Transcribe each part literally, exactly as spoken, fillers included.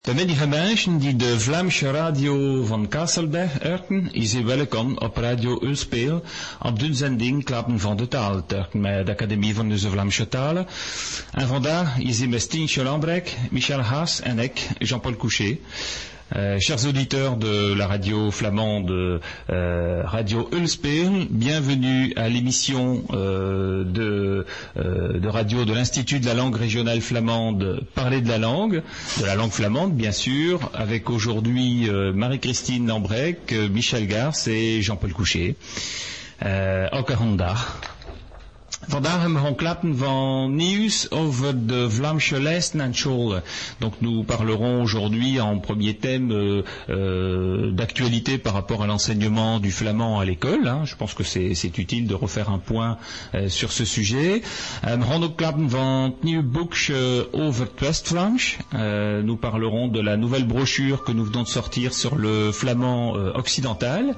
De menige mensen die de Vlaamse radio van Kasselberg horen, is u welkom op Radio Ulspeel op de zending Klappen van de Taal, met de Academie van de Vlaamse Talen. En vandaag is u met Stientje Lambrek, Michel Haas en ik, Jean-Paul Couchet. Euh, chers auditeurs de la radio flamande euh, Radio Ulspeel, bienvenue à l'émission euh, de, euh, de radio de l'Institut de la langue régionale flamande Parler de la langue, de la langue flamande bien sûr, avec aujourd'hui euh, Marie-Christine Lambrek, euh, Michel Garce et Jean-Paul Couchet. Euh, Elke hondag. Vandaag hebben we gaan klappen van nieuws over de Vlaamse lijsten en scholen. Donc nous parlerons aujourd'hui en premier thème euh, euh, d'actualité par rapport à l'enseignement du flamand à l'école. Hein. Je pense que c'est, c'est utile de refaire un point euh, sur ce sujet. Euh, we gaan ook klappen van het nieuwe boekje over het West-Vlaams. Euh, nous parlerons de la nouvelle brochure que nous venons de sortir sur le flamand euh, occidental.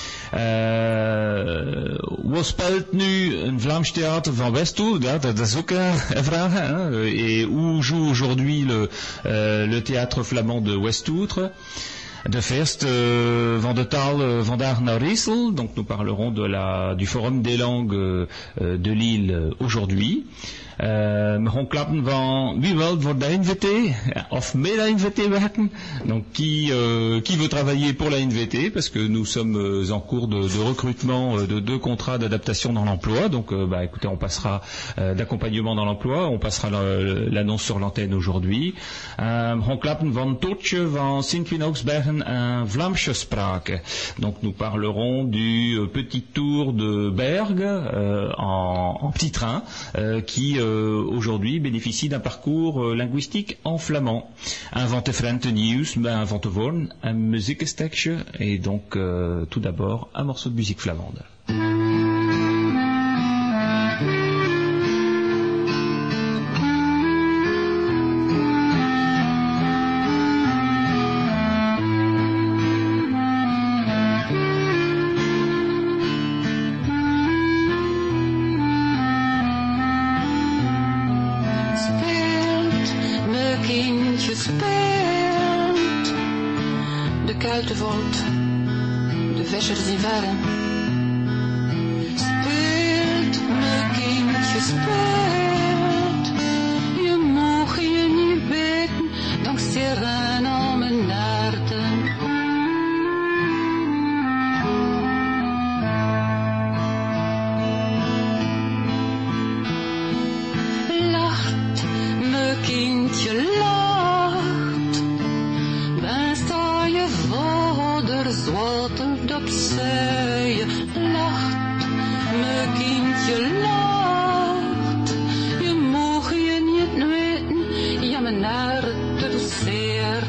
Uh, wat speelt nu een Vlaams theater van Westhoek? Ja, dat is ook een vraag. Hein? Et où joue aujourd'hui le, uh, le théâtre flamand de Westoutre? De First euh, van de taal euh, vandaag naar Riesel. Donc nous parlerons de la, du forum des langues euh, de Lille euh, aujourd'hui. Uh, we gaan klappen van wie wil voor de N V T of met la N V T werken. Donc qui, euh, qui veut travailler pour la N V T, parce que nous sommes euh, en cours de, de recrutement euh, de deux contrats d'adaptation dans l'emploi. Donc euh, bah, écoutez, on passera euh, d'accompagnement dans l'emploi, on passera la, l'annonce sur l'antenne aujourd'hui. Uh, we gaan klappen van Toortje van Sint-Winoksbergen en Vlaamse Sprake. Donc nous parlerons du euh, petit tour de Berg euh, en, en petit train euh, qui euh, aujourd'hui bénéficie d'un parcours euh, linguistique en flamand. Invente Frente Nieuws, ben invente Vorn, un muziekenstekje, et donc euh, tout d'abord un morceau de musique flamande. De vissers in verre. Speelt, mijn kindje, speelt. Je mag je niet weten, dank sterren aan mijn naarten. Lacht, mijn kindje, lacht. Ben sta je vader zwattert op zee. Lacht, mijn kindje, lacht. Je mag je niet weten, ja mijn hart zeer.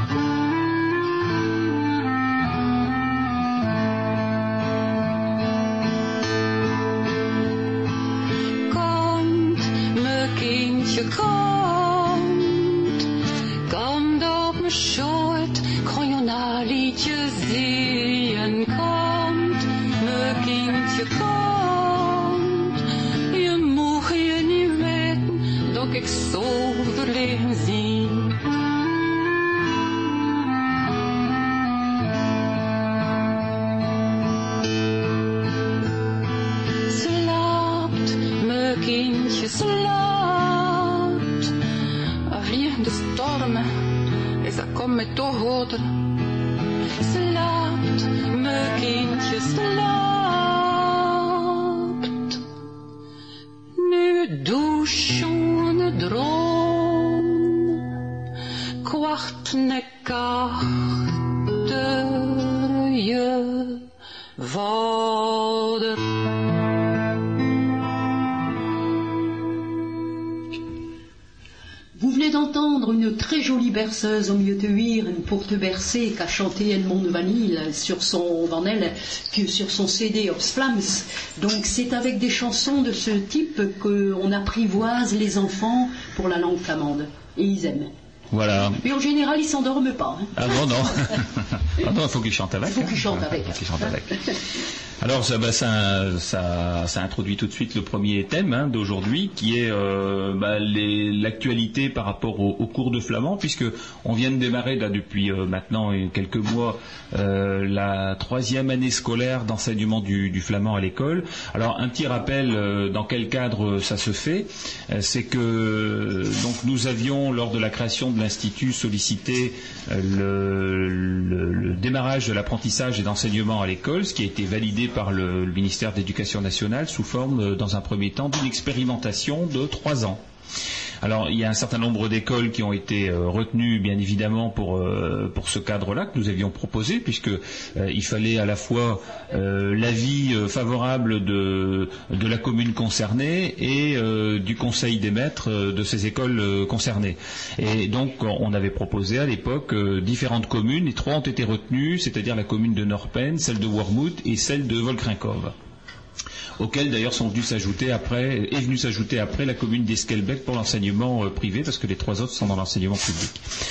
Komt, mijn kindje, komt. Komt op mijn schoot, kan je een liedje zingen. Komt, mijn kindje, komt. Je mag je niet weten, dat ik zo verlegen zie. Slaapt, mijn kindje, slaapt. Vliegende stormen, is dat komt met toch hoter. Slaapt, mijn kindje, slaapt. Nu douche een droom, kwart nek achter je vader. Vous venez d'entendre une très jolie berceuse au milieu de huir, une pour te bercer, qu'a chanté Edmond Vanille sur son, van elle, sur son C D Ops-Flams. Donc c'est avec des chansons de ce type qu'on apprivoise les enfants pour la langue flamande. Et ils aiment. Voilà. Et en général, ils s'endorment pas. Hein. Ah non, non. Ah non, il faut qu'ils chantent avec. Il faut qu'ils chantent hein. avec. Il faut qu'ils chantent avec. Alors ça, bah, ça, ça, ça introduit tout de suite le premier thème hein, d'aujourd'hui, qui est euh, bah, les, l'actualité par rapport au, au cours de flamand, puisque on vient de démarrer là depuis euh, maintenant quelques mois euh, la troisième année scolaire d'enseignement du, du flamand à l'école. Alors un petit rappel euh, dans quel cadre ça se fait, euh, c'est que donc nous avions lors de la création de l'institut sollicité euh, le, le, le démarrage de l'apprentissage et d'enseignement à l'école, ce qui a été validé par le, le ministère de l'Éducation nationale sous forme, euh, dans un premier temps, d'une expérimentation de trois ans. Alors, il y a un certain nombre d'écoles qui ont été euh, retenues, bien évidemment, pour, euh, pour ce cadre-là que nous avions proposé, puisque euh, il fallait à la fois euh, l'avis euh, favorable de, de la commune concernée et euh, du conseil des maîtres euh, de ces écoles euh, concernées. Et donc, on avait proposé à l'époque euh, différentes communes, et trois ont été retenues, c'est-à-dire la commune de Norpen, celle de Wormhout et celle de Volkrinkov, auxquels d'ailleurs sont venus s'ajouter après, est venue s'ajouter après la commune d'Esquelbec pour l'enseignement euh, privé, parce que les trois autres sont dans l'enseignement public.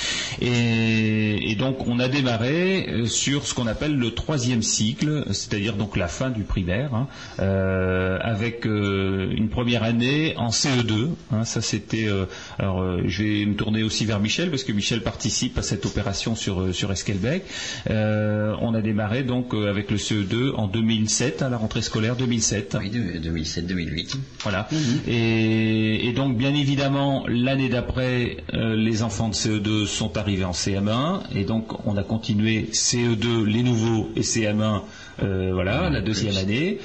Et, et donc on a démarré euh, sur ce qu'on appelle le troisième cycle, c'est-à-dire donc la fin du primaire, hein, euh, avec euh, une première année en C E deux. Hein, ça c'était. Euh, alors euh, je vais me tourner aussi vers Michel, parce que Michel participe à cette opération sur euh, sur Esquelbec. Euh, on a démarré donc euh, avec le C E deux en deux mille sept, à la rentrée scolaire deux mille sept. Oui, deux mille sept deux mille huit. Voilà. Mmh. Et, et donc, bien évidemment, l'année d'après, euh, les enfants de C E deux sont arrivés en C M un, et donc on a continué C E deux, les nouveaux, et C M un, euh, voilà, mmh, la deuxième plus. année.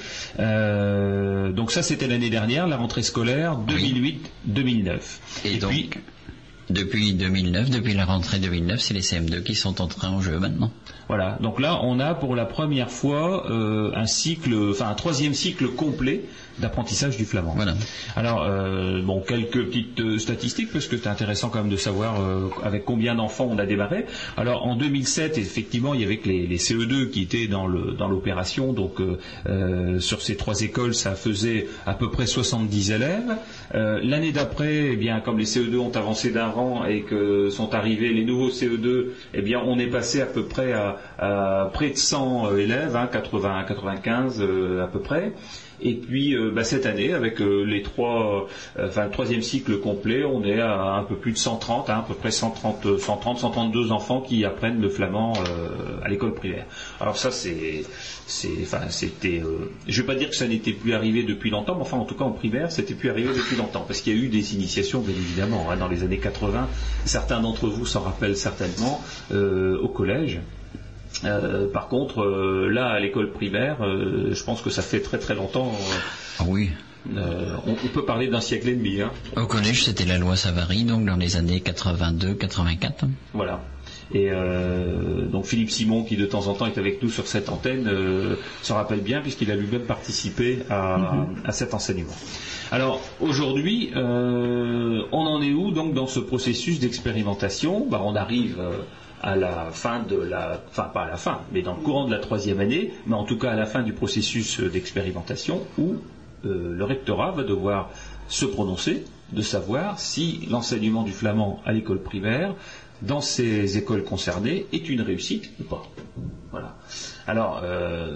Euh, donc ça, c'était l'année dernière, la rentrée scolaire deux mille huit deux mille neuf. Et, et donc, puis, depuis deux mille neuf, depuis la rentrée deux mille neuf, c'est les C M deux qui sont entrés en jeu maintenant. Voilà, donc là on a pour la première fois euh, un cycle, enfin un troisième cycle complet d'apprentissage du flamand. Voilà. Alors euh, bon, quelques petites euh, statistiques, parce que c'est intéressant quand même de savoir euh, avec combien d'enfants on a démarré. Alors en deux mille sept, effectivement, il y avait que les, les C E deux qui étaient dans le dans l'opération, donc euh, euh, sur ces trois écoles, ça faisait à peu près soixante-dix élèves. Euh, l'année d'après, eh bien, comme les C E deux ont avancé d'un rang et que sont arrivés les nouveaux C E deux, eh bien, on est passé à peu près à, à près de cent élèves, hein, quatre-vingts, quatre-vingt-quinze euh, à peu près. Et puis euh, bah, cette année, avec euh, les trois, euh, enfin le troisième cycle complet, on est à un peu plus de cent trente, hein, à peu près cent trente, cent trente, cent trente-deux enfants qui apprennent le flamand euh, à l'école primaire. Alors ça, c'est, c'est, enfin c'était, euh, je ne vais pas dire que ça n'était plus arrivé depuis longtemps, mais enfin en tout cas en primaire, c'était plus arrivé depuis longtemps, parce qu'il y a eu des initiations, bien évidemment, hein, dans les années quatre-vingts. Certains d'entre vous s'en rappellent certainement euh, au collège. Euh, par contre, euh, là, à l'école primaire, euh, je pense que ça fait très très longtemps. Euh, ah oui. Euh, on, on peut parler d'un siècle et demi. Hein. Au collège, c'était la loi Savary, donc dans les années quatre-vingt-deux quatre-vingt-quatre. Voilà. Et euh, donc Philippe Simon, qui de temps en temps est avec nous sur cette antenne, euh, se rappelle bien, puisqu'il a lui-même participé à, mm-hmm. à cet enseignement. Alors aujourd'hui, euh, on en est où donc dans ce processus d'expérimentation? Bah, on arrive euh, à la fin de la, enfin pas à la fin, mais dans le courant de la troisième année, mais en tout cas à la fin du processus d'expérimentation, où euh, le rectorat va devoir se prononcer, de savoir si l'enseignement du flamand à l'école primaire, dans ces écoles concernées, est une réussite ou pas. Voilà. Alors, euh,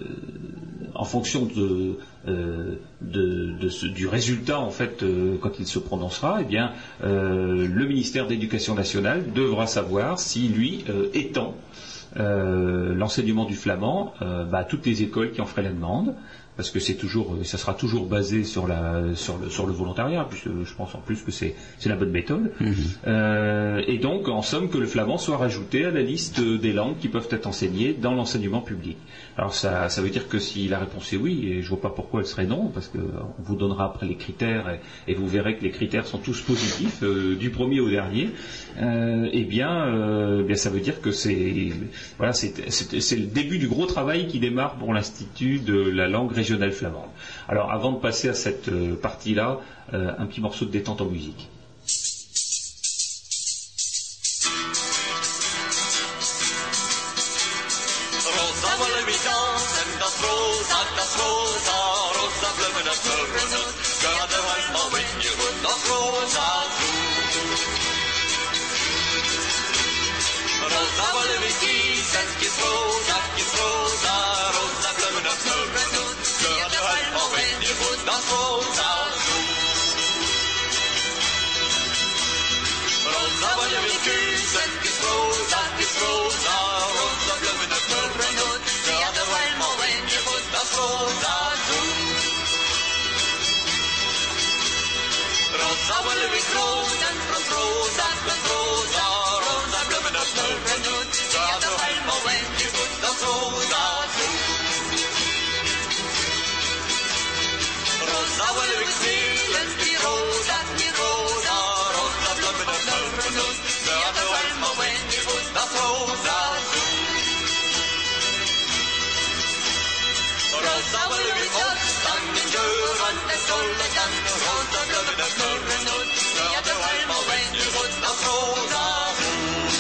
en fonction de, euh, de, de ce, du résultat, en fait, euh, quand il se prononcera, eh bien, euh, le ministère de l'Éducation nationale devra savoir si lui euh, étend euh, l'enseignement du flamand euh, bah, à toutes les écoles qui en feraient la demande. Parce que c'est toujours, ça sera toujours basé sur la, sur le, sur le volontariat, puisque je pense en plus que c'est, c'est la bonne méthode. Mmh. Euh, et donc, en somme, que le flamand soit rajouté à la liste des langues qui peuvent être enseignées dans l'enseignement public. Alors, ça, ça veut dire que si la réponse est oui, et je vois pas pourquoi elle serait non, parce que on vous donnera après les critères, et, et vous verrez que les critères sont tous positifs, euh, du premier au dernier. Euh, eh bien, euh, bien, ça veut dire que c'est, voilà, c'est, c'est, c'est le début du gros travail qui démarre pour l'Institut de la langue régionale flamande. Alors, avant de passer à cette euh, partie-là, euh, un petit morceau de détente en musique. Rosa, will we grows and from grows and from grows are rosa bloemen of snurren ut. Ja, de helemaal when you put the rosa through. Rosa will we see and die rosa, die rosa, rosa bloemen of snurren ut. Ja, de helemaal when you put the rosa through. Rosa will we opstaan in deur en de zolle dan rosa bloemen of snurren ut. Ja, de helemaal when you put the rosa through.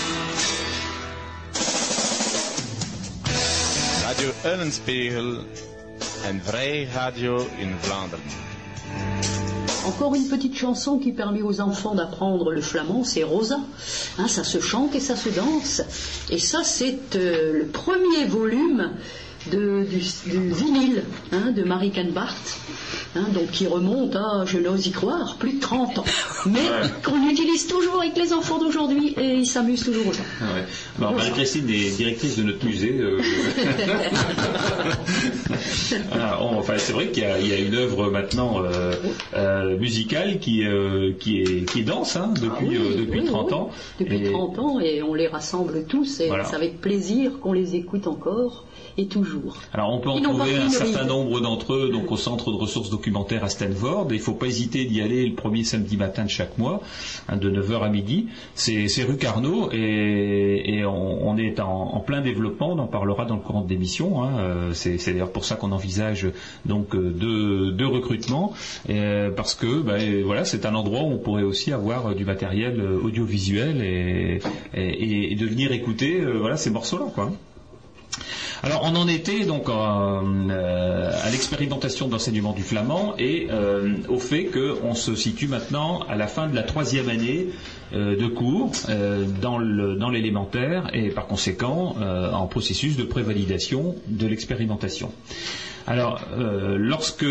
Radio Eulenspiegel, een vrij radio in Vlaanderen. Encore une petite chanson qui permet aux enfants d'apprendre le flamand, c'est Rosa. Hein, ça se chante et ça se danse. Et ça, c'est euh, le premier volume de, du, du vinyle hein, de Marie Canbart, hein, donc qui remonte à, je n'ose y croire, plus de trente ans. Mais qu'on utilise toujours avec les enfants d'aujourd'hui et ils s'amusent toujours autant. Ah ouais. Alors, Marie-Christine est directrice de notre musée. Euh... ah, on, enfin, c'est vrai qu'il y a, il y a une œuvre maintenant euh, euh, musicale qui, euh, qui, est, qui est dense hein, depuis, ah oui, euh, depuis oui, trente oui. ans. Depuis et... trente ans et on les rassemble tous et voilà. C'est avec plaisir qu'on les écoute encore. Et toujours. Alors on peut en trouver un certain nombre d'entre eux donc au centre de ressources documentaires à Stanford. Il ne faut pas hésiter d'y aller le premier samedi matin de chaque mois, hein, de neuf heures à midi. C'est, c'est rue Carnot et, et on, on est en, en plein développement. On en parlera dans le courant de l'émission. Hein. C'est, c'est d'ailleurs pour ça qu'on envisage donc deux, deux recrutements et, parce que ben, voilà, c'est un endroit où on pourrait aussi avoir du matériel audiovisuel et, et, et de venir écouter euh, voilà, ces morceaux-là, quoi. Alors on en était donc euh, euh, à l'expérimentation d'enseignement du flamand et euh, au fait qu'on se situe maintenant à la fin de la troisième année euh, de cours euh, dans, le, dans l'élémentaire et par conséquent euh, en processus de prévalidation de l'expérimentation. Alors, euh, lorsque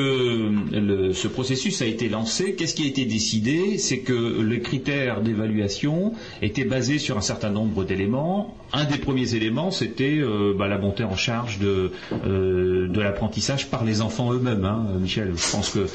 le, ce processus a été lancé, qu'est-ce qui a été décidé? C'est que les critères d'évaluation étaient basés sur un certain nombre d'éléments. Un des premiers éléments, c'était euh, bah, la montée en charge de, euh, de l'apprentissage par les enfants eux-mêmes. Hein, Michel, je pense que,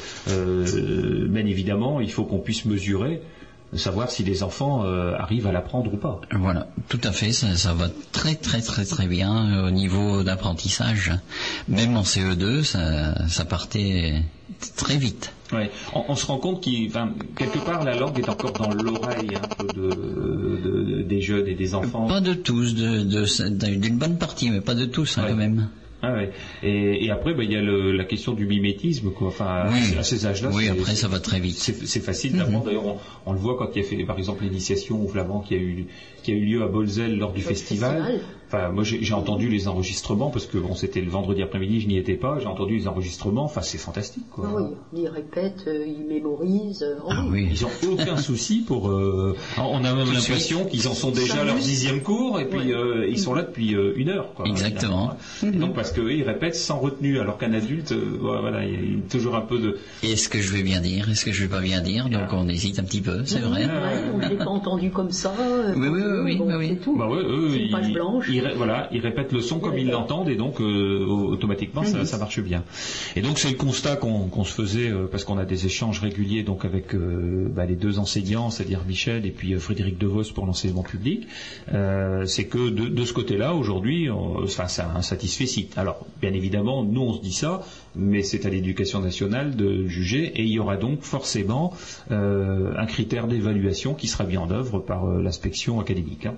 euh, bien évidemment, il faut qu'on puisse mesurer de savoir si les enfants euh, arrivent à l'apprendre ou pas. Voilà, tout à fait, ça, ça va très très très très bien au niveau d'apprentissage. Même en C E deux, ça, ça partait très vite. Ouais. On, on se rend compte qu'il, enfin, quelque part, la langue est encore dans l'oreille un peu de, de, de, des jeunes et des enfants. Pas de tous, de, de, d'une bonne partie, mais pas de tous hein, ouais. Quand même. Ah ouais. et, et après, bah, il y a le, la question du mimétisme, quoi. Enfin, oui. à ces âges-là, oui, c'est, après ça va très vite. C'est, c'est facile d'apprendre. Mm-hmm. D'ailleurs, on, on le voit quand il y a fait, par exemple, l'initiation au flamand qui a eu, qui a eu lieu à Bolzel lors du festival. festival. Enfin, moi, j'ai, j'ai entendu les enregistrements parce que bon, c'était le vendredi après-midi, je n'y étais pas. J'ai entendu les enregistrements. Enfin, c'est fantastique, quoi. Ah oui, ils répètent, euh, ils mémorisent. Euh, ah oui. Ils ont aucun souci pour. Euh, on a même l'impression qu'ils en sont déjà à leur dixième cours et puis ouais. euh, ils sont là depuis euh, une heure, quoi. Exactement. Et donc parce que ils répètent sans retenue, alors qu'un adulte, euh, voilà, il y a toujours un peu de. Est-ce que je vais bien dire? Est-ce que je vais pas bien dire? Donc on hésite un petit peu, c'est oui, vrai. Ouais, on ne l'a pas entendu comme ça. Euh, oui, oui, oui, oui, bon, oui. C'est tout. Bah ouais, eux, c'est une page ils, blanche. Ils, voilà, ils répètent le son comme ils l'entendent et donc euh, automatiquement ça, ça marche bien. Et donc c'est le constat qu'on, qu'on se faisait euh, parce qu'on a des échanges réguliers donc avec euh, bah, les deux enseignants, c'est-à-dire Michel et puis euh, Frédéric Devos pour l'enseignement public. Euh, c'est que de, de ce côté-là aujourd'hui, on, enfin c'est un satisfecit. Alors bien évidemment, nous on se dit ça, mais c'est à l'éducation nationale de juger et il y aura donc forcément euh, un critère d'évaluation qui sera mis en œuvre par euh, l'inspection académique. Hein.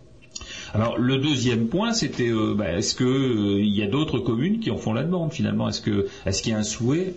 Alors le deuxième point, c'était euh, bah, est-ce que euh, il y a d'autres communes qui en font la demande finalement? Est-ce que est-ce qu'il y a un souhait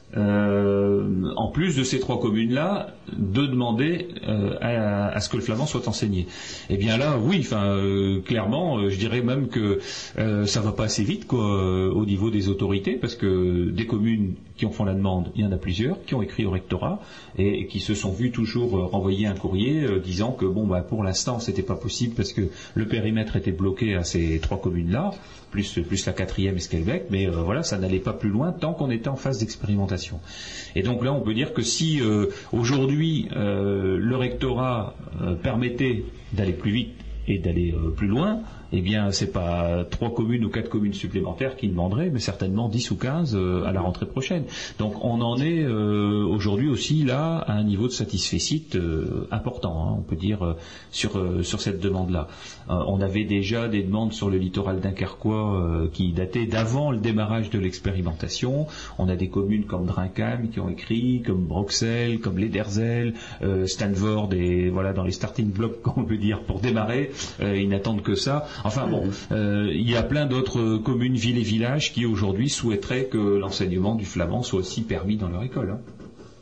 euh, en plus de ces trois communes-là, de demander euh, à, à ce que le flamand soit enseigné? Eh bien là, oui, enfin euh, clairement, euh, je dirais même que euh, ça va pas assez vite, quoi, euh, au niveau des autorités, parce que des communes qui en font la demande, il y en a plusieurs qui ont écrit au rectorat et, et qui se sont vus toujours euh, renvoyer un courrier euh, disant que bon, bah pour l'instant, c'était pas possible parce que le périmètre était bloqué à ces trois communes-là, plus plus la quatrième et Skelbeck, mais euh, voilà, ça n'allait pas plus loin tant qu'on était en phase d'expérimentation. Et donc là, on peut dire que si euh, aujourd'hui euh, le rectorat euh, permettait d'aller plus vite et d'aller euh, plus loin, eh bien, c'est pas trois communes ou quatre communes supplémentaires qui demanderaient, mais certainement dix ou quinze euh, à la rentrée prochaine. Donc, on en est euh, aujourd'hui aussi là à un niveau de satisfecit euh, important, hein, on peut dire, euh, sur euh, sur cette demande-là. Euh, on avait déjà des demandes sur le littoral dunkerquois euh, qui dataient d'avant le démarrage de l'expérimentation. On a des communes comme Drinkheim qui ont écrit, comme Broxel, comme Lederzel, euh, Stanford, et voilà, dans les starting blocks, on peut dire, pour démarrer. Euh, ils n'attendent que ça. Enfin bon, euh, il y a plein d'autres communes, villes et villages qui aujourd'hui souhaiteraient que l'enseignement du flamand soit aussi permis dans leur école. Hein.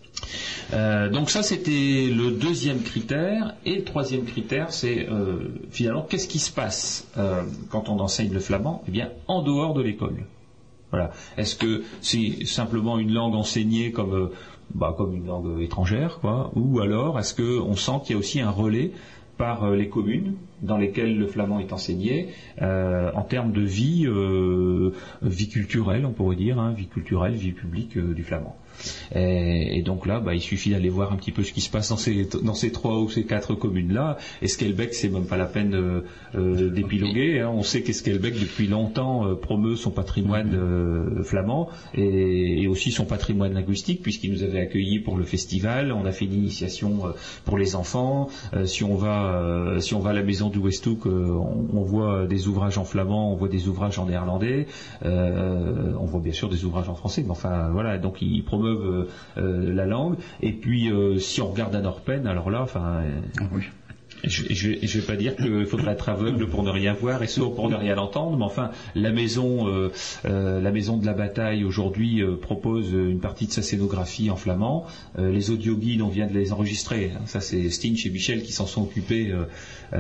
Euh, donc ça, c'était le deuxième critère. Et le troisième critère, c'est euh, finalement qu'est-ce qui se passe euh, quand on enseigne le flamand? Eh bien, en dehors de l'école. Voilà. Est-ce que c'est simplement une langue enseignée comme euh, bah, comme une langue étrangère, quoi, ou alors est-ce qu'on sent qu'il y a aussi un relais par les communes dans lesquelles le flamand est enseigné, euh, en termes de vie, euh, vie culturelle, on pourrait dire, hein, vie culturelle, vie publique euh, du flamand. Et, et donc là, bah, il suffit d'aller voir un petit peu ce qui se passe dans ces, dans ces trois ou ces quatre communes-là. Esquelbec, c'est même pas la peine euh, euh, d'épiloguer. Hein. On sait qu'Esquelbec, depuis longtemps, euh, promeut son patrimoine euh, flamand et, et aussi son patrimoine linguistique, puisqu'il nous avait accueillis pour le festival. On a fait une initiation euh, pour les enfants. Euh, si on va, euh, si on va à la maison du Westhoek, euh, on, on voit des ouvrages en flamand, on voit des ouvrages en néerlandais, euh, on voit bien sûr des ouvrages en français. Mais enfin, voilà, donc il promeut Euh, euh, la langue. Et puis euh, si on regarde à Norpen, alors là, enfin, euh, oui. je, je, je vais pas dire qu'il faudrait être aveugle pour ne rien voir et sourd pour ne rien entendre, mais enfin, la maison, euh, euh, la maison de la bataille aujourd'hui euh, propose une partie de sa scénographie en flamand. Euh, les audioguides, on vient de les enregistrer. Hein. Ça, c'est Stinch et Michel qui s'en sont occupés. Euh,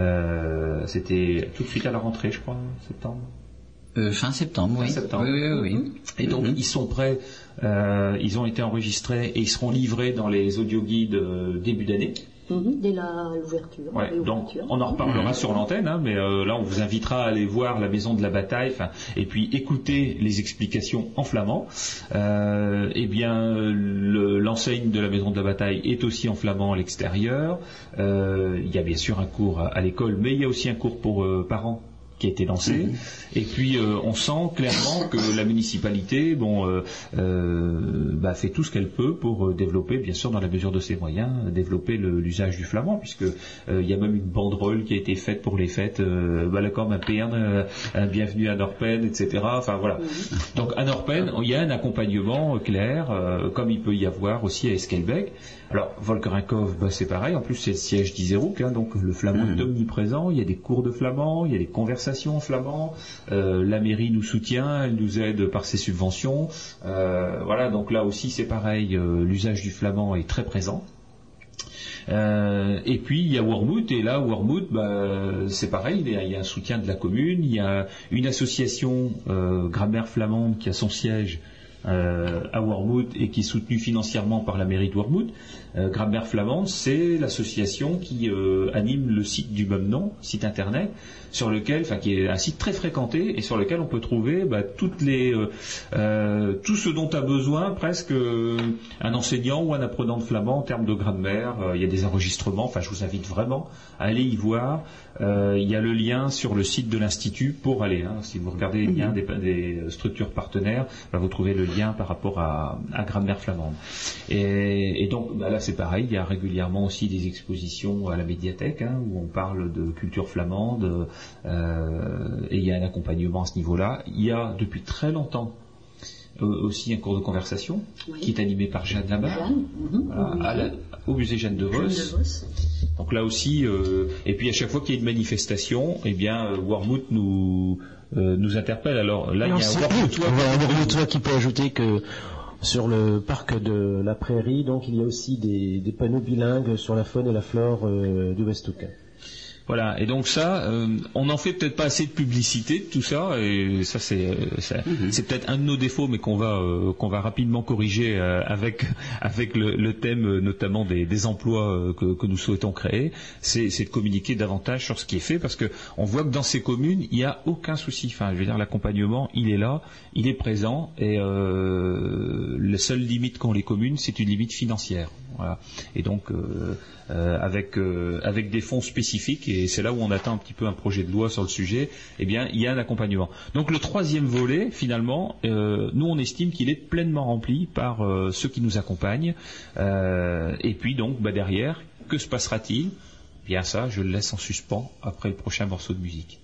euh, C'était tout de suite à la rentrée, je crois, septembre. Euh, fin septembre, oui. Fin septembre. Oui, oui, oui. Et donc, mm-hmm. ils sont prêts, euh, ils ont été enregistrés et ils seront livrés dans les audioguides euh, début d'année. Mm-hmm. Dès la, l'ouverture. Ouais, donc, on en reparlera mm-hmm. sur l'antenne, hein, mais euh, là, on vous invitera à aller voir la maison de la bataille, et puis écouter les explications en flamand. Euh, eh bien, le, l'enseigne de la maison de la bataille est aussi en flamand à l'extérieur. Euh, il y a bien sûr un cours à, à l'école, mais il y a aussi un cours pour euh, parents qui a été lancé, mmh. et puis euh, on sent clairement que la municipalité, bon, euh, euh, bah, fait tout ce qu'elle peut pour euh, développer, bien sûr, dans la mesure de ses moyens, développer le, l'usage du flamand, puisque euh, il y a même une banderole qui a été faite pour les fêtes, euh, Welcome à Pern, euh, un bienvenue à Norpen, et cetera. Enfin voilà. Mmh. Donc à Norpen, il y a un accompagnement clair, euh, comme il peut y avoir aussi à Esquelbec. Alors Volkerinkhof, bah, c'est pareil. En plus, c'est le siège d'Iserouk, hein, donc le flamand mmh. est omniprésent. Il y a des cours de flamand, il y a des conversations en flamand, euh, la mairie nous soutient, elle nous aide par ses subventions, euh, voilà, donc là aussi c'est pareil, euh, l'usage du flamand est très présent. Euh, et puis il y a Wormhout, et là Wormhout, bah, c'est pareil, il y, a, il y a un soutien de la commune, il y a une association euh, grammaire flamande qui a son siège Euh, à Wormhout et qui est soutenu financièrement par la mairie de Wormhout. Euh, Grammaire flamande, c'est l'association qui euh, anime le site du même nom, site internet, sur lequel, enfin qui est un site très fréquenté et sur lequel on peut trouver bah, toutes les, euh, euh, tout ce dont a besoin presque euh, un enseignant ou un apprenant de flamand en termes de grammaire. Euh, il y a des enregistrements. Enfin, je vous invite vraiment à aller y voir. Euh, il y a le lien sur le site de l'institut pour aller. Hein, si vous regardez les liens des, des structures partenaires, bah, vous trouvez le lien par rapport à, à grammaire flamande. Et, et donc bah là c'est pareil, il y a régulièrement aussi des expositions à la médiathèque hein, où on parle de culture flamande euh, et il y a un accompagnement à ce niveau-là. Il y a depuis très longtemps euh, aussi un cours de conversation oui. qui est animé par Jeanne Labarre Jeanne, mm-hmm, voilà, à la, au musée Jeanne de Vos. Donc là aussi, euh, et puis à chaque fois qu'il y a une manifestation, eh bien euh, Wormhout nous Euh, nous interpelle. Alors là, Alors, il y a un Wormhoutois qui peut ajouter que sur le parc de la Prairie, donc il y a aussi des, des panneaux bilingues sur la faune et la flore euh, du Westhoek. Voilà, et donc ça, euh, on n'en fait peut-être pas assez de publicité de tout ça, et ça c'est, c'est, mm-hmm. c'est peut-être un de nos défauts, mais qu'on va euh, qu'on va rapidement corriger euh, avec avec le, le thème euh, notamment des, des emplois euh, que, que nous souhaitons créer. C'est, c'est de communiquer davantage sur ce qui est fait, parce que on voit que dans ces communes, il n'y a aucun souci. Enfin, je veux dire, l'accompagnement, il est là, il est présent, et euh, la seule limite qu'ont les communes, c'est une limite financière. Voilà. Et donc euh, euh, avec euh, avec des fonds spécifiques, et c'est là où on attend un petit peu un projet de loi sur le sujet. Eh bien, il y a un accompagnement. Donc le troisième volet, finalement, euh, nous on estime qu'il est pleinement rempli par euh, ceux qui nous accompagnent. Euh, et puis donc bah, derrière, que se passera-t-il? Bien ça, je le laisse en suspens après le prochain morceau de musique.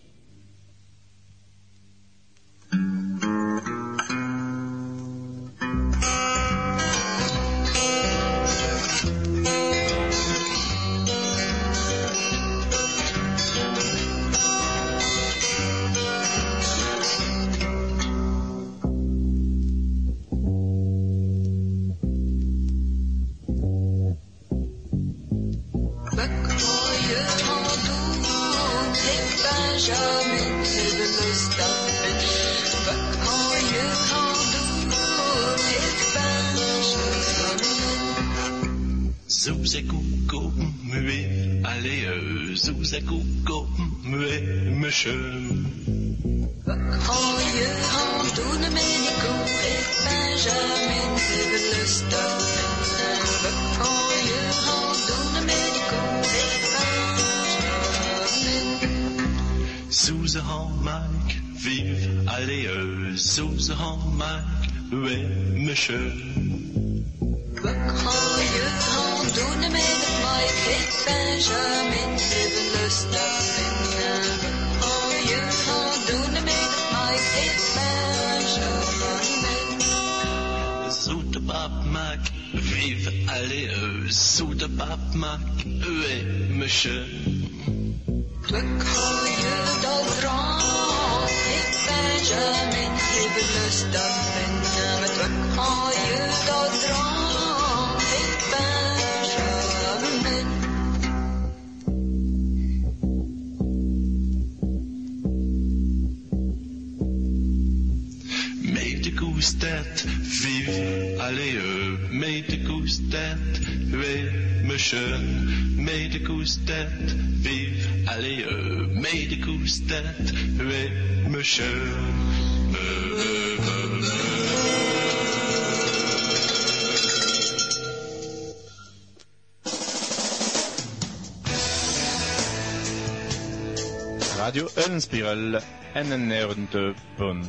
Radio Eulenspiegel neunennegentig punt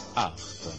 acht.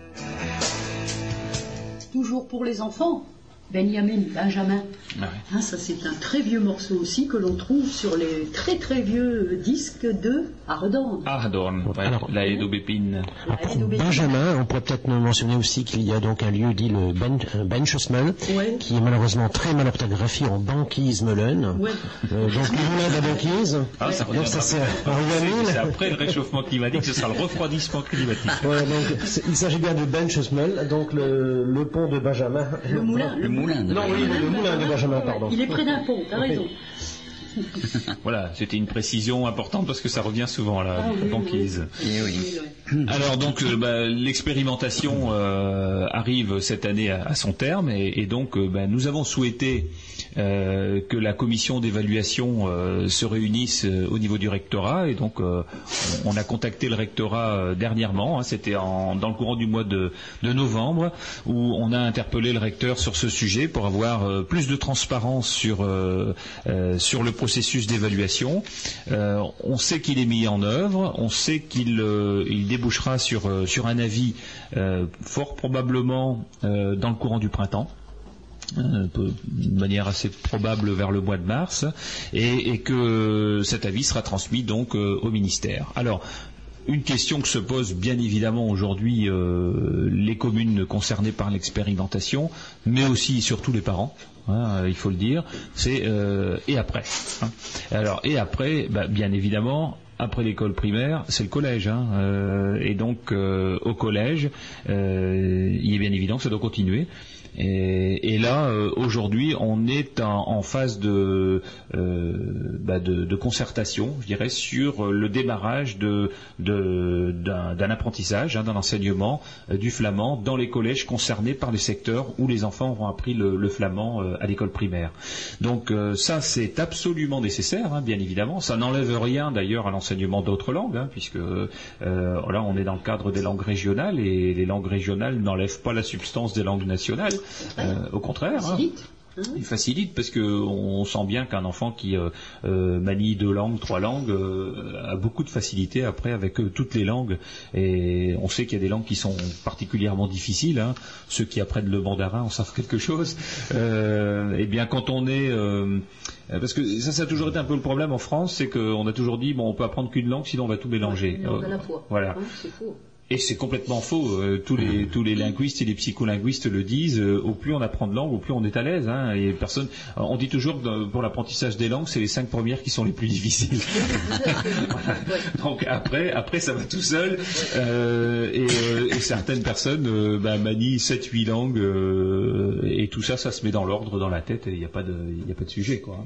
Toujours pour les enfants, Benjamin, Benjamin. Ah ouais. Hein, ça c'est un très vieux morceau aussi que l'on trouve sur les très très vieux disques de Ardorn. Ardorn, ouais, Alors, la Hédobépine. Pour Benjamin, on pourrait peut-être mentionner aussi qu'il y a donc un lieu dit le ben, Benchesmel, Ouais. qui est malheureusement très mal orthographié en banquise Meulen. Ouais. Euh, donc le moulin de la banquise. Ah, ça donc ça c'est c'est, Henri c'est après le réchauffement climatique, ce sera le refroidissement climatique. Ouais, donc c'est- il s'agit bien de Benchesmel, donc le, le pont de Benjamin. Le moulin. Le moulin de Non, oui, le moulin de Benjamin, pardon. Il est près d'un pont, t'as Ok. raison. Voilà, c'était une précision importante parce que ça revient souvent là, Ah, oui, banquise. Eh oui. oui. Alors donc euh, bah, l'expérimentation euh, arrive cette année à, à son terme et, et donc euh, bah, nous avons souhaité euh, que la commission d'évaluation euh, se réunisse euh, au niveau du rectorat et donc euh, on, on a contacté le rectorat euh, dernièrement, hein, c'était en, dans le courant du mois de, de novembre où on a interpellé le recteur sur ce sujet pour avoir euh, plus de transparence sur euh, euh, sur le processus d'évaluation. Euh, on sait qu'il est mis en œuvre, on sait qu'il euh, il débouchera sur, euh, sur un avis euh, fort probablement euh, dans le courant du printemps. Euh, de manière assez probable vers le mois de mars, et, et que cet avis sera transmis donc euh, au ministère. Alors, une question que se posent bien évidemment aujourd'hui euh, les communes concernées par l'expérimentation, mais aussi et surtout les parents. Hein, il faut le dire, c'est euh, et après. Hein. Alors et après, bah, bien évidemment, après l'école primaire, c'est le collège, hein, euh, et donc euh, au collège, euh, il est bien évident que ça doit continuer. Et, et là, euh, aujourd'hui, on est en, en phase de, euh, bah de, de concertation, je dirais, sur le démarrage de, de, d'un, d'un apprentissage, hein, d'un enseignement euh, du flamand dans les collèges concernés par les secteurs où les enfants auront appris le, le flamand euh, à l'école primaire. Donc euh, ça, c'est absolument nécessaire, hein, bien évidemment. Ça n'enlève rien d'ailleurs à l'enseignement d'autres langues, hein, puisque euh, là, on est dans le cadre des langues régionales et les langues régionales n'enlèvent pas la substance des langues nationales. Euh, au contraire, hein. Il facilite parce que on sent bien qu'un enfant qui euh, euh, manie deux langues, trois langues, euh, a beaucoup de facilité après avec euh, toutes les langues. Et on sait qu'il y a des langues qui sont particulièrement difficiles. Hein. Ceux qui apprennent le mandarin en savent quelque chose. Euh, et bien quand on est, euh, parce que ça, ça a toujours été un peu le problème en France, c'est qu'on a toujours dit bon, on peut apprendre qu'une langue, sinon on va tout mélanger. Une langue à la fois. Voilà. Hein, c'est faux. Et c'est complètement faux. Euh, tous les tous les linguistes et les psycholinguistes le disent. Euh, au plus on apprend de langue, au plus on est à l'aise. Hein, et personne. On dit toujours que pour l'apprentissage des langues, c'est les cinq premières qui sont les plus difficiles. Voilà. Donc après, après ça va tout seul. Euh, et, euh, et certaines personnes euh, bah, manient sept, huit langues euh, et tout ça, ça se met dans l'ordre dans la tête et il n'y a pas de, il n'y a pas de sujet, quoi.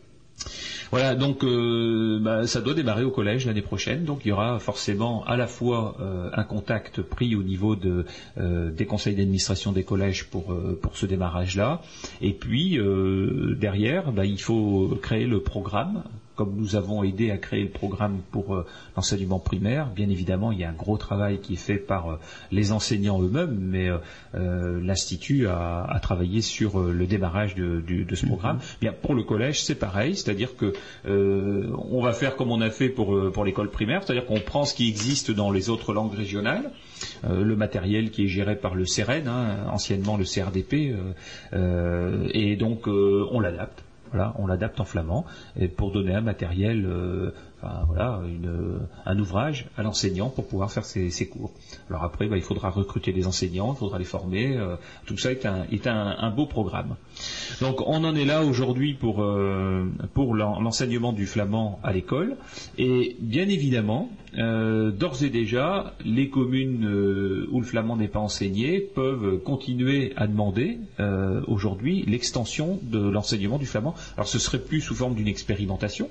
Voilà, donc euh, bah, ça doit démarrer au collège l'année prochaine, donc il y aura forcément à la fois euh, un contact pris au niveau de, euh, des conseils d'administration des collèges pour, euh, pour ce démarrage-là, et puis euh, derrière, bah, il faut créer le programme. Comme nous avons aidé à créer le programme pour euh, l'enseignement primaire, bien évidemment, il y a un gros travail qui est fait par euh, les enseignants eux-mêmes, mais euh, euh, l'Institut a, a travaillé sur euh, le démarrage de, de, de ce programme. Mm-hmm. Bien, pour le collège, c'est pareil, c'est-à-dire que euh, on va faire comme on a fait pour, euh, pour l'école primaire, c'est-à-dire qu'on prend ce qui existe dans les autres langues régionales, euh, le matériel qui est géré par le C E R E N, hein, anciennement le C R D P, euh, euh, et donc euh, on l'adapte. Voilà, on l'adapte en flamand et pour donner un matériel, euh, enfin, voilà, une, un ouvrage à l'enseignant pour pouvoir faire ses, ses cours. Alors après, bah, il faudra recruter des enseignants, il faudra les former. Euh, tout ça est un, est un, un beau programme. Donc on en est là aujourd'hui pour, euh, pour l'enseignement du flamand à l'école. Et bien évidemment, euh, d'ores et déjà, les communes euh, où le flamand n'est pas enseigné peuvent continuer à demander euh, aujourd'hui l'extension de l'enseignement du flamand. Alors ce serait plus sous forme d'une expérimentation,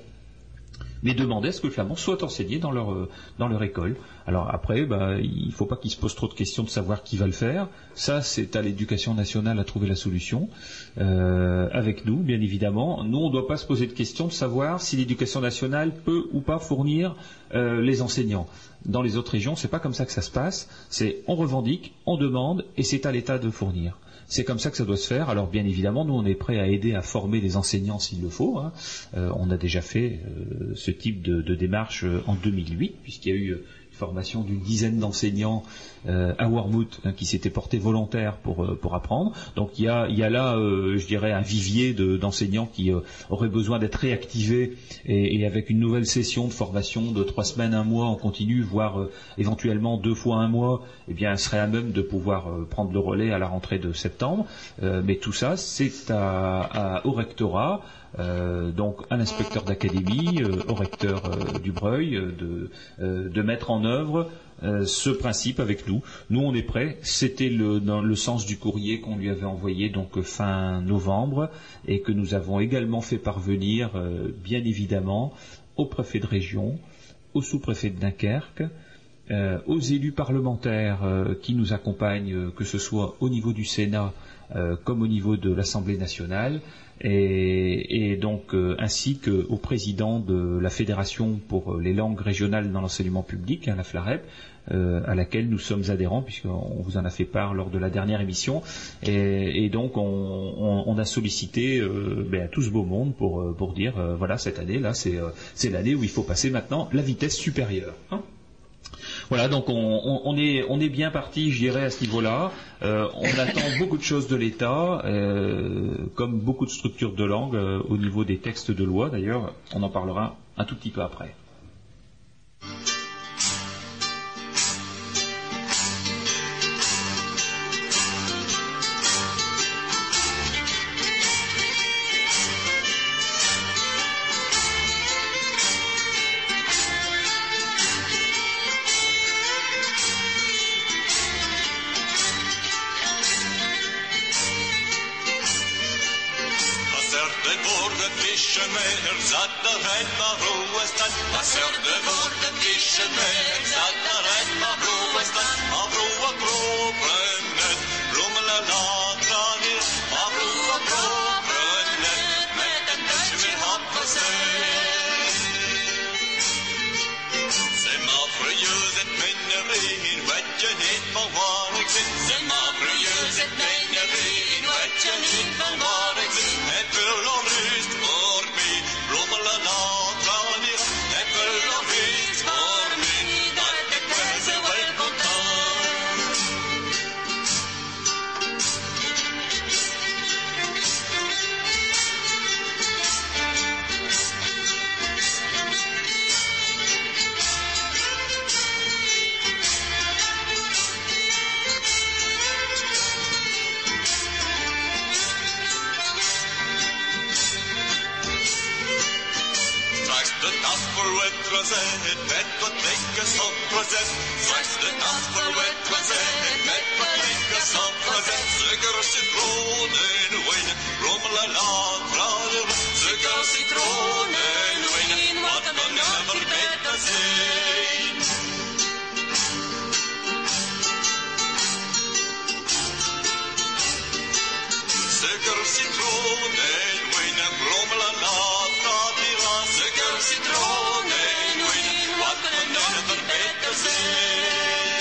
mais demander à ce que le flamand soit enseigné dans leur, dans leur école. Alors après, bah, il ne faut pas qu'ils se posent trop de questions de savoir qui va le faire. Ça, c'est à l'éducation nationale à trouver la solution. Euh, avec nous, bien évidemment. Nous, on ne doit pas se poser de questions de savoir si l'éducation nationale peut ou pas fournir euh, les enseignants. Dans les autres régions, c'est pas comme ça que ça se passe. C'est on revendique, on demande, et c'est à l'État de fournir. C'est comme ça que ça doit se faire. Alors bien évidemment, nous on est prêts à aider à former les enseignants s'il le faut. Hein. Euh, on a déjà fait euh, ce type de, de démarche euh, en deux mille huit, puisqu'il y a eu euh, une formation d'une dizaine d'enseignants euh, à Wormhout hein, qui s'étaient portés volontaires pour, euh, pour apprendre. Donc il y a, il y a là, euh, je dirais, un vivier de, d'enseignants qui euh, auraient besoin d'être réactivés et, et avec une nouvelle session de formation de trois semaines, un mois en continu, voire euh, éventuellement deux fois un mois, eh bien, serait à même de pouvoir euh, prendre le relais à la rentrée de septembre. Euh, mais tout ça, c'est à, à, au rectorat. Euh, donc à l'inspecteur d'académie, euh, au recteur euh, du Breuil, euh, de, euh, de mettre en œuvre euh, ce principe avec nous. Nous, on est prêts. C'était le, dans le sens du courrier qu'on lui avait envoyé donc fin novembre et que nous avons également fait parvenir, euh, bien évidemment, au préfet de région, au sous-préfet de Dunkerque, euh, aux élus parlementaires euh, qui nous accompagnent, euh, que ce soit au niveau du Sénat euh, comme au niveau de l'Assemblée nationale. Et, et donc euh, ainsi qu'au président de la Fédération pour les langues régionales dans l'enseignement public, hein, la FLAREP, euh, à laquelle nous sommes adhérents, puisqu'on vous en a fait part lors de la dernière émission. Et, et donc on, on, on a sollicité euh, ben, tout ce beau monde pour, pour dire, euh, voilà, cette année, là, c'est, euh, c'est l'année où il faut passer maintenant la vitesse supérieure. Hein. Voilà, donc on, on, on, est, on est bien parti, je dirais, à ce niveau-là. Euh, on attend beaucoup de choses de l'État, euh, comme beaucoup de structures de langue, euh, au niveau des textes de loi. D'ailleurs, on en parlera un tout petit peu après. Zijn maar serieus, het mijne been, wat je niet van waar ik zin. rozet, met wat lekkers op rozet. Straks de tafel werd rozet, met wat lekkers op rozet. Suiker, citroen en wijn, rommelala, vader. Suiker, citroen en wijn, wat kan never beter zijn. Suiker, citroen en wijn, rommelala, vader. Suiker, citroen en wijn, wat kan never beter zijn.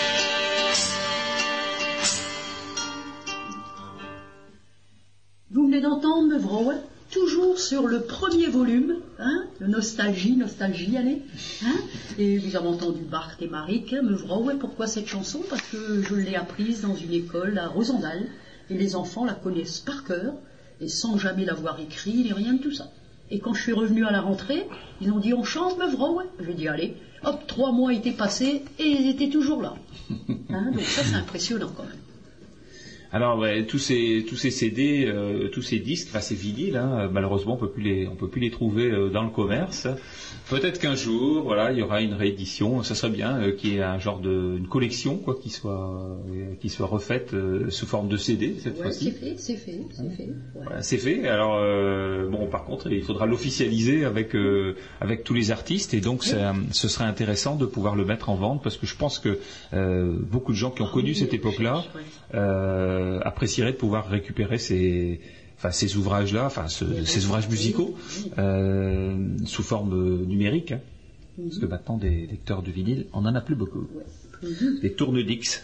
Vous venez d'entendre, mevrouw, hein, toujours sur le premier volume, hein, de Nostalgie, Nostalgie, allez, hein, et vous avez entendu Bart et Marik, hein, mevrouw, hein, pourquoi cette chanson? Parce que je l'ai apprise dans une école à Rosendal, et les enfants la connaissent par cœur, et sans jamais l'avoir écrit, ni rien de tout ça. Et quand je suis revenu à la rentrée, ils ont dit on chante, mevrouw, hein. J'ai dit allez, hop, trois mois étaient passés, et ils étaient toujours là. Hein, donc ça c'est impressionnant quand même. Alors ouais, tous ces tous ces C D, euh, tous ces disques, enfin ces vinyles, hein, malheureusement on peut plus les on peut plus les trouver euh, dans le commerce. Peut-être qu'un jour, voilà, il y aura une réédition. Ça serait bien euh, qu'il y ait un genre de une collection, quoi, qui soit euh, qui soit refaite euh, sous forme de C D cette Ouais, fois-ci. c'est fait, c'est fait, c'est Ouais. fait. Ouais. Voilà, c'est fait. Alors euh, bon, par contre, il faudra l'officialiser avec euh, avec tous les artistes, et donc ça, ce serait intéressant de pouvoir le mettre en vente, parce que je pense que euh, beaucoup de gens qui ont connu cette époque-là euh, apprécieraient de pouvoir récupérer ces enfin ces ouvrages-là, enfin ce, ces ouvrages musicaux euh, sous forme euh, numérique, hein, parce que maintenant des lecteurs de vinyle, on en a plus beaucoup. Les tourne-dix.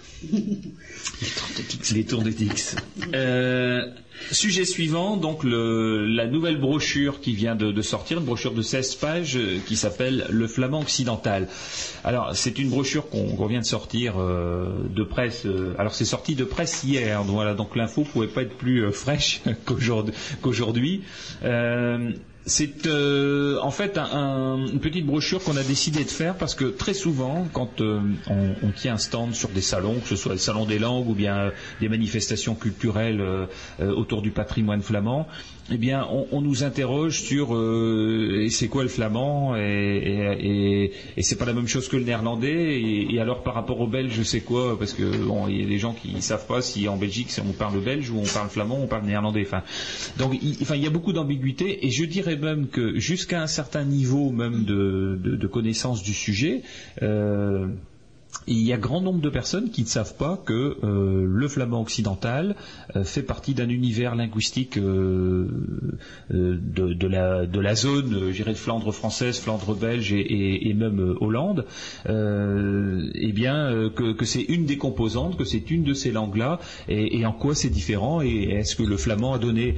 Les tourne-dix. Euh, sujet suivant, donc le, la nouvelle brochure qui vient de, de sortir, une brochure de seize pages euh, qui s'appelle Le Flamand occidental. Alors c'est une brochure qu'on qu'on vient de sortir euh, de presse. Euh, alors c'est sorti de presse hier, donc voilà, donc l'info pouvait pas être plus euh, fraîche qu'aujourd'hui. qu'aujourd'hui. Euh, C'est euh, en fait un, un, une petite brochure qu'on a décidé de faire parce que très souvent, quand euh, on, on tient un stand sur des salons, que ce soit le salon des langues ou bien euh, des manifestations culturelles euh, euh, autour du patrimoine flamand, eh bien, on, on nous interroge sur euh, et c'est quoi le flamand, et, et, et, et c'est pas la même chose que le néerlandais, et, et alors par rapport au belge, c'est quoi? Parce que bon, il y a des gens qui savent pas si en Belgique on parle belge ou on parle flamand, ou on parle néerlandais. Enfin, donc, il, enfin, il y a beaucoup d'ambiguïté, et je dirais même que jusqu'à un certain niveau même de, de, de connaissance du sujet, euh, il y a grand nombre de personnes qui ne savent pas que euh, le flamand occidental euh, fait partie d'un univers linguistique euh, euh, de, de, la, de la zone, euh, je dirais, de Flandre française, Flandre belge et, et, et même euh, Hollande, euh, et bien euh, que, que c'est une des composantes, que c'est une de ces langues-là, et, et en quoi c'est différent, et est-ce que le flamand a donné,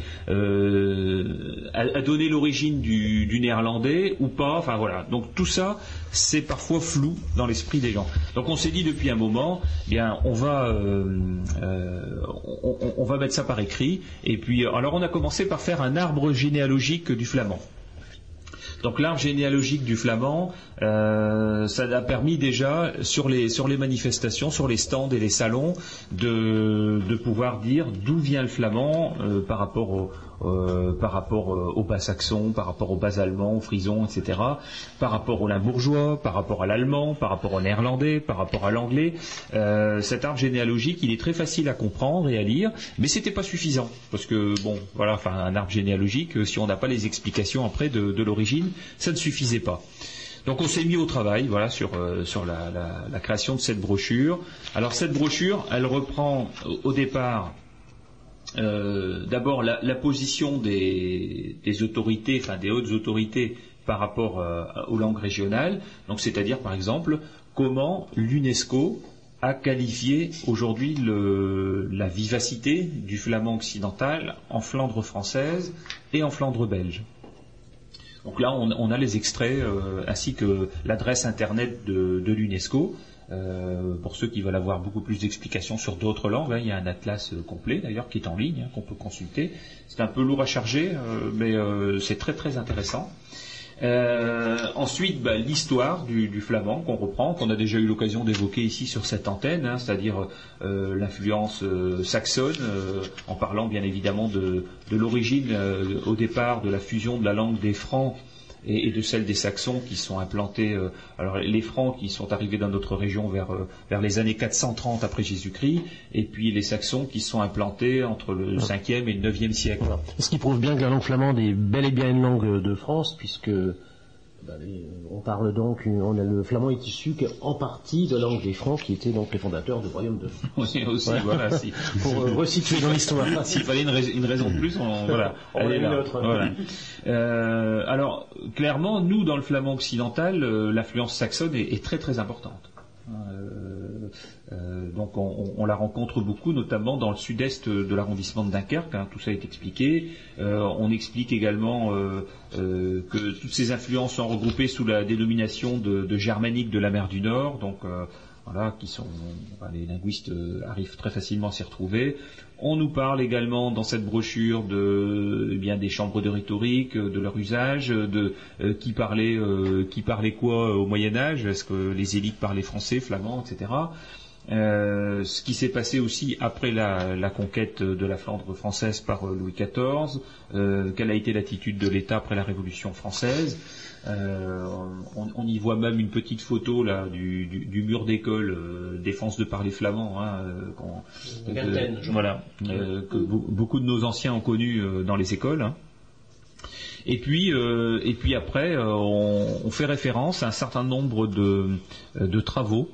euh, a, a donné l'origine du, du néerlandais ou pas, enfin voilà. Donc tout ça, c'est parfois flou dans l'esprit des gens. Donc on s'est dit depuis un moment, eh bien on va, euh, euh, on, on, on va mettre ça par écrit. Et puis, alors on a commencé par faire un arbre généalogique du flamand. Donc l'arbre généalogique du flamand, euh, ça a permis déjà sur les sur les manifestations, sur les stands et les salons, de de pouvoir dire d'où vient le flamand euh, par rapport au Euh, par rapport euh, au bas saxon, par rapport au bas allemand, au frison, et cetera, par rapport au limbourgeois, par rapport à l'allemand, par rapport au néerlandais, par rapport à l'anglais. Euh, cet arbre généalogique, il est très facile à comprendre et à lire, mais c'était pas suffisant, parce que bon, voilà, enfin un arbre généalogique, si on n'a pas les explications après de, de l'origine, ça ne suffisait pas. Donc on s'est mis au travail, voilà, sur euh, sur la, la, la création de cette brochure. Alors cette brochure, elle reprend au, au départ. Euh, d'abord la, la position des, des autorités, enfin des hautes autorités par rapport euh, aux langues régionales. Donc c'est-à-dire par exemple comment l'UNESCO a qualifié aujourd'hui le, la vivacité du flamand occidental en Flandre française et en Flandre belge. Donc là on, on a les extraits euh, ainsi que l'adresse internet de, de l'UNESCO. Euh, pour ceux qui veulent avoir beaucoup plus d'explications sur d'autres langues, hein, il y a un atlas euh, complet d'ailleurs qui est en ligne, hein, qu'on peut consulter. C'est un peu lourd à charger, euh, mais euh, c'est très très intéressant. Euh, ensuite, bah, l'histoire du, du flamand qu'on reprend, qu'on a déjà eu l'occasion d'évoquer ici sur cette antenne, hein, c'est-à-dire euh, l'influence euh, saxonne, euh, en parlant bien évidemment de, de l'origine euh, au départ de la fusion de la langue des Francs et, et de celle des Saxons qui sont implantés. Euh, alors les Francs qui sont arrivés dans notre région vers euh, vers les années quatre cent trente après Jésus-Christ, et puis les Saxons qui sont implantés entre le cinquième et le neuvième siècle. Voilà. Ce qui prouve bien que la langue flamande est bel et bien une langue de France, puisque ben, les, on parle donc, on a, le flamand est issu en partie de la langue des Francs, qui étaient donc les fondateurs du royaume de France. Oui, aussi, voilà. voilà si. Pour euh, resituer dans l'histoire. S'il fallait une, rais- une raison de plus, on, voilà, on elle est là. Autre. Voilà. Euh, alors, clairement, nous, dans le flamand occidental, euh, l'influence saxonne est, est très très importante. Euh, euh, donc on, on la rencontre beaucoup, notamment dans le sud-est de l'arrondissement de Dunkerque, hein, tout ça est expliqué. Euh, on explique également euh, euh, que toutes ces influences sont regroupées sous la dénomination de, de germanique de la mer du Nord, donc euh, voilà, qui sont, enfin, les linguistes euh, arrivent très facilement à s'y retrouver. On nous parle également dans cette brochure de, eh bien, des chambres de rhétorique, de leur usage, de euh, qui parlait, euh, qui parlait quoi au Moyen Âge, est-ce que les élites parlaient français, flamand, et cetera. Euh, ce qui s'est passé aussi après la, la conquête de la Flandre française par Louis quatorze, euh, quelle a été l'attitude de l'État après la Révolution française. Euh, on, on y voit même une petite photo là du, du, du mur d'école euh, défense de parler flamand, hein, euh, qu'on, Garten, euh, voilà, euh, que be- beaucoup de nos anciens ont connu euh, dans les écoles. Hein. Et puis, euh, et puis après, euh, on, on fait référence à un certain nombre de, de travaux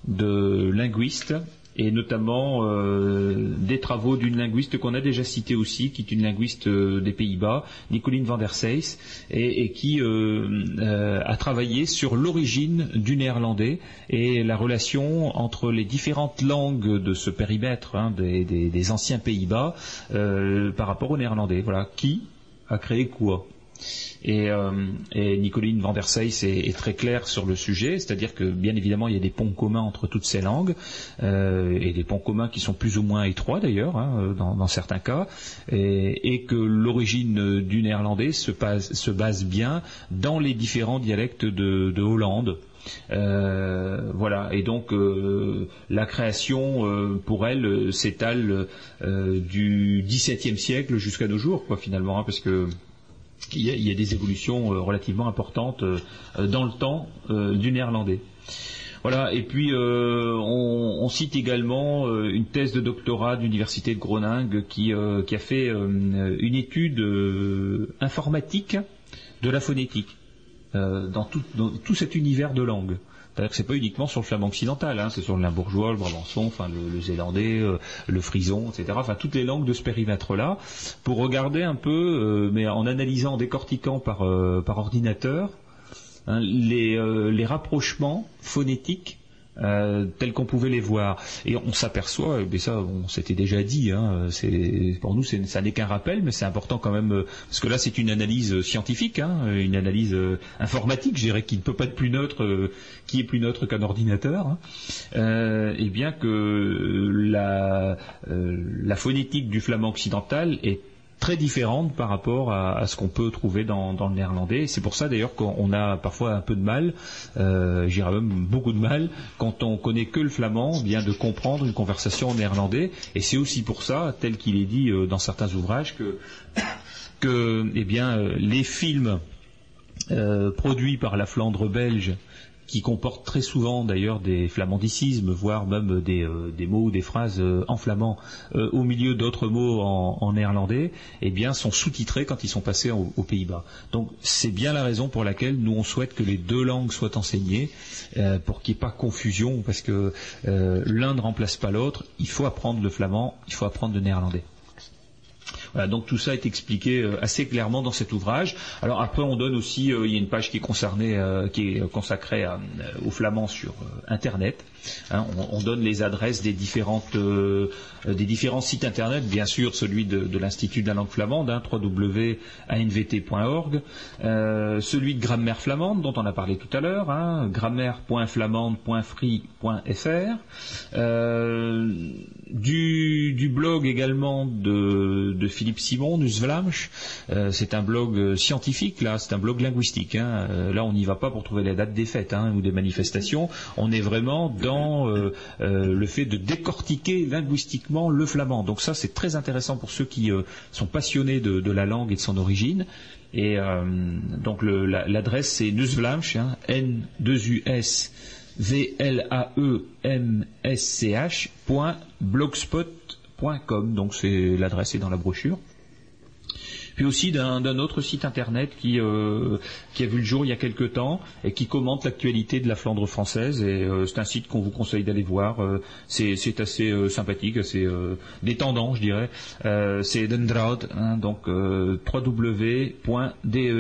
de linguistes, et notamment euh, des travaux d'une linguiste qu'on a déjà citée aussi, qui est une linguiste euh, des Pays-Bas, Nicoline van der Seyss, et, et qui euh, euh, a travaillé sur l'origine du néerlandais et la relation entre les différentes langues de ce périmètre, hein, des, des, des anciens Pays-Bas euh, par rapport au néerlandais. Voilà, qui a créé quoi? Et, euh, et Nicoline van der Seyss est, est très claire sur le sujet, c'est-à-dire que bien évidemment il y a des ponts communs entre toutes ces langues, euh, et des ponts communs qui sont plus ou moins étroits d'ailleurs, hein, dans, dans certains cas, et, et que l'origine du néerlandais se base, se base bien dans les différents dialectes de, de Hollande. Euh, voilà, et donc euh, la création euh, pour elle s'étale euh, du dix-septième siècle jusqu'à nos jours, quoi, finalement, hein, parce que Il y, a, il y a des évolutions euh, relativement importantes euh, dans le temps euh, du néerlandais. Voilà, et puis euh, on, on cite également euh, une thèse de doctorat de l'université de Groningue qui, euh, qui a fait euh, une étude euh, informatique de la phonétique euh, dans, tout, dans tout cet univers de langues. C'est-à-dire que c'est pas uniquement sur le flamand occidental, hein, c'est sur le limbourgeois, le brabançon, enfin le, le zélandais, euh, le frison, et cetera. Enfin toutes les langues de ce périmètre-là, pour regarder un peu, euh, mais en analysant, en décortiquant par, euh, par ordinateur, hein, les, euh, les rapprochements phonétiques euh, tels qu'on pouvait les voir. Et on s'aperçoit, mais ça on s'était déjà dit, hein, c'est, pour nous c'est, ça n'est qu'un rappel, mais c'est important quand même, euh, parce que là c'est une analyse scientifique, hein, une analyse euh, informatique, je dirais, qui ne peut pas être plus neutre, euh, qui est plus neutre qu'un ordinateur, hein, euh, et bien que la, euh, la phonétique du flamand occidental est très différente par rapport à, à ce qu'on peut trouver dans, dans le néerlandais. C'est pour ça d'ailleurs qu'on a parfois un peu de mal, euh, j'irais même beaucoup de mal, quand on connaît que le flamand, bien de comprendre une conversation en néerlandais. Et c'est aussi pour ça, tel qu'il est dit euh, dans certains ouvrages, que, que eh bien, euh, les films euh, produits par la Flandre belge, qui comportent très souvent d'ailleurs des flamandicismes, voire même des, euh, des mots ou des phrases euh, en flamand euh, au milieu d'autres mots en, en néerlandais, eh bien sont sous-titrés quand ils sont passés en, aux Pays-Bas. Donc c'est bien la raison pour laquelle nous on souhaite que les deux langues soient enseignées, euh, pour qu'il n'y ait pas confusion, parce que euh, l'un ne remplace pas l'autre. Il faut apprendre le flamand, il faut apprendre le néerlandais. Voilà, donc tout ça est expliqué euh, assez clairement dans cet ouvrage. Alors après on donne aussi, euh, il y a une page qui est concernée, euh, qui est consacrée à, euh, au flamand sur euh, Internet. Hein, on, on donne les adresses des différentes, euh, des différents sites Internet, bien sûr celui de, de l'Institut de la langue flamande, hein, w w w point a n v t point org, euh, celui de Grammaire flamande dont on a parlé tout à l'heure, hein, grammaire point flamande point free point f r, euh, du, du blog également de, de Philippe Simon, Nus Vlaamsch. Euh, c'est un blog euh, scientifique, là, c'est un blog linguistique. Hein. Euh, là, on n'y va pas pour trouver les dates des fêtes hein, ou des manifestations. On est vraiment dans euh, euh, le fait de décortiquer linguistiquement le flamand. Donc ça, c'est très intéressant pour ceux qui euh, sont passionnés de, de la langue et de son origine. Et euh, donc le, la, l'adresse, c'est Nus Vlaamsch, hein, N deux U S V L A E M S C H point blogspot point com, donc c'est l'adresse est dans la brochure. Puis aussi d'un, d'un autre site internet qui, euh, qui a vu le jour il y a quelque temps et qui commente l'actualité de la Flandre française. Et euh, c'est un site qu'on vous conseille d'aller voir. Euh, c'est, c'est assez euh, sympathique, assez euh, détendant, je dirais. Euh, c'est Dendraud, hein, donc euh, w w w point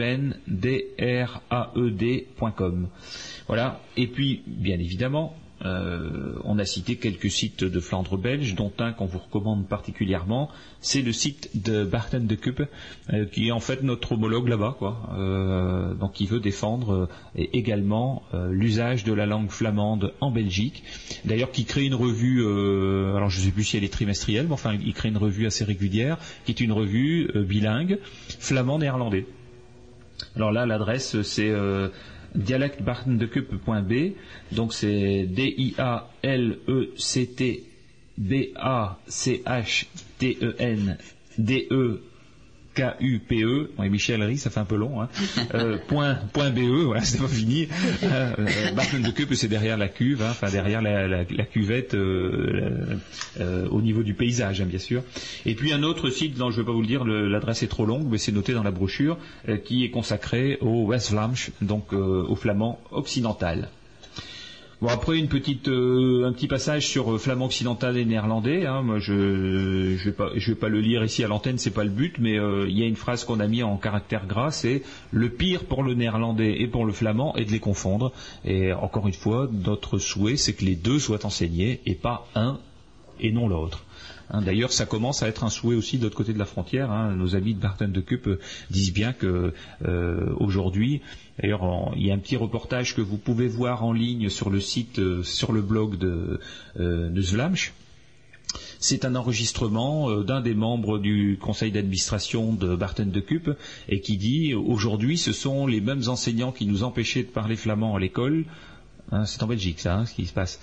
dendraed point com. Voilà. Et puis, bien évidemment, Euh, on a cité quelques sites de Flandre belge, dont un qu'on vous recommande particulièrement, c'est le site de Barten de Kuppe, euh, qui est en fait notre homologue là-bas, quoi. Euh, donc il veut défendre euh, et également euh, l'usage de la langue flamande en Belgique. D'ailleurs, qui crée une revue, euh, alors je ne sais plus si elle est trimestrielle, mais enfin il crée une revue assez régulière, qui est une revue euh, bilingue flamand-néerlandais. Alors là, l'adresse c'est euh, dialecte barten de kuppe point b, donc c'est D I A L E C T B A C H T E N D E K U P E, ouais, Michel rit, ça fait un peu long, hein. euh, point, point B E, voilà, c'est pas fini. Euh, Barten de Kuppe, c'est derrière la cuve, hein, enfin derrière la, la, la cuvette, euh, euh, au niveau du paysage, hein, bien sûr. Et puis un autre site, dont je ne vais pas vous le dire, le, l'adresse est trop longue, mais c'est noté dans la brochure, euh, qui est consacré au West Vlaamsch, donc euh, au flamand occidental. Bon, après une petite, euh, un petit passage sur euh, flamand occidental et néerlandais. Hein. Moi, je, je vais pas, je vais pas le lire ici à l'antenne, c'est pas le but, mais euh, il y a une phrase qu'on a mis en caractère gras, c'est le pire pour le néerlandais et pour le flamand est de les confondre. Et encore une fois, notre souhait, c'est que les deux soient enseignés et pas un et non l'autre. Hein, d'ailleurs, ça commence à être un souhait aussi de l'autre côté de la frontière. Hein. Nos amis de Barten de Kuppe disent bien que euh, aujourd'hui, d'ailleurs, en, il y a un petit reportage que vous pouvez voir en ligne sur le site, euh, sur le blog de euh, Nus Vlaamsch. C'est un enregistrement euh, d'un des membres du conseil d'administration de Barten de Kuppe et qui dit aujourd'hui, ce sont les mêmes enseignants qui nous empêchaient de parler flamand à l'école. Hein, c'est en Belgique, ça, hein, ce qui se passe,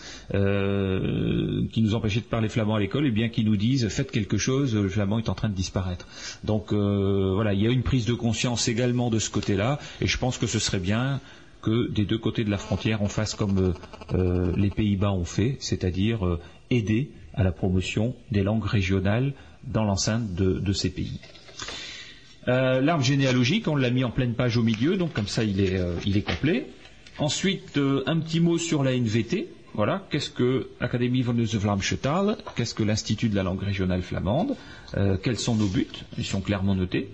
euh, qui nous empêchait de parler flamand à l'école, et bien qui nous disent faites quelque chose, le flamand est en train de disparaître. Donc euh, voilà, il y a une prise de conscience également de ce côté-là, et je pense que ce serait bien que des deux côtés de la frontière on fasse comme euh, les Pays-Bas ont fait, c'est-à-dire euh, aider à la promotion des langues régionales dans l'enceinte de, de ces pays. Euh, l'arbre généalogique, on l'a mis en pleine page au milieu, donc comme ça il est, euh, il est complet. Ensuite, euh, un petit mot sur la N V T. Voilà, qu'est-ce que Académie van de Vlaamsche Taal, qu'est-ce que l'Institut de la langue régionale flamande, euh, quels sont nos buts, ils sont clairement notés.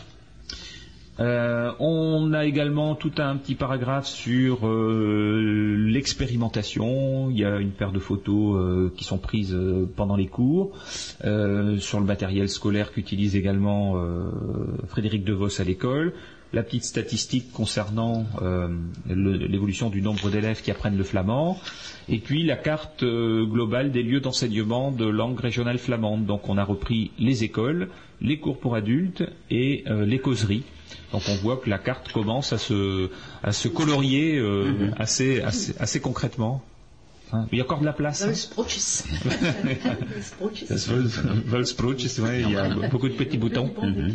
Euh, on a également tout un petit paragraphe sur euh, l'expérimentation. Il y a une paire de photos euh, qui sont prises euh, pendant les cours, euh, sur le matériel scolaire qu'utilise également euh, Frédéric Devos à l'école. La petite statistique concernant euh, le, l'évolution du nombre d'élèves qui apprennent le flamand, et puis la carte euh, globale des lieux d'enseignement de langue régionale flamande. Donc on a repris les écoles, les cours pour adultes et euh, les causeries. Donc on voit que la carte commence à se, à se colorier euh, mm-hmm. assez, assez, assez concrètement. Hein, il y a encore de la place. Volsproetjes. Volsproetjes, ouais, il y a beaucoup de petits boutons. Mm-hmm.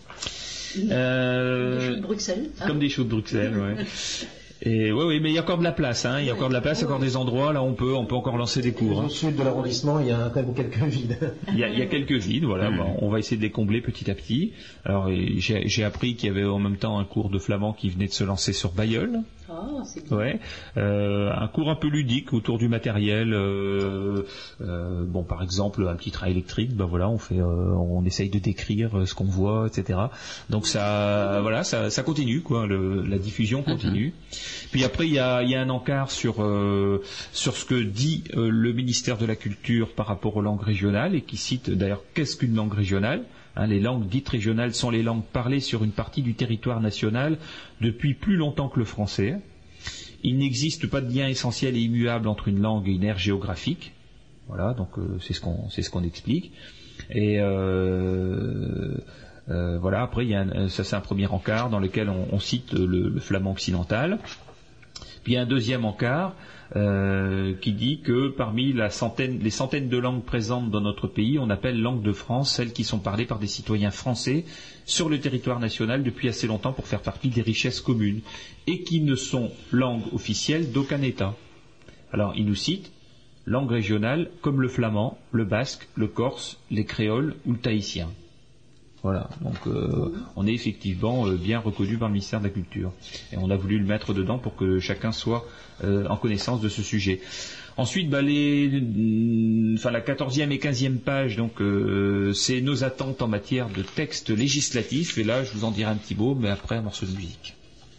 Euh, des choux de Bruxelles. Hein. Comme des choux de Bruxelles, ouais. Et oui, oui, mais il y a encore de la place, hein. Il y a encore de la place, il y a encore des endroits là où on peut, on peut encore lancer des cours. Au hein. sud de l'arrondissement, il y a quand même quelques vides. Il y a, il y a quelques vides, voilà. Mmh. Bon, on va essayer de les combler petit à petit. Alors, j'ai, j'ai appris qu'il y avait en même temps un cours de flamand qui venait de se lancer sur Bailleul. Ah, c'est bien. Ouais, euh, un cours un peu ludique autour du matériel. Euh, euh, bon, par exemple, un petit train électrique. Ben voilà, on fait, euh, on essaye de décrire ce qu'on voit, et cetera. Donc ça, voilà, ça, ça continue, quoi. Le, la diffusion continue. Mm-hmm. Puis après, il y a, il y a un encart sur euh, sur ce que dit euh, le ministère de la Culture par rapport aux langues régionales et qui cite d'ailleurs qu'est-ce qu'une langue régionale. Hein, les langues dites régionales sont les langues parlées sur une partie du territoire national depuis plus longtemps que le français. Il n'existe pas de lien essentiel et immuable entre une langue et une aire géographique. Voilà, donc euh, c'est ce qu'on c'est ce qu'on explique. Et euh, euh, voilà, après il y a un, ça c'est un premier encart dans lequel on, on cite le, le flamand occidental. Puis il y a un deuxième encart euh, qui dit que parmi la centaine, les centaines de langues présentes dans notre pays, on appelle langue de France celles qui sont parlées par des citoyens français sur le territoire national depuis assez longtemps pour faire partie des richesses communes et qui ne sont langues officielles d'aucun État. Alors il nous cite langue régionale comme le flamand, le basque, le corse, les créoles ou le tahitien. Voilà, donc euh, on est effectivement euh, bien reconnu par le ministère de la Culture. Et on a voulu le mettre dedans pour que chacun soit euh, en connaissance de ce sujet. Ensuite, bah, les, enfin, la quatorzième et quinzième page, donc euh, c'est nos attentes en matière de texte législatif. Et là, je vous en dirai un petit mot, mais après un morceau de musique.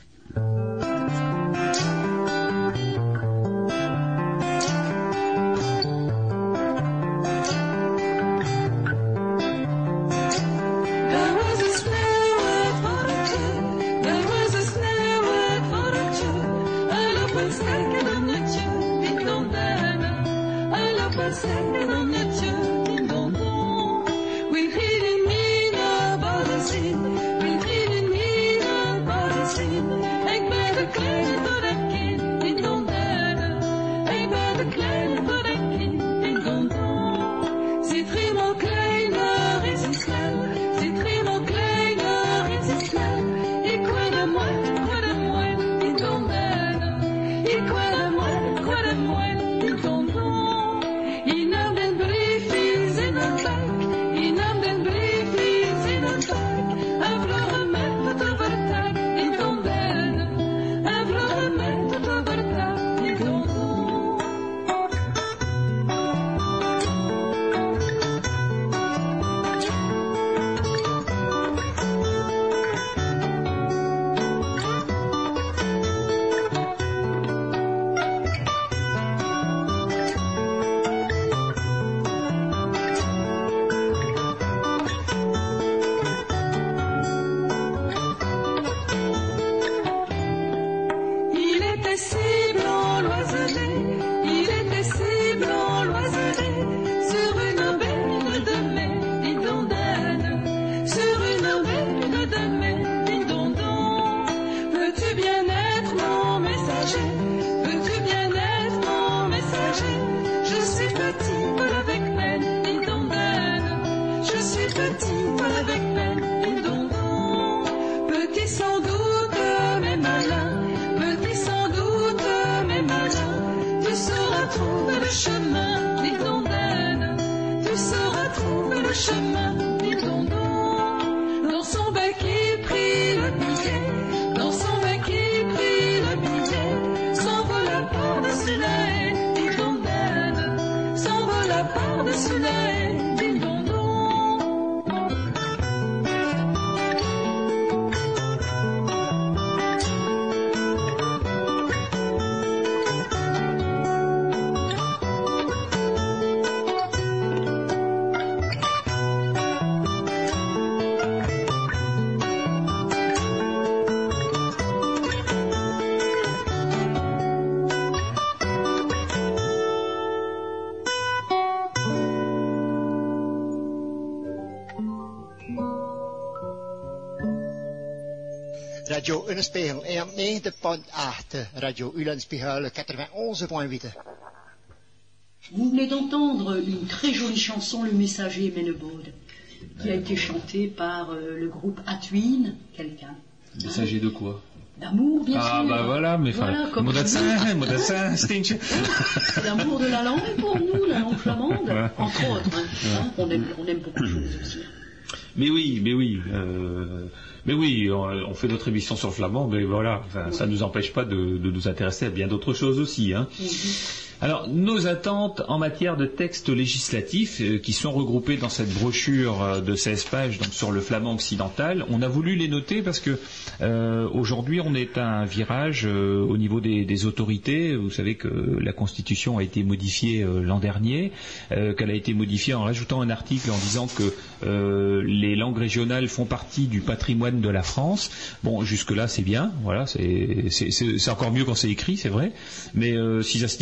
Radio Ulenspiegel en negentig punt acht, Radio Ulenspiegel quatre-vingt-onze point huit. Vous venez d'entendre une très jolie chanson, Le Messager Ménebaude, qui a été chantée par euh, le groupe Atwin, quelqu'un. Le Messager de quoi? D'amour, bien ah, sûr. Ah, bah voilà, mais enfin, voilà, comme Modassin, Modassin, Stinch. C'est l'amour de la langue pour nous, la langue flamande, entre autres. Hein, hein, on, aime, on aime beaucoup de choses aussi. Mais oui, mais oui, euh, mais oui, on, on fait notre émission sur le flamand, mais voilà, enfin, oui. Ça ne nous empêche pas de, de nous intéresser à bien d'autres choses aussi. Hein. Mm-hmm. Alors, nos attentes en matière de textes législatifs euh, qui sont regroupés dans cette brochure euh, de seize pages donc sur le flamand occidental, on a voulu les noter parce que euh, aujourd'hui on est à un virage euh, au niveau des, des autorités. Vous savez que la Constitution a été modifiée euh, l'an dernier, euh, qu'elle a été modifiée en rajoutant un article en disant que euh, les langues régionales font partie du patrimoine de la France. Bon, jusque-là c'est bien, voilà, c'est, c'est, c'est, c'est encore mieux quand c'est écrit, c'est vrai, mais euh, si ça se limite qu'à ça,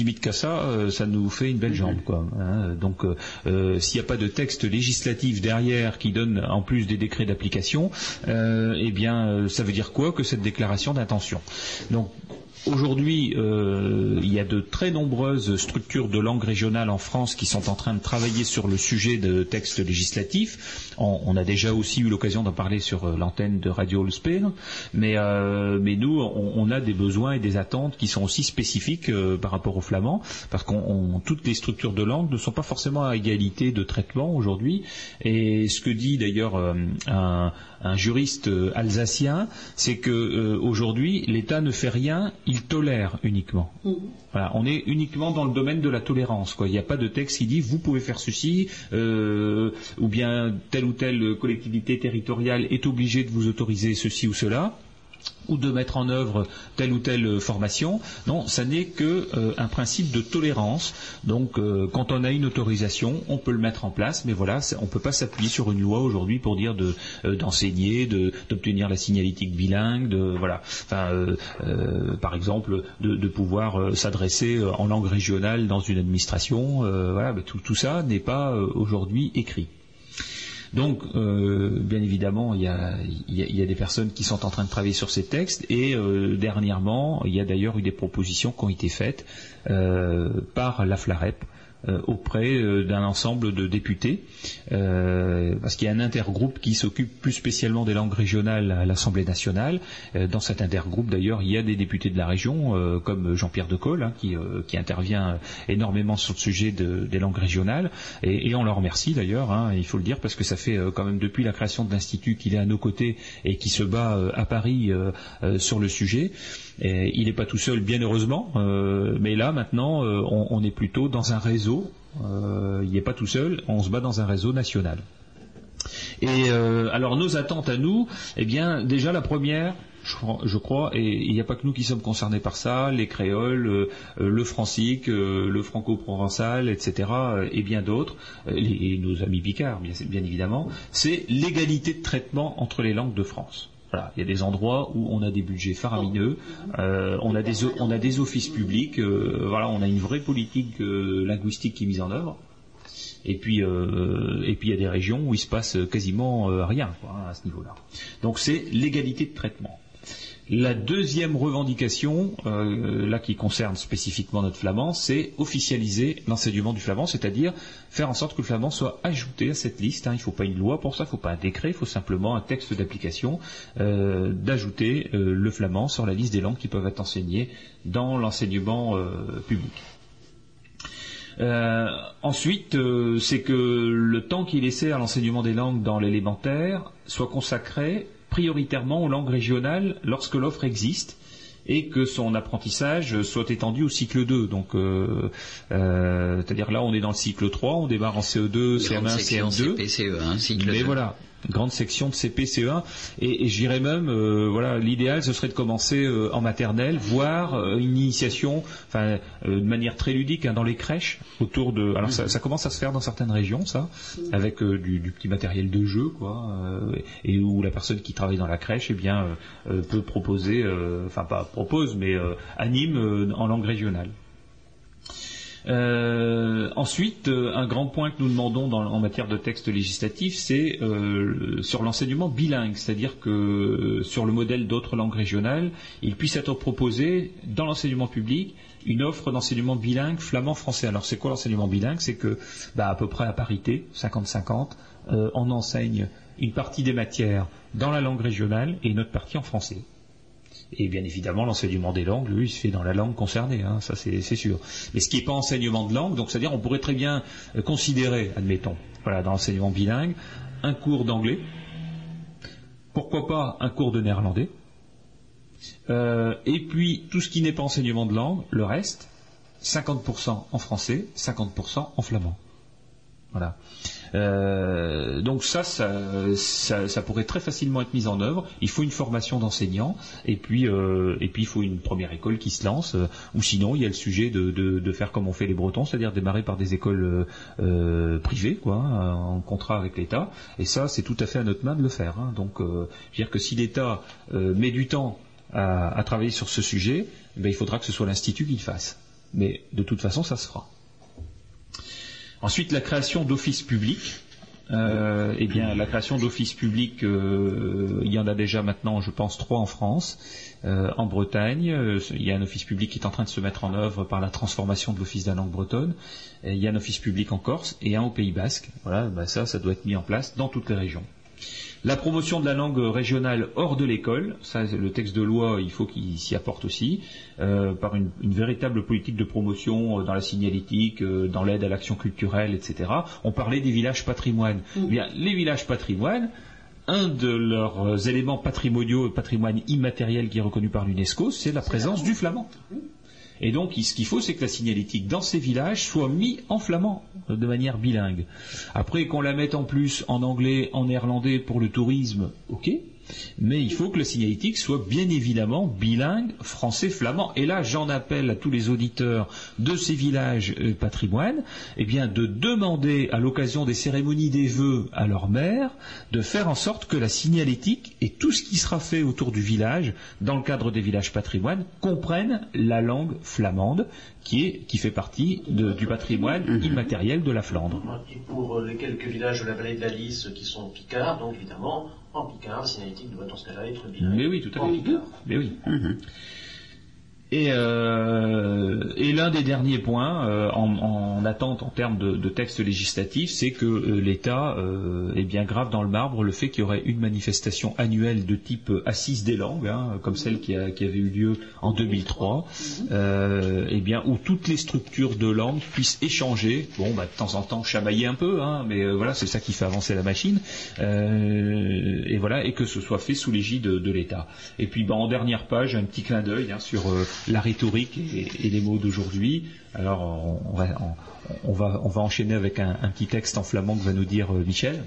ça, euh, ça nous fait une belle jambe, quoi. Hein. Donc, euh, euh, s'il n'y a pas de texte législatif derrière qui donne en plus des décrets d'application, euh, eh bien, euh, ça veut dire quoi que cette déclaration d'intention? Donc, aujourd'hui, euh, il y a de très nombreuses structures de langue régionale en France qui sont en train de travailler sur le sujet de textes législatifs. On, on a déjà aussi eu l'occasion d'en parler sur euh, l'antenne de Radio Ulspel, mais, euh, mais nous, on, on a des besoins et des attentes qui sont aussi spécifiques euh, par rapport au flamand, parce que toutes les structures de langue ne sont pas forcément à égalité de traitement aujourd'hui. Et ce que dit d'ailleurs euh, un, un juriste euh, alsacien, c'est que euh, aujourd'hui, l'État ne fait rien, il tolère uniquement. Mmh. Voilà, on est uniquement dans le domaine de la tolérance, quoi. Il n'y a pas de texte qui dit vous pouvez faire ceci, euh, ou bien telle ou telle collectivité territoriale est obligée de vous autoriser ceci ou cela, ou de mettre en œuvre telle ou telle formation. Non, ça n'est que euh, un principe de tolérance. Donc, euh, quand on a une autorisation, on peut le mettre en place, mais voilà, on ne peut pas s'appuyer sur une loi aujourd'hui pour dire de, euh, d'enseigner, de, d'obtenir la signalétique bilingue, de voilà. Enfin, euh, euh, par exemple, de, de pouvoir euh, s'adresser en langue régionale dans une administration. Euh, voilà, mais tout, tout ça n'est pas euh, aujourd'hui écrit. Donc, euh, bien évidemment, il y, a, il, y a, il y a des personnes qui sont en train de travailler sur ces textes, et euh, dernièrement, il y a d'ailleurs eu des propositions qui ont été faites euh, par la FLAREP euh, auprès euh, d'un ensemble de députés, euh, parce qu'il y a un intergroupe qui s'occupe plus spécialement des langues régionales à l'Assemblée nationale. Euh, dans cet intergroupe, d'ailleurs, il y a des députés de la région, euh, comme Jean-Pierre Decolle, hein, qui, euh, qui intervient énormément sur le sujet de, des langues régionales, et, et on leur remercie d'ailleurs, hein, il faut le dire, parce que ça fait euh, quand même depuis la création de l'Institut qu'il est à nos côtés et qui se bat euh, à Paris euh, euh, sur le sujet. Et il n'est pas tout seul, bien heureusement, euh, mais là maintenant euh, on, on est plutôt dans un réseau, euh, il n'est pas tout seul, on se bat dans un réseau national. Et euh, alors nos attentes à nous, eh bien déjà la première, je, je crois, et il n'y a pas que nous qui sommes concernés par ça, les créoles, euh, le francique, euh, le franco-provençal, et cetera, et bien d'autres, euh, et nos amis picards bien, bien évidemment, c'est l'égalité de traitement entre les langues de France. Voilà, il y a des endroits où on a des budgets faramineux, euh, on a des on a des offices publics, euh, voilà, on a une vraie politique euh, linguistique qui est mise en œuvre. Et puis euh, et puis il y a des régions où il se passe quasiment euh, rien, quoi, hein, à ce niveau-là. Donc c'est l'égalité de traitement. La deuxième revendication, euh, là qui concerne spécifiquement notre flamand, c'est officialiser l'enseignement du flamand, c'est-à-dire faire en sorte que le flamand soit ajouté à cette liste. Hein. Il ne faut pas une loi pour ça, il ne faut pas un décret, il faut simplement un texte d'application euh, d'ajouter euh, le flamand sur la liste des langues qui peuvent être enseignées dans l'enseignement euh, public. Euh, ensuite, euh, c'est que le temps qui est laissé à l'enseignement des langues dans l'élémentaire soit consacré prioritairement aux langues régionales lorsque l'offre existe, et que son apprentissage soit étendu au cycle deux. Donc, euh, euh, c'est-à-dire là, on est dans le cycle trois, on démarre en C E deux, C M un, C M deux. C P, C E un, cycle Mais deux. voilà, grande section de C P, C E un, et, et j'irais même, euh, voilà, l'idéal ce serait de commencer euh, en maternelle, voire euh, une initiation, enfin, euh, de manière très ludique, hein, dans les crèches, autour de. Alors ça, ça commence à se faire dans certaines régions, ça, avec euh, du, du petit matériel de jeu, quoi, euh, et où la personne qui travaille dans la crèche, eh bien, euh, peut proposer, euh, enfin pas propose, mais euh, anime euh, en langue régionale. Euh, ensuite, euh, un grand point que nous demandons dans, en matière de texte législatif, c'est euh, sur l'enseignement bilingue, c'est-à-dire que euh, sur le modèle d'autres langues régionales, il puisse être proposé dans l'enseignement public une offre d'enseignement bilingue flamand-français. Alors c'est quoi l'enseignement bilingue? C'est que, bah, à peu près à parité, cinquante cinquante, euh, on enseigne une partie des matières dans la langue régionale et une autre partie en français. Et bien évidemment, l'enseignement des langues, lui, il se fait dans la langue concernée, hein, ça c'est, c'est sûr. Mais ce qui n'est pas enseignement de langue, donc c'est-à-dire on pourrait très bien euh, considérer, admettons, voilà, dans l'enseignement bilingue, un cours d'anglais, pourquoi pas un cours de néerlandais, euh, et puis tout ce qui n'est pas enseignement de langue, le reste, cinquante pour cent en français, cinquante pour cent en flamand. Voilà. Euh, donc ça ça, ça, ça pourrait très facilement être mis en œuvre. Il faut une formation d'enseignants, et puis euh, et puis il faut une première école qui se lance. Euh, ou sinon il y a le sujet de, de, de faire comme on fait les Bretons, c'est-à-dire démarrer par des écoles euh, privées, quoi, hein, en contrat avec l'État. Et ça, c'est tout à fait à notre main de le faire. Hein. Donc, euh, je veux dire que si l'État euh, met du temps à, à travailler sur ce sujet, ben, il faudra que ce soit l'Institut qui le fasse. Mais de toute façon, ça se fera. Ensuite, la création d'offices publics. Euh, eh bien, la création d'offices publics, euh, il y en a déjà maintenant, je pense, trois en France. Euh, en Bretagne, euh, il y a un office public qui est en train de se mettre en œuvre par la transformation de l'office de la langue bretonne. Et il y a un office public en Corse et un au Pays Basque. Voilà, ben ça, ça doit être mis en place dans toutes les régions. La promotion de la langue régionale hors de l'école, ça, le texte de loi, il faut qu'il s'y apporte aussi, euh, par une, une véritable politique de promotion euh, dans la signalétique, euh, dans l'aide à l'action culturelle, et cetera. On parlait des villages patrimoine. Mmh. Eh bien, les villages patrimoine, un de leurs éléments patrimoniaux, patrimoine immatériel qui est reconnu par l'UNESCO, c'est la présence du flamand. Et donc, ce qu'il faut, c'est que la signalétique dans ces villages soit mise en flamand, de manière bilingue. Après, qu'on la mette en plus en anglais, en néerlandais pour le tourisme, ok. Mais il faut que la signalétique soit bien évidemment bilingue, français-flamand. Et là, j'en appelle à tous les auditeurs de ces villages euh, patrimoine, eh bien, de demander à l'occasion des cérémonies des vœux à leur maire, de faire en sorte que la signalétique et tout ce qui sera fait autour du village, dans le cadre des villages patrimoine, comprennent la langue flamande, qui est, qui fait partie de, du patrimoine immatériel de la Flandre. Et pour les quelques villages de la vallée de la Lys qui sont picards, donc évidemment, en picard, la signalétique doit dans ce cas-là être bilingue. Mais oui, tout à fait. Picard. Mais oui. Mm-hmm. Et, euh, et l'un des derniers points euh, en, en attente en termes de, de texte législatif, c'est que euh, l'État euh, est bien grave dans le marbre le fait qu'il y aurait une manifestation annuelle de type assise des langues, hein, comme celle qui, a, qui avait eu lieu en deux mille trois, euh, et bien où toutes les structures de langue puissent échanger, bon, bah, de temps en temps chamailler un peu, hein, mais euh, voilà, c'est ça qui fait avancer la machine, euh, et voilà, et que ce soit fait sous l'égide de, de l'État. Et puis, bah, en dernière page, un petit clin d'œil hein, sur euh, la rhétorique et, et les mots d'aujourd'hui. Alors on, on, va, on, on, va, on va enchaîner avec un, un petit texte en flamand que va nous dire euh, Michel.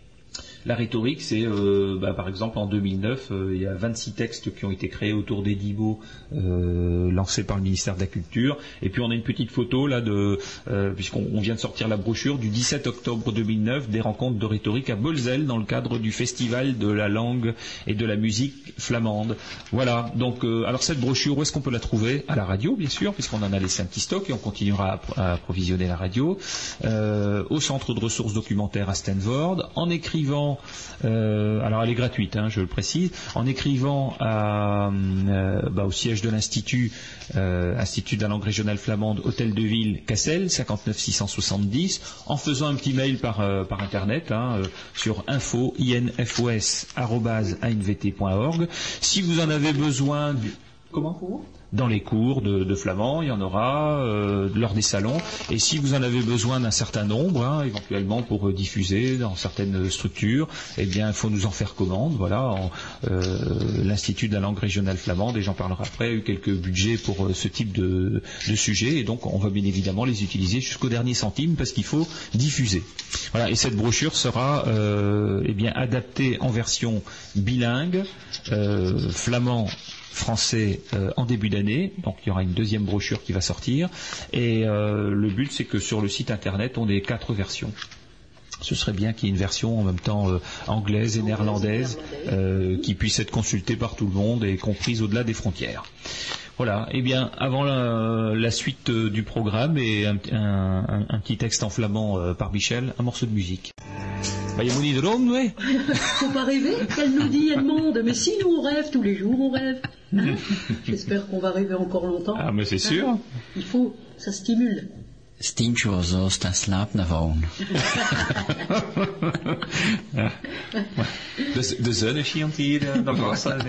La rhétorique, c'est euh, bah, par exemple en deux mille neuf, euh, il y a vingt-six textes qui ont été créés autour des dix mots euh, lancés par le ministère de la Culture. Et puis on a une petite photo là de, euh, puisqu'on on vient de sortir la brochure du dix-sept octobre deux mille neuf, des rencontres de rhétorique à Bolzel dans le cadre du festival de la langue et de la musique flamande. Voilà. Donc euh, alors cette brochure, où est-ce qu'on peut la trouver? À la radio, bien sûr, puisqu'on en a laissé un petit stock et on continuera à, à approvisionner la radio. Euh, au centre de ressources documentaires à Stanford, en écrivant Euh, alors elle est gratuite, hein, je le précise, en écrivant à, euh, bah, au siège de l'Institut, euh, Institut de la langue régionale flamande, Hôtel de Ville, Cassel, cinquante-neuf six cent soixante-dix, en faisant un petit mail par, euh, par internet hein, euh, sur info infos arobase a n v t point org. Si vous en avez besoin du... Comment ? Dans les cours de, de flamand, il y en aura euh, lors des salons. Et si vous en avez besoin d'un certain nombre, hein, éventuellement pour euh, diffuser dans certaines structures, eh bien, il faut nous en faire commande. Voilà, en, euh, l'Institut de la langue régionale flamande, et j'en parlerai après, a eu quelques budgets pour euh, ce type de, de sujet, et donc on va bien évidemment les utiliser jusqu'au dernier centime parce qu'il faut diffuser. Voilà, et cette brochure sera euh, eh bien adaptée en version bilingue, euh, flamand. Français euh, en début d'année, donc il y aura une deuxième brochure qui va sortir, et euh, le but c'est que sur le site internet on ait quatre versions. Ce serait bien qu'il y ait une version en même temps euh, anglaise et néerlandaise euh, qui puisse être consultée par tout le monde et comprise au-delà des frontières. Voilà, eh bien, avant la, la suite euh, du programme et un, un, un, un petit texte en flamand euh, par Michel, un morceau de musique. Bah, y a mon hydrome, ouais. Faut pas rêver, qu'elle nous dit Edmond, mais si nous on rêve, tous les jours on rêve. Hein. J'espère qu'on va rêver encore longtemps. Ah, mais c'est sûr. Hein. Il faut, ça stimule. Stintje zoals dat slaapt naar woon. De, de zon schijnt hier, dat was dat.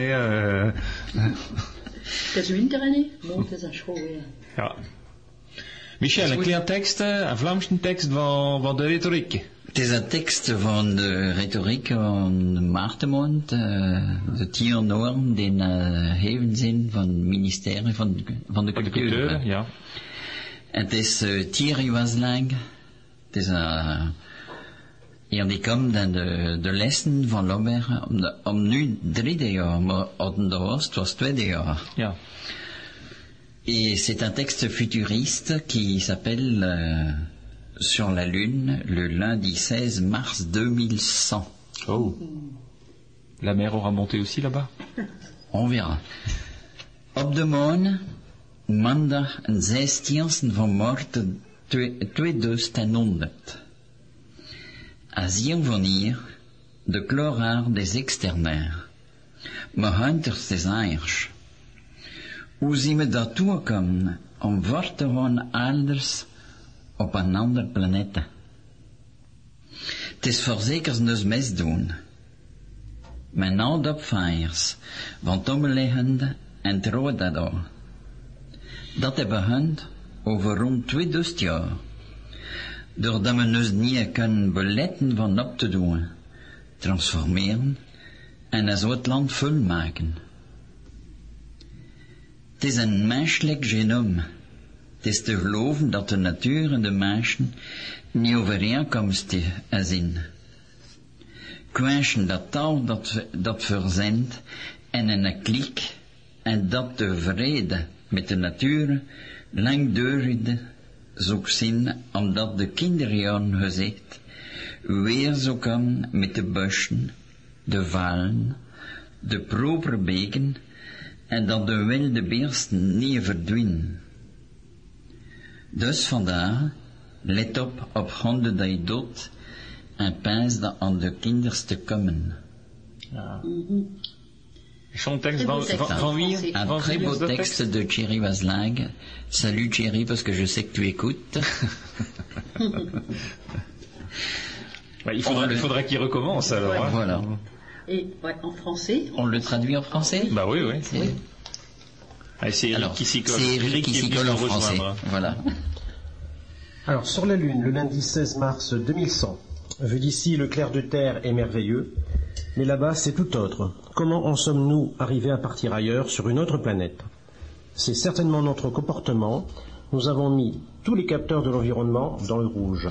Het is winter, hè? Bon, het is een school weer. Ja. Michel, een klein tekst, een Vlaamse tekst van, van de retoriek. Het is een tekst van de retoriek van Maartenmond, uh, de tien normen die uh, gegeven zijn van het ministerie van, van de cultuur. De cultuur, ja. Het is uh, tien was lang. Het is uh, hier die komt dan de, de lessen van Lobber om, de, om nu drie jaar, maar op de was, het was tweede jaar. Ja. Et c'est un texte futuriste qui s'appelle euh, Sur la Lune, le lundi seize mars deux mille cent. Oh. La mer aura monté aussi là-bas? On verra. Op de maan, maandag een zestienste van maart tweeduizendhonderd. Als hier van hier, de chloraar des externaires, maar hunters des aers. Hoe zien we dat toekomen om voor te gaan elders op een andere planeet? Het is voorzeker dus misdoen. Mijn oude opvangers van Tommeliggende en Trodador. Dat hebben hun over rond tweeduizend jaar. Doordat we dus niet kunnen beletten van op te doen, transformeren en zo het land volmaken. Het is een menselijk genoom. Het is te geloven dat de natuur en de mensen niet overeenkomstig zijn. Kwijschen dat taal dat, dat verzendt en een klik en dat de vrede met de natuur langdurende zou zijn, omdat de kinderjaren gezegd weer zou komen met de bussen, de valen, de propere beken en dat de wilde beesten niet verdwijnen. Dus vandaar, let op op honden dat je doet en pijs dat aan de kinders te komen. Ja. Zo'n tekst van, van, van wie? Un très beau texte de Thierry Vasling. Salut Thierry, parce que je sais que tu écoutes. Bah, il faudrait, il faudrait qu'il recommence alors. Ouais, hein. Voilà. Et ouais, en français. On le traduit en français? Bah oui, oui. Oui. Ah, c'est Eric Alors, qui s'y colle. c'est Eric qui s'y colle en français. Rejoindre. Voilà. Alors, sur la Lune, le lundi seize mars deux mille cent, vu d'ici, le clair de terre est merveilleux, mais là-bas, c'est tout autre. Comment en sommes-nous arrivés à partir ailleurs, sur une autre planète? C'est certainement notre comportement. Nous avons mis tous les capteurs de l'environnement dans le rouge.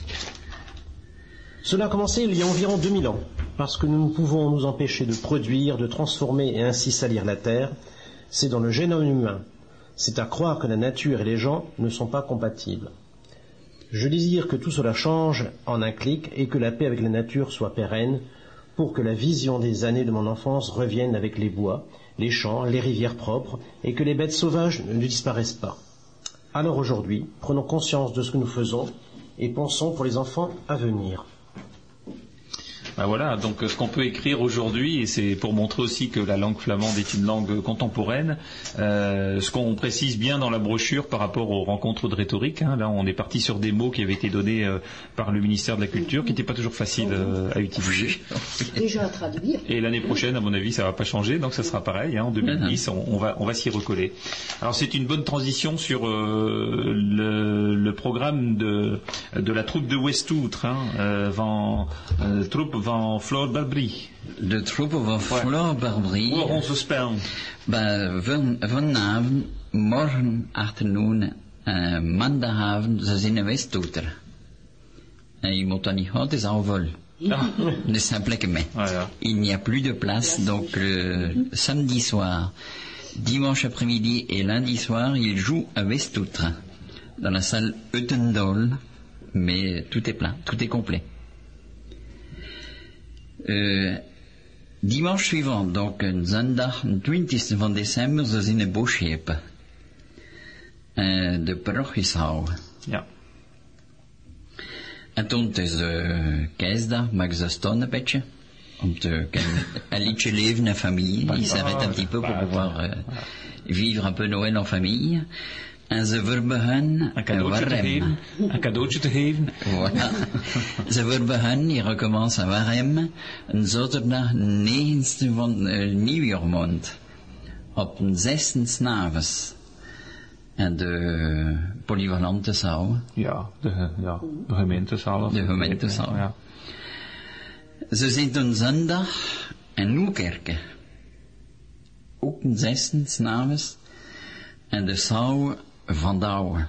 Cela a commencé il y a environ deux mille ans, parce que nous ne pouvons nous empêcher de produire, de transformer et ainsi salir la Terre. C'est dans le génome humain. C'est à croire que la nature et les gens ne sont pas compatibles. Je désire que tout cela change en un clic et que la paix avec la nature soit pérenne pour que la vision des années de mon enfance revienne avec les bois, les champs, les rivières propres et que les bêtes sauvages ne disparaissent pas. Alors aujourd'hui, prenons conscience de ce que nous faisons et pensons pour les enfants à venir. Ben voilà, donc ce qu'on peut écrire aujourd'hui, et c'est pour montrer aussi que la langue flamande est une langue contemporaine, euh, ce qu'on précise bien dans la brochure par rapport aux rencontres de rhétorique, hein, là on est parti sur des mots qui avaient été donnés euh, par le ministère de la Culture, qui n'étaient pas toujours faciles euh, à utiliser. Déjà à traduire. Et l'année prochaine, à mon avis, ça va pas changer, donc ça sera pareil, hein, en deux mille dix, on, on va, on va s'y recoller. Alors c'est une bonne transition sur euh, le, le programme de, de la troupe de Westoutre, hein, euh, van, euh, troupe van Floor Barbrie. De troepen van Floor Barbrie. Hoe onze spel? Bah, van, vanavond, morgen, achternoon, uh, maandagavond, ze zijn in Westouter. En je moet dat niet gaan, het is al vol. Ah. Ne s'implique mais. Ah, ja. Il n'y a plus de place, donc le samedi soir, dimanche après-midi et lundi soir, il joue à Westoutre, dans la salle Uttendol, mais tout est plein, tout est complet. Uh, dimanche suivant, donc zondag twintigste van december, ze zijn in Boschepen. Uh, de parochieshal. Ja. En toen is de kerstdag, mag ze staan een beetje. Om te een liedje leven en familie. Ils s'arrêtent un petit peu pour pouvoir uh, vivre un peu Noël en famille. En ze verbegaan een cadeautje te geven. Een cadeautje te geven. Voilà. Ze verbegaan, die recommence à Warem, een zaterdag negende van uh, nieuwjaarmaand. Op een zesde 's avonds. En de polyvalente zaal. Ja, de, ja, de gemeentezaal. De gemeentezaal. Ja. Ze zijn een zondag in Nieuwkerken. Ook een zesde 's avonds. En de zaal van Douwen.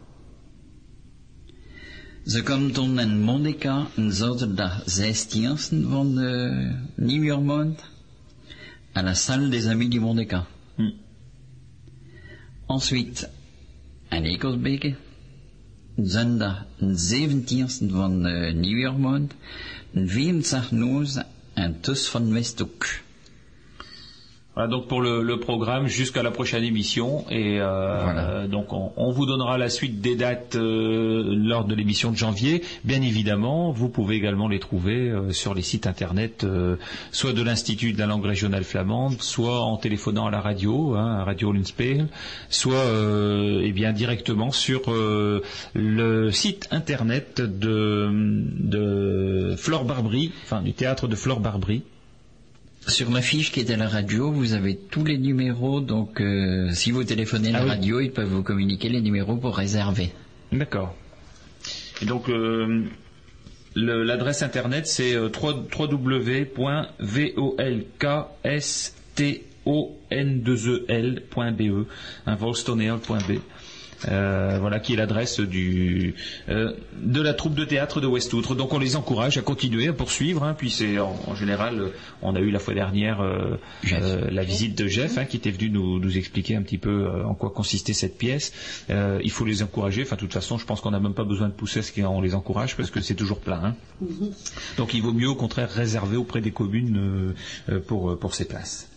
Ze komt toen in Monica een zaterdag zestiende van de nieuwjaarmaand à la salle des amis du Monica. Hm. Ensuite, in Ekelsbeke, zondag een zeventiende van de nieuwjaarmaand, een vierenzestig noos en tus van Westhoek. Voilà, donc pour le, le programme jusqu'à la prochaine émission et euh, voilà. euh, donc on, on vous donnera la suite des dates euh, lors de l'émission de janvier. Bien évidemment, vous pouvez également les trouver euh, sur les sites internet, euh, soit de l'Institut de la langue régionale flamande, soit en téléphonant à la radio, hein, à Radio Ulenspegel, soit euh, eh bien directement sur euh, le site internet de, de Flore Barbry, enfin du théâtre de Flore Barbry. Sur la fiche qui est à la radio, vous avez tous les numéros, donc euh, si vous téléphonez à la ah oui. radio, ils peuvent vous communiquer les numéros pour réserver. D'accord. Et donc euh, le, l'adresse internet c'est euh, w w w point volkstoneel point b e, hein, volkstoneel point b e. Euh, voilà qui est l'adresse du euh, de la troupe de théâtre de Westoutre. Donc on les encourage à continuer, à poursuivre. Hein, puis c'est en, en général, on a eu la fois dernière euh, euh, la visite de Jeff, hein, qui était venu nous, nous expliquer un petit peu euh, en quoi consistait cette pièce. Euh, il faut les encourager. Enfin, de toute façon, je pense qu'on n'a même pas besoin de pousser à ce qu'on les encourage parce que c'est toujours plein. Hein. Mm-hmm. Donc il vaut mieux au contraire réserver auprès des communes euh, pour pour ces places.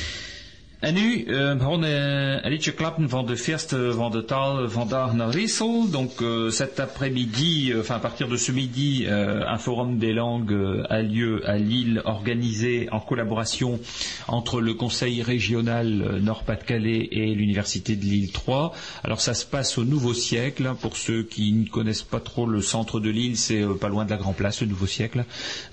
En nu, uh, we gaan uh, een liedje klappen van de feesten van de taal vandaag naar Riesel. Donc uh, cet après-midi, enfin à partir de ce midi, uh, un forum des langues uh, a lieu à Lille, organisé en collaboration entre le Conseil régional uh, Nord-Pas-de-Calais et l'Université de Lille trois. Alors ça se passe au Nouveau Siècle. Hein, pour ceux qui ne connaissent pas trop le centre de Lille, c'est uh, pas loin de la Grand Place, le Nouveau Siècle.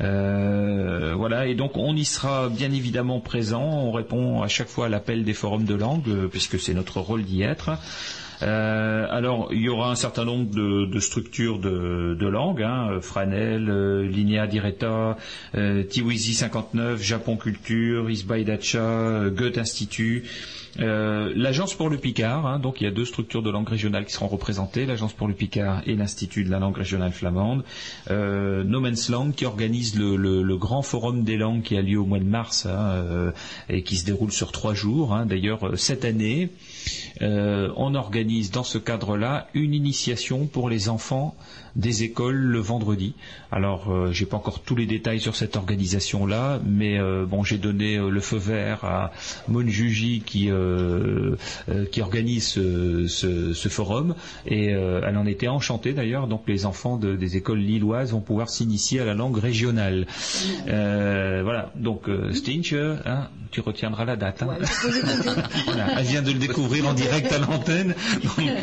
Euh, voilà, et donc on y sera bien évidemment présent. On répond à chaque fois à la l'appel des forums de langue, euh, puisque c'est notre rôle d'y être. Euh, alors, il y aura un certain nombre de, de structures de, de langue, hein, Franel, euh, Linea Diretta, euh, Tiwizi cinquante-neuf, Japon Culture, Isbaidacha, euh, Goethe Institut. Euh, l'Agence pour le Picard, hein, donc il y a deux structures de langue régionale qui seront représentées, l'Agence pour le Picard et l'Institut de la langue régionale flamande. Euh, No Man's Land qui organise le, le, le grand forum des langues qui a lieu au mois de mars, hein, euh, et qui se déroule sur trois jours. Hein. D'ailleurs, cette année, euh, on organise dans ce cadre-là une initiation pour les enfants des écoles le vendredi. Alors, euh, j'ai pas encore tous les détails sur cette organisation-là, mais euh, bon, j'ai donné euh, le feu vert à Monjuji qui euh, euh, qui organise ce, ce, ce forum, et euh, elle en était enchantée d'ailleurs. Donc, les enfants de, des écoles lilloises vont pouvoir s'initier à la langue régionale. Euh, voilà. Donc, euh, Stinch, hein, tu retiendras la date. Hein. Voilà. Elle vient de le découvrir en direct à l'antenne. Donc,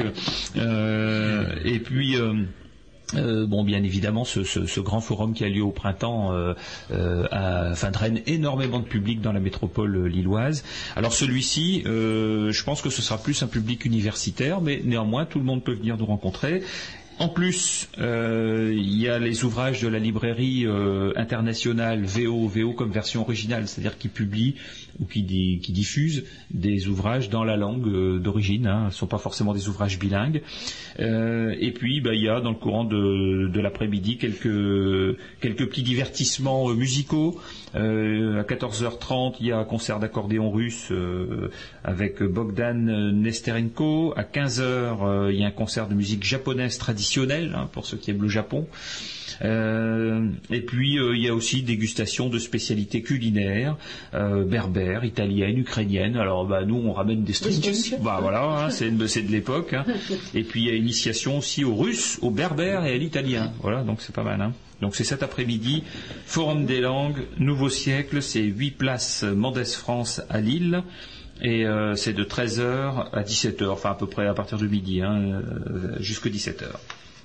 euh, et puis. Euh, Euh, bon, bien évidemment, ce, ce, ce grand forum qui a lieu au printemps euh, euh, a, enfin, draine énormément de public dans la métropole euh, lilloise. Alors celui-ci, euh, je pense que ce sera plus un public universitaire, mais néanmoins, tout le monde peut venir nous rencontrer. En plus, euh, il y a les ouvrages de la librairie euh, internationale V O, V O comme version originale, c'est-à-dire qui publie ou qui, di, qui diffuse des ouvrages dans la langue euh, d'origine. Hein, ce ne sont pas forcément des ouvrages bilingues. Euh, et puis, bah, il y a dans le courant de, de l'après-midi quelques, quelques petits divertissements euh, musicaux. Euh, à quatorze heures trente, il y a un concert d'accordéon russe euh, avec Bogdan Nesterenko. À quinze heures, euh, il y a un concert de musique japonaise traditionnelle, hein, pour ceux qui aiment le Japon. Euh, et puis euh, il y a aussi dégustation de spécialités culinaires euh, berbères, italiennes, ukrainiennes. Alors bah, nous on ramène des stringes, bah voilà, hein, c'est, c'est de l'époque. Hein. Et puis il y a initiation aussi au russe, au berbère et à l'italien. Voilà, donc c'est pas mal. Hein. Donc c'est cet après-midi, Forum des langues, Nouveau Siècle, c'est huit places Mendès France à Lille. Et euh, c'est de treize heures à dix-sept heures, enfin à peu près à partir de midi, hein, euh, jusqu'à dix-sept heures.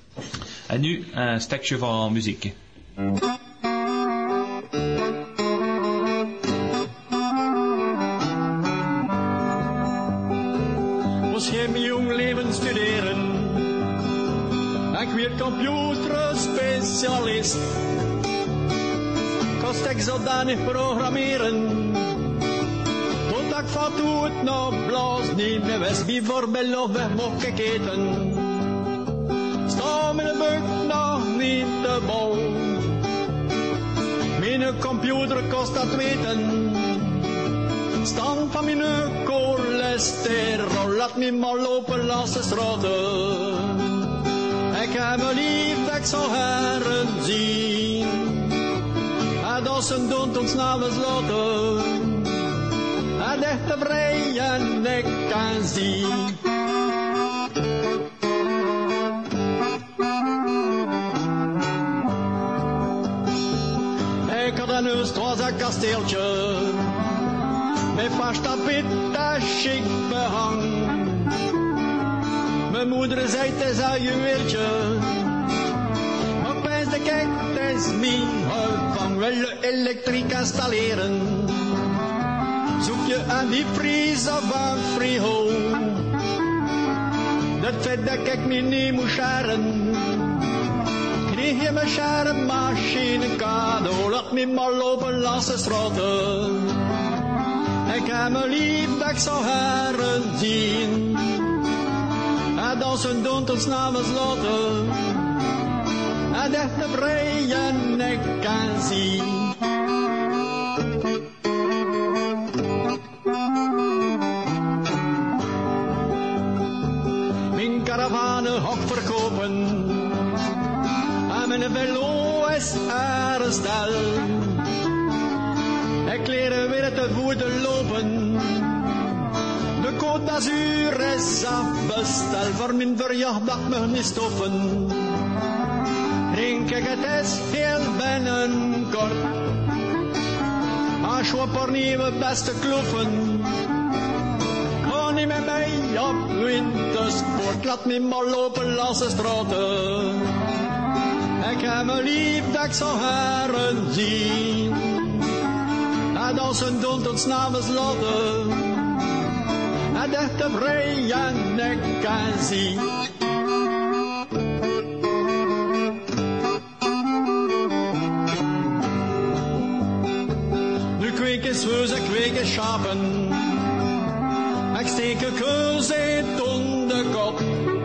À nu, un stukje van muziek. Was geen jong leven studeren. Ik werd computerspecialist. Kost ik zodanig programmeren. Tot ik van toe het nog blaas niet meer wist. Bijvoorbeeld of weg mocht ik eten. Sta mijn buik nog niet te bol. Mijn computer kost dat weten. Stand van mijn cholesterol. Laat me maar lopen langs de straten. Ik heb me lief, ik zou heren zien. En dat ze doen ons namens laten. En en echte vrije nek kan zien. Ik had een huis, het was een kasteeltje, met vast tapijt en chic behang. Mijn moeder zei het is een juweeltje, maar opeens de kijk, het is mijn uitvang. Wil je elektriek installeren, zoek je een diepvries of een frigo. Dat feit dat ik me niet moest scharen, kreeg je mijn schermmachine cadeau. Laat me maar lopen langs de straten, ik heb me lief dat ik zou heren zien. En dansen doen tot 's namens laten, en echt de vrije nek kan zien. Mijn caravane hok verkopen, en mijn velo is er stel. Ik leer weer te voeten lopen, de Côte d'Azur is afbestel. Voor mijn verjaardag mag niet stoppen, denk ik het is heel binnenkort. Als we voor nieuwe beste kloffen, ga niet met mij op wintersport. Laat me maar lopen langs de straten, ik heb me lief dat ik zou heren zien. En dansen doen tot 's namens laten, en echt de vrije nek kan zien. Nu kweken zwoes, ik kweken schapen, ik steek een keus in de kop.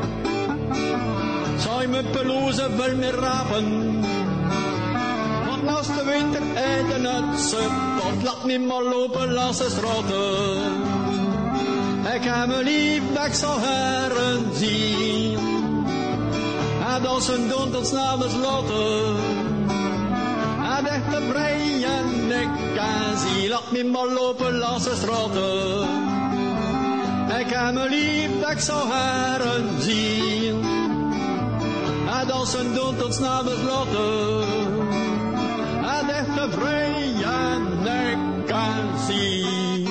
Zou je mijn pelouse wel meer rapen, want naast de winter eten het support. Laat me maar lopen langs de straten, ik heb me lief dat ik zou heren zien. En dansen doen tot 's namens laten, en echt de vrije nek kan zien. Laat me maar lopen langs de straten, ik heb me lief dat ik zou heren zien. En dansen doen tot 's namens laten, en echt de vrije nek kan zien.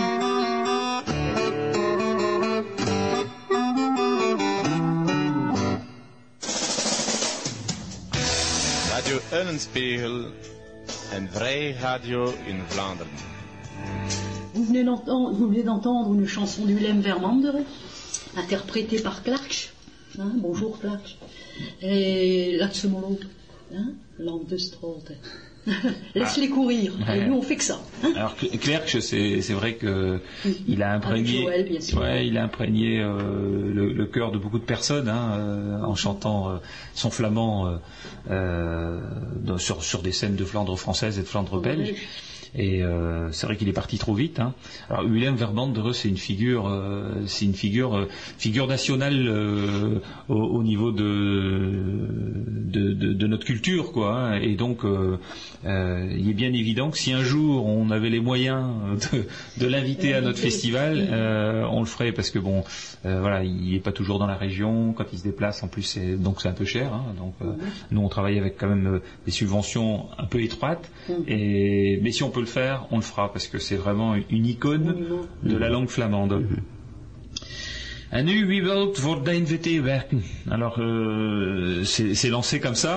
Radio Eulenspiegel, een vrij radio in Vlaanderen. Vous venez d'entendre, vous venez d'entendre une chanson de Willem Vermanderen, interprétée par Clark. Hein, bonjour Clark. Et Laxemolo, hein, Lampe de Straat. Laisse-les ah. courir. Ouais. Et nous, on fait que ça. Hein. Alors, Clerc, c'est, c'est vrai que oui. il a imprégné, Joël, bien sûr. Ouais, il a imprégné euh, le, le cœur de beaucoup de personnes hein, euh, en chantant euh, son flamand euh, euh, sur, sur des scènes de Flandre française et de Flandre belge. Ouais. Et euh, c'est vrai qu'il est parti trop vite. Hein. Alors Willem Vermanderen, c'est une figure, euh, c'est une figure, euh, figure nationale euh, au, au niveau de de, de de notre culture, quoi. Hein. Et donc, euh, euh, il est bien évident que si un jour on avait les moyens de, de l'inviter à notre festival, euh, on le ferait parce que bon, euh, voilà, il est pas toujours dans la région. Quand il se déplace, en plus, c'est, donc c'est un peu cher. Hein. Donc, euh, nous, on travaille avec quand même des subventions un peu étroites. Et mais si on peut le faire, on le fera parce que c'est vraiment une icône de la langue flamande. En nu, wie wilt voor de N V T werken? Alors, euh, c'est, c'est lancé comme ça.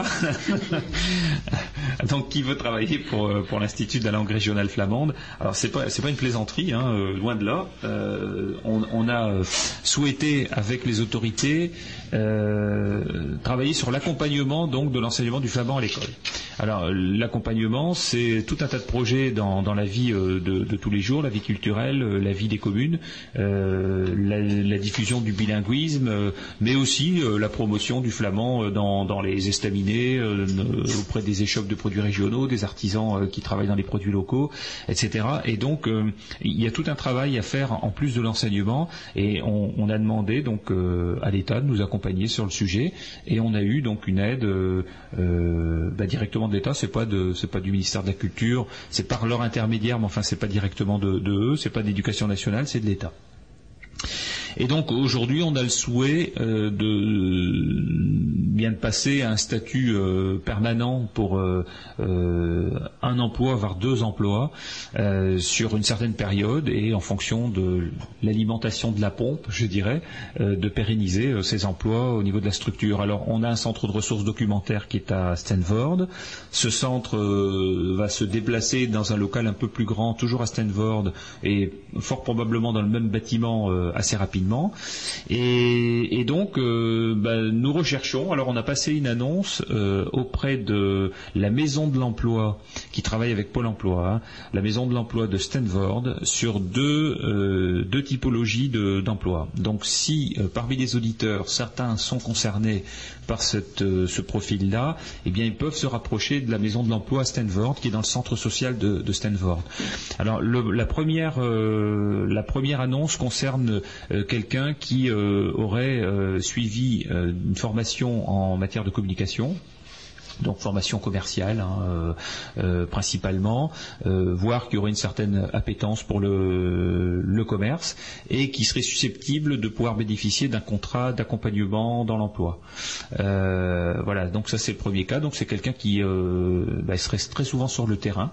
Donc, qui veut travailler pour, pour l'Institut de la langue régionale flamande? Alors, c'est pas, c'est pas une plaisanterie, hein, euh, loin de là. Euh, on, on a souhaité, avec les autorités, euh, travailler sur l'accompagnement donc de l'enseignement du flamand à l'école. Alors, l'accompagnement, c'est tout un tas de projets dans, dans la vie de, de tous les jours, la vie culturelle, la vie des communes, euh, la, la diffusion du bilinguisme, euh, mais aussi euh, la promotion du flamand dans, dans les estaminets, euh, auprès des échoppes de produits régionaux, des artisans euh, qui travaillent dans les produits locaux, et cetera. Et donc euh, il y a tout un travail à faire en plus de l'enseignement, et on, on a demandé donc euh, à l'État de nous accompagner sur le sujet, et on a eu donc une aide euh, euh, bah, directement de l'État. C'est pas de, c'est pas du ministère de la Culture, c'est par leur intermédiaire, mais enfin c'est pas directement de, de eux, c'est pas d'éducation nationale, c'est de l'État. Et donc aujourd'hui, on a le souhait euh, de bien de passer à un statut euh, permanent pour euh, euh, un emploi, voire deux emplois, euh, sur une certaine période, et en fonction de l'alimentation de la pompe, je dirais, euh, de pérenniser euh, ces emplois au niveau de la structure. Alors, on a un centre de ressources documentaires qui est à Stanford. Ce centre euh, va se déplacer dans un local un peu plus grand, toujours à Stanford, et fort probablement dans le même bâtiment euh, assez rapidement. Et, et donc, euh, bah, nous recherchons. Alors, on a passé une annonce euh, auprès de la Maison de l'Emploi, qui travaille avec Pôle Emploi, hein, la Maison de l'Emploi de Stanford, sur deux, euh, deux typologies de, d'emploi. Donc, si euh, parmi les auditeurs, certains sont concernés par cette, euh, ce profil-là, eh bien, ils peuvent se rapprocher de la Maison de l'Emploi à Stanford, qui est dans le centre social de, de Stanford. Alors, le, la première, euh, la première annonce concerne euh, quelqu'un qui euh, aurait euh, suivi euh, une formation en matière de communication, donc formation commerciale hein, euh, euh, principalement, euh, voire qui aurait une certaine appétence pour le, le commerce, et qui serait susceptible de pouvoir bénéficier d'un contrat d'accompagnement dans l'emploi. Euh, voilà, donc ça c'est le premier cas. Donc c'est quelqu'un qui euh, bah, serait très souvent sur le terrain.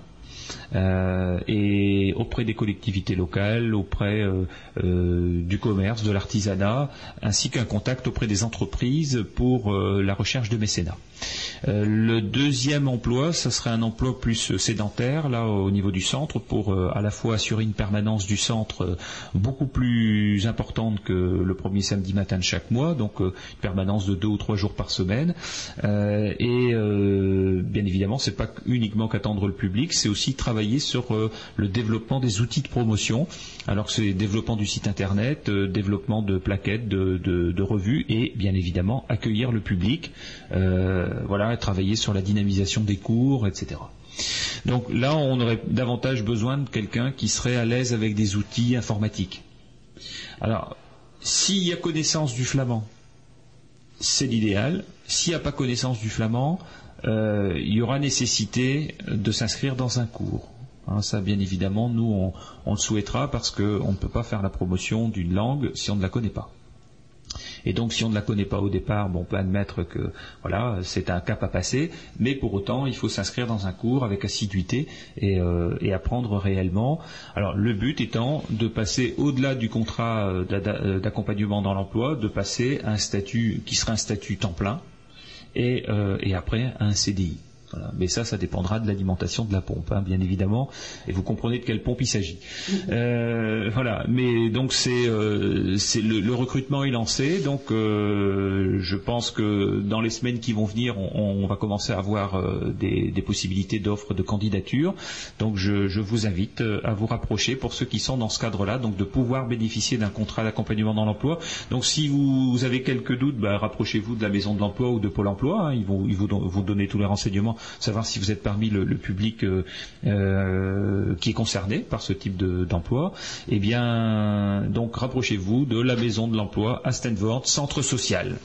Euh, et auprès des collectivités locales, auprès euh, euh, du commerce, de l'artisanat, ainsi qu'un contact auprès des entreprises pour euh, la recherche de mécénat. Euh, le deuxième emploi, ça serait un emploi plus sédentaire, là au niveau du centre, pour euh, à la fois assurer une permanence du centre euh, beaucoup plus importante que le premier samedi matin de chaque mois, donc euh, une permanence de deux ou trois jours par semaine. Euh, et euh, bien évidemment, c'est pas uniquement qu'attendre le public, c'est aussi travailler sur euh, le développement des outils de promotion. Alors c'est développement du site internet, euh, développement de plaquettes, de, de, de revues, et bien évidemment accueillir le public, euh, voilà, travailler sur la dynamisation des cours, et cetera. Donc là, on aurait davantage besoin de quelqu'un qui serait à l'aise avec des outils informatiques. Alors, s'il y a connaissance du flamand, c'est l'idéal. S'il n'y a pas connaissance du flamand, euh, il y aura nécessité de s'inscrire dans un cours. Hein, ça, bien évidemment, nous, on, on le souhaitera, parce qu'on ne peut pas faire la promotion d'une langue si on ne la connaît pas. Et donc, si on ne la connaît pas au départ, bon, on peut admettre que voilà, c'est un cap à passer, mais pour autant, il faut s'inscrire dans un cours avec assiduité et, euh, et apprendre réellement. Alors, le but étant de passer au-delà du contrat d'accompagnement dans l'emploi, de passer à un statut qui sera un statut temps plein, et, euh, et après à un C D I. Voilà. Mais ça, ça dépendra de l'alimentation de la pompe, hein, bien évidemment, et vous comprenez de quelle pompe il s'agit. Euh, voilà. Mais donc c'est, euh, c'est le, le recrutement est lancé. Donc euh, je pense que dans les semaines qui vont venir, on, on va commencer à avoir euh, des, des possibilités d'offres de candidature. Donc je, je vous invite à vous rapprocher pour ceux qui sont dans ce cadre-là, donc de pouvoir bénéficier d'un contrat d'accompagnement dans l'emploi. Donc si vous, vous avez quelques doutes, bah, rapprochez-vous de la Maison de l'Emploi ou de Pôle Emploi. Hein, ils vont, ils vont vous donner tous les renseignements, savoir si vous êtes parmi le, le public euh, euh, qui est concerné par ce type de, d'emploi. Eh bien, donc rapprochez-vous de la Maison de l'Emploi à Stanford, centre social.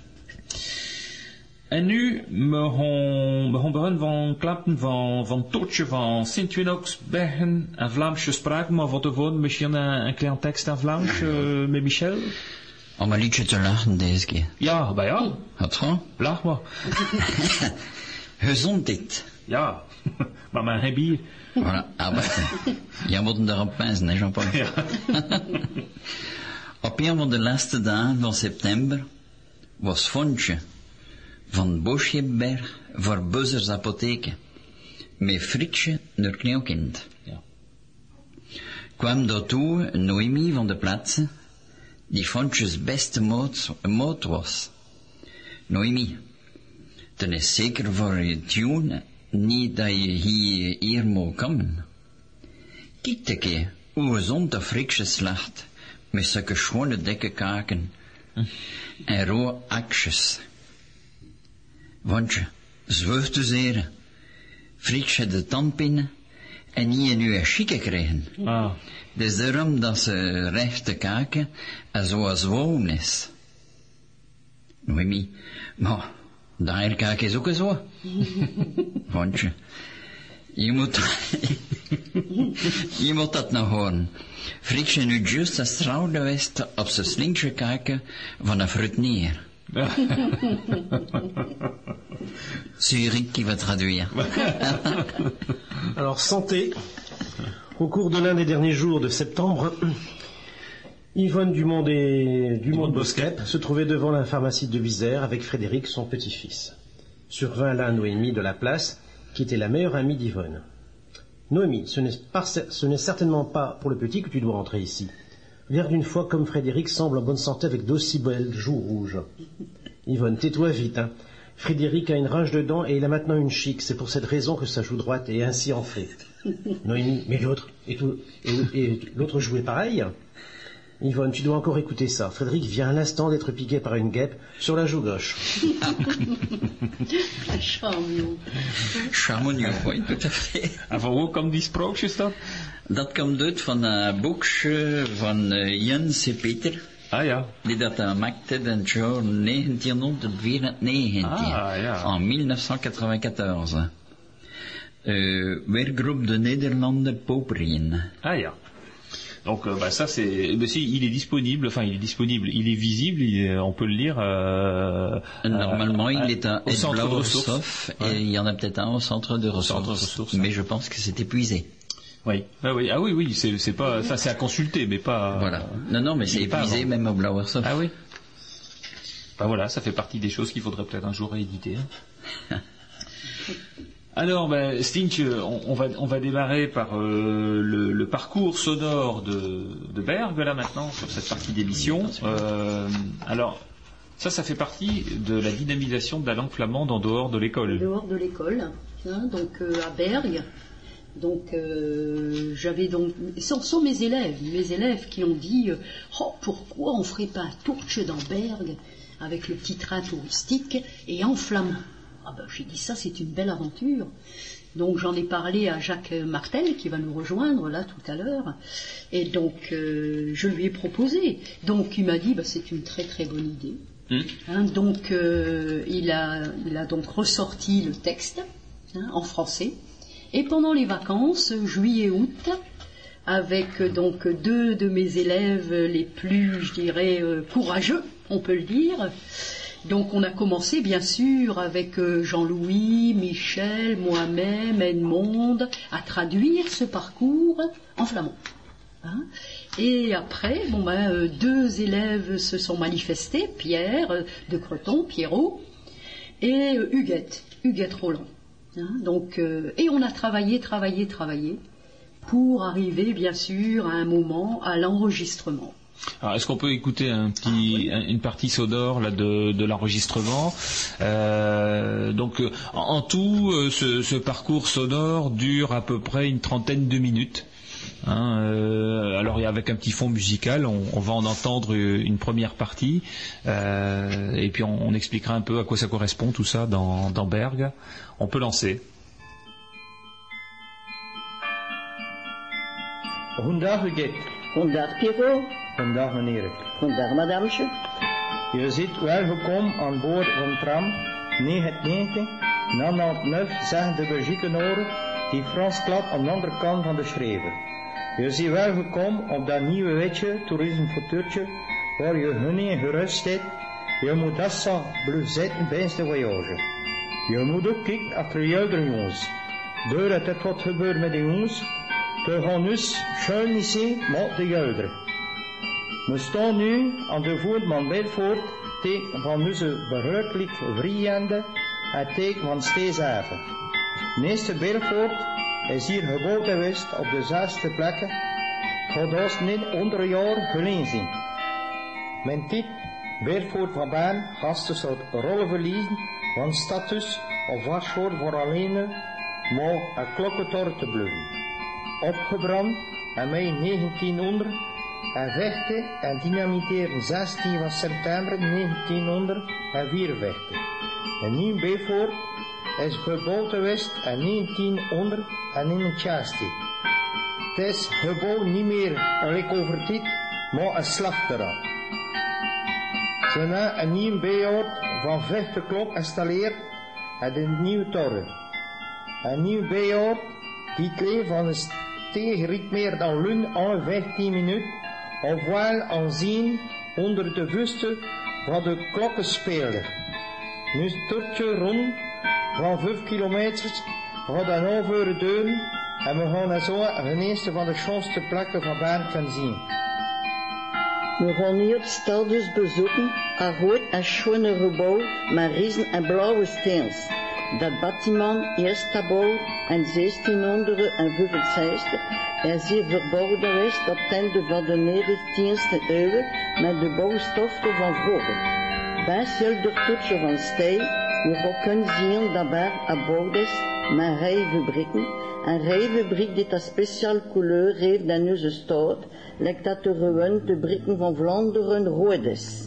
En nu we gaan van klappen van, van Tootje van Sint-Winox Bergen en Vlaamse spraak, maar van tevoren misschien een, een klein tekst in Vlaams uh, met Michel. Om een liedje te lachen deze keer. Ja, bah ja. Gaat gewoon? Lach maar. Gezondheid. Ja, maar mijn geen bier. Voilà. Ah bah, jij moet erop wijzen, hè Jean-Paul? Ja. Op een van de laatste dagen van september was Fontje van Boschjeberg voor Buzzers apotheken met Fritsje naar Kneeuwkind. Ja. Kwam daartoe Noemi van de Plaatsen, die Fontjes beste moot, moot was. Noemi, dan is zeker voor je tune niet dat je hier, hier moet komen. Kijk een keer hoe gezond de Fritsje slacht, met zulke schone dikke kaken hm. en rauwe akjes. Wantje, zweuf te zeren. Friks had de tandpin en die nu een chique kregen. Ah. Dus daarom dat ze recht te kijken en zoals woon is. Noemi, maar daar kijk is ook zo. Vond je? Je moet, je moet dat nog horen. Friks is nu juist als trouw geweest op zijn slinkje kijken van een fruitnier. Zurich qui va traduire. Alors, santé. Au cours de l'un des derniers jours de septembre, Yvonne Dumont, et, Dumont de Bosquep se trouvait devant la pharmacie de Visère avec Frédéric, son petit-fils. Survint là Noémie de la place, qui était la meilleure amie d'Yvonne. Noémie, ce n'est, pas, ce n'est certainement pas pour le petit que tu dois rentrer ici. L'air d'une fois comme Frédéric semble en bonne santé avec d'aussi belles joues rouges. Yvonne, tais-toi vite, hein. Frédéric a une rage de dents et il a maintenant une chique. C'est pour cette raison que sa joue droite est ainsi enflée. Noémie, mais l'autre, et, tout, et, et l'autre jouait pareil. Yvonne, tu dois encore écouter ça. Frédéric vient à l'instant d'être piqué par une guêpe sur la joue gauche. Charmant. Charmonieux, oui, tout à fait. En van hoe komt die sprookjes dan? Dat komt uit van een boekje van uh, Jens Peter. Ah ja. Die dat uh, maakte in het jaar negentienhonderdvierentnegentig. Ah ja. En negentien negenennegentig. Uh, werkgroep de Nederlander Poperien. Ah ja. Donc euh, bah, ça c'est, bah, si, il est disponible, enfin il est disponible, il est visible, il est, on peut le lire. Euh, Normalement, euh, il est à au centre de ressources, sauf, ouais. Et il y en a peut-être un au centre de ressources. Centre de ressources, mais hein. je pense que c'est épuisé. Oui, ah oui, ah oui, oui, c'est, c'est pas, enfin c'est à consulter, mais pas. Voilà. Non, non, mais c'est épuisé même au Blauersoft. Ah oui. Bah voilà, ça fait partie des choses qu'il faudrait peut-être un jour rééditer. Hein. Alors, ben, Stink, on, on, va, on va démarrer par euh, le, le parcours sonore de, de Berg, là maintenant, sur cette partie d'émission. Euh, alors, ça, ça fait partie de la dynamisation de la langue flamande en dehors de l'école. En dehors de l'école, hein, donc euh, à Berg. Donc, euh, j'avais donc, ce sont mes élèves, mes élèves qui ont dit, euh, oh, pourquoi on ferait pas un tourche dans Berg avec le petit train touristique et en flamand. Ah ben, j'ai dit ça, c'est une belle aventure. Donc j'en ai parlé à Jacques Martel qui va nous rejoindre là tout à l'heure. Et donc euh, je lui ai proposé. Donc il m'a dit, bah, c'est une très très bonne idée. Mmh. Hein, donc euh, il, a, il a donc ressorti le texte hein, en français. Et pendant les vacances, juillet-août, avec donc deux de mes élèves les plus, je dirais, euh, courageux, on peut le dire. Donc on a commencé bien sûr avec Jean-Louis, Michel, moi-même, Edmond, à traduire ce parcours en flamand. Hein. Et après, bon ben, deux élèves se sont manifestés, Pierre de Creton, Pierrot, et Huguette, Huguette Roland. Hein. Donc, euh, et on a travaillé, travaillé, travaillé, pour arriver bien sûr à un moment à l'enregistrement. Alors, est-ce qu'on peut écouter un petit, un, une partie sonore là de, de l'enregistrement euh, Donc, en, en tout, ce, ce parcours sonore dure à peu près une trentaine de minutes. Hein, euh, alors, avec un petit fond musical, on, on va en entendre une première partie, euh, et puis on, on expliquera un peu à quoi ça correspond tout ça dans, dans Berg. On peut lancer. Goedendag, Huguette. Goedendag, Pierrot. Goedendag, meneer. Goedendag, madamesje. Je zit welgekomen aan boord van tram negenennegentig, negentig, zeggen de Belgiekenoren, die Frans klap aan de andere kant van de schreven. Je zit welgekomen op dat nieuwe wetje, toerismefauteuurtje, waar je hunning gerust zit. Je moet dat zo blijven zitten bij de voyage. Je moet ook kijken achter je oudere jongens. Door het het wat gebeurt met de jongens, te gaan dus schuin niet zien met de ouderen. We staan nu aan de voet van Belfort, teken van onze verrukkelijk vrienden en teken van Steeshaven. Meester Belfort is hier gebouwd geweest op de zesde plekken, gaat ons niet onder een jaar geleden zien. Mijn tijd, Belfort van Baan, gasten zou rollen verliezen van status of waswoord voor alleen maar een klokkentoren te blijven. Opgebrand in mei negentienhonderd en vechten en dynamiteren zestien september negentienhonderdvierenveertig. En nieuw Belfort is gebouwd geweest in negentienhonderdeenenzestig. Het is gebouwd niet meer een reconvertiet, maar een slachtterrein. Ze hebben een nieuw bijoord van vijftig klok geïnstalleerd en een nieuwe toren. Een nieuw bijoord die kleed van een steeg riet meer dan lun alle vijftien minuten, ofwel aanzien onder de vuisten van de klokkenspeler. Nu stort je rond van vijf kilometer, gaat een half uur deuren en we gaan zo een eerste van de schoonste plekken van Bern kunnen zien. We gaan hier het stel dus bezoeken, een groot en schone gebouw met riesen en blauwe steens. Dat bâtiment is gebouwd in zestienhonderdvijfenzestig en is hier verbouwd geweest op het einde van de negentiende eeuw met de bouwstoffen van vroeger. Bij schildertoetsen van stijl, we gaan kunnen zien dat er gebouwd is met rijfabrieken. Een rijfabriek die een speciale kleur heeft in onze stad, lijkt dat de gewoon de brieken van Vlaanderen rood is.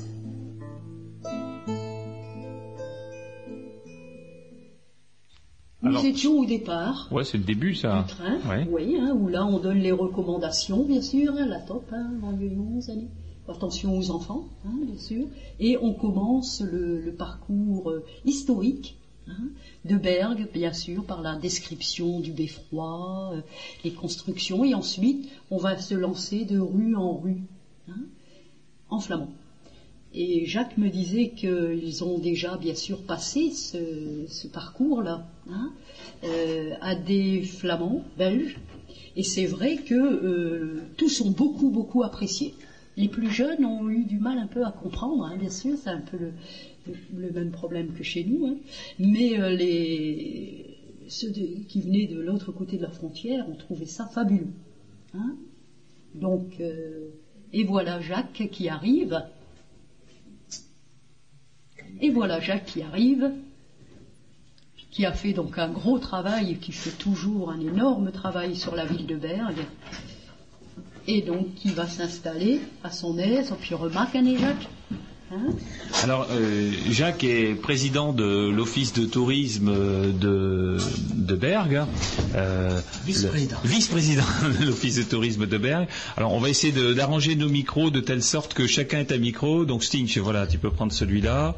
Nous Alors, étions au départ Ouais, c'est le début, ça. du train, Ouais. oui, hein, où là on donne les recommandations, bien sûr, hein, la top, hein, onze années. Attention aux enfants, hein, bien sûr. Et on commence le, le parcours euh, historique hein, de Bergue, bien sûr, par la description du beffroi, euh, les constructions, et ensuite on va se lancer de rue en rue, hein, en flamand. Et Jacques me disait qu'ils ont déjà bien sûr passé ce, ce parcours-là hein, euh, à des Flamands belges. Et c'est vrai que euh, tous ont beaucoup beaucoup apprécié. Les plus jeunes ont eu du mal un peu à comprendre, hein, bien sûr, c'est un peu le, le, le même problème que chez nous. Hein. Mais euh, les, ceux de, qui venaient de l'autre côté de la frontière ont trouvé ça fabuleux. Hein. Donc, euh, et voilà Jacques qui arrive. Et voilà Jacques qui arrive, qui a fait donc un gros travail, qui fait toujours un énorme travail sur la ville de Bergue, et donc qui va s'installer à son aise. Puis remarque, hein, Jacques hein. Alors, euh, Jacques est président de l'office de tourisme de, de Bergue. Euh, Vice-président. Vice-président de l'office de tourisme de Bergue. Alors, on va essayer de, d'arranger nos micros de telle sorte que chacun ait un micro. Donc, Stinch, voilà, tu peux prendre celui-là.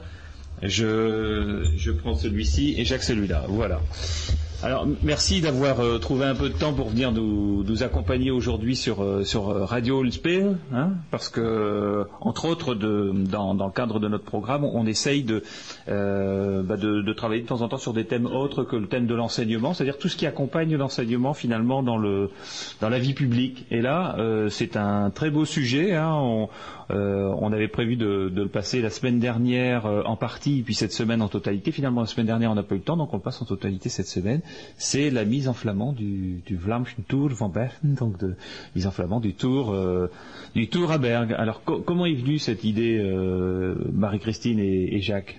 Je, je prends celui-ci et Jacques celui-là. Voilà. Alors, merci d'avoir euh, trouvé un peu de temps pour venir nous, nous accompagner aujourd'hui sur, euh, sur Radio Ulspeel, hein, parce que, euh, entre autres, de, dans, dans le cadre de notre programme, on essaye de, euh, bah de, de travailler de temps en temps sur des thèmes autres que le thème de l'enseignement, c'est-à-dire tout ce qui accompagne l'enseignement finalement dans, le, dans la vie publique. Et là, euh, c'est un très beau sujet. Hein, on, euh, on avait prévu de, de le passer la semaine dernière euh, en partie, puis cette semaine en totalité. Finalement, la semaine dernière, on n'a pas eu le temps, donc on le passe en totalité cette semaine. C'est la mise en flamand du, du Vlaamse Tour van Bergen, donc de mise en flamand du tour, euh, du tour à Bergue. Alors, co- comment est venue cette idée, euh, Marie-Christine et, et Jacques?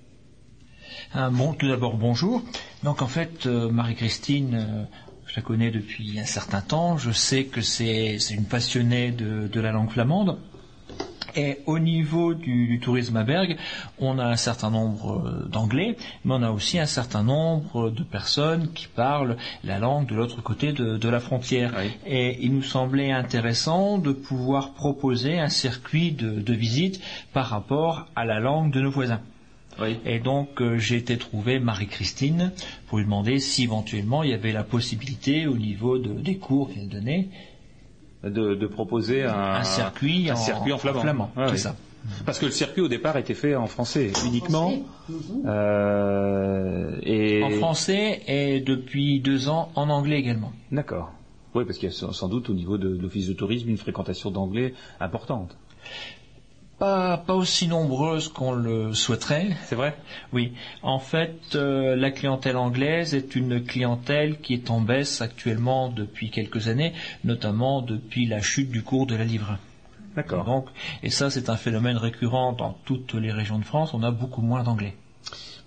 Ah, bon, tout d'abord, bonjour. Donc, en fait, euh, Marie-Christine, euh, je la connais depuis un certain temps. Je sais que c'est, c'est une passionnée de, de la langue flamande. Et au niveau du, du tourisme à Bergue, on a un certain nombre d'anglais, mais on a aussi un certain nombre de personnes qui parlent la langue de l'autre côté de, de la frontière. Oui. Et il nous semblait intéressant de pouvoir proposer un circuit de, de visite par rapport à la langue de nos voisins. Oui. Et donc euh, j'ai été trouver Marie-Christine pour lui demander si éventuellement il y avait la possibilité au niveau de, des cours qu'elle donnait De, de proposer un, un circuit, un en, circuit en flamand. En flamand ah, c'est oui. ça. Parce que le circuit au départ était fait en français uniquement. Français. Euh, et... En français et depuis deux ans en anglais également. D'accord. Oui, parce qu'il y a sans doute au niveau de l'office de tourisme une fréquentation d'anglais importante. Pas, pas aussi nombreuse qu'on le souhaiterait. C'est vrai ? Oui. En fait, euh, la clientèle anglaise est une clientèle qui est en baisse actuellement depuis quelques années, notamment depuis la chute du cours de la livre. D'accord. Et, donc, et ça, c'est un phénomène récurrent dans toutes les régions de France. On a beaucoup moins d'anglais.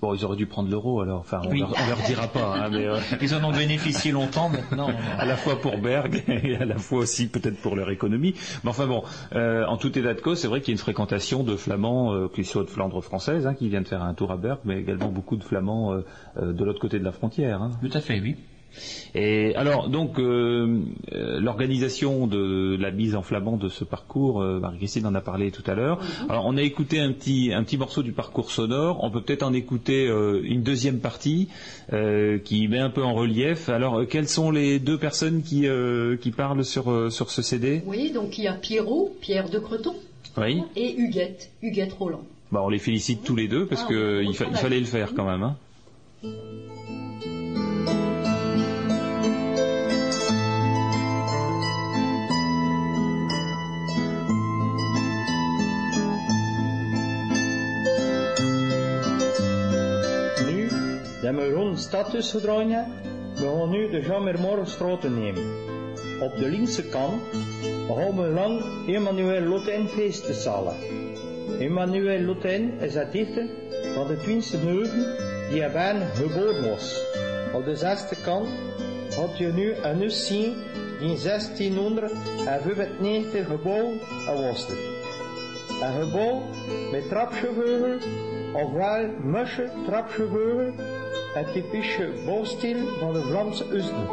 Bon, ils auraient dû prendre l'euro, alors, enfin, on, oui. leur, on leur dira pas, hein, mais, euh... ils en ont bénéficié longtemps maintenant. À la fois pour Berg et à la fois aussi peut-être pour leur économie. Mais enfin bon, euh, en tout état de cause, c'est vrai qu'il y a une fréquentation de Flamands, euh, qu'ils soient de Flandre française, hein, qui viennent faire un tour à Berg, mais également beaucoup de Flamands euh, euh, de l'autre côté de la frontière. Hein. Tout à fait, oui. Et alors, donc, euh, euh, l'organisation de la mise en flamand de ce parcours, euh, Marie-Christine en a parlé tout à l'heure. Mm-hmm. Alors, on a écouté un petit, un petit morceau du parcours sonore. On peut peut-être en écouter euh, une deuxième partie euh, qui met un peu en relief. Alors, euh, quelles sont les deux personnes qui, euh, qui parlent sur, euh, sur ce C D? Oui, donc il y a Pierrot, Pierre de Creton, oui. et Huguette, Huguette Roland. Bah, on les félicite tous les deux parce ah, qu'il oui, fa- il fallait le faire quand même. Hein. Dat we rond de stad tussen gedraaid hebben, we gaan nu de Jean-Mermorstraat nemen. Op de linkse kant gaan we lang Emmanuel Lottin feestenzalen. Emmanuel Lottin is het dichter van de twintigste neuven die er bijna geboren was. Op de zesde kant had je nu een huis zien die in zestienhonderdvijfennegentig gebouwd was. Een gebouw met trapsgevleugel, ofwel musje trapsgevleugel, een typische bouwstijl van de Vlaamse huizen.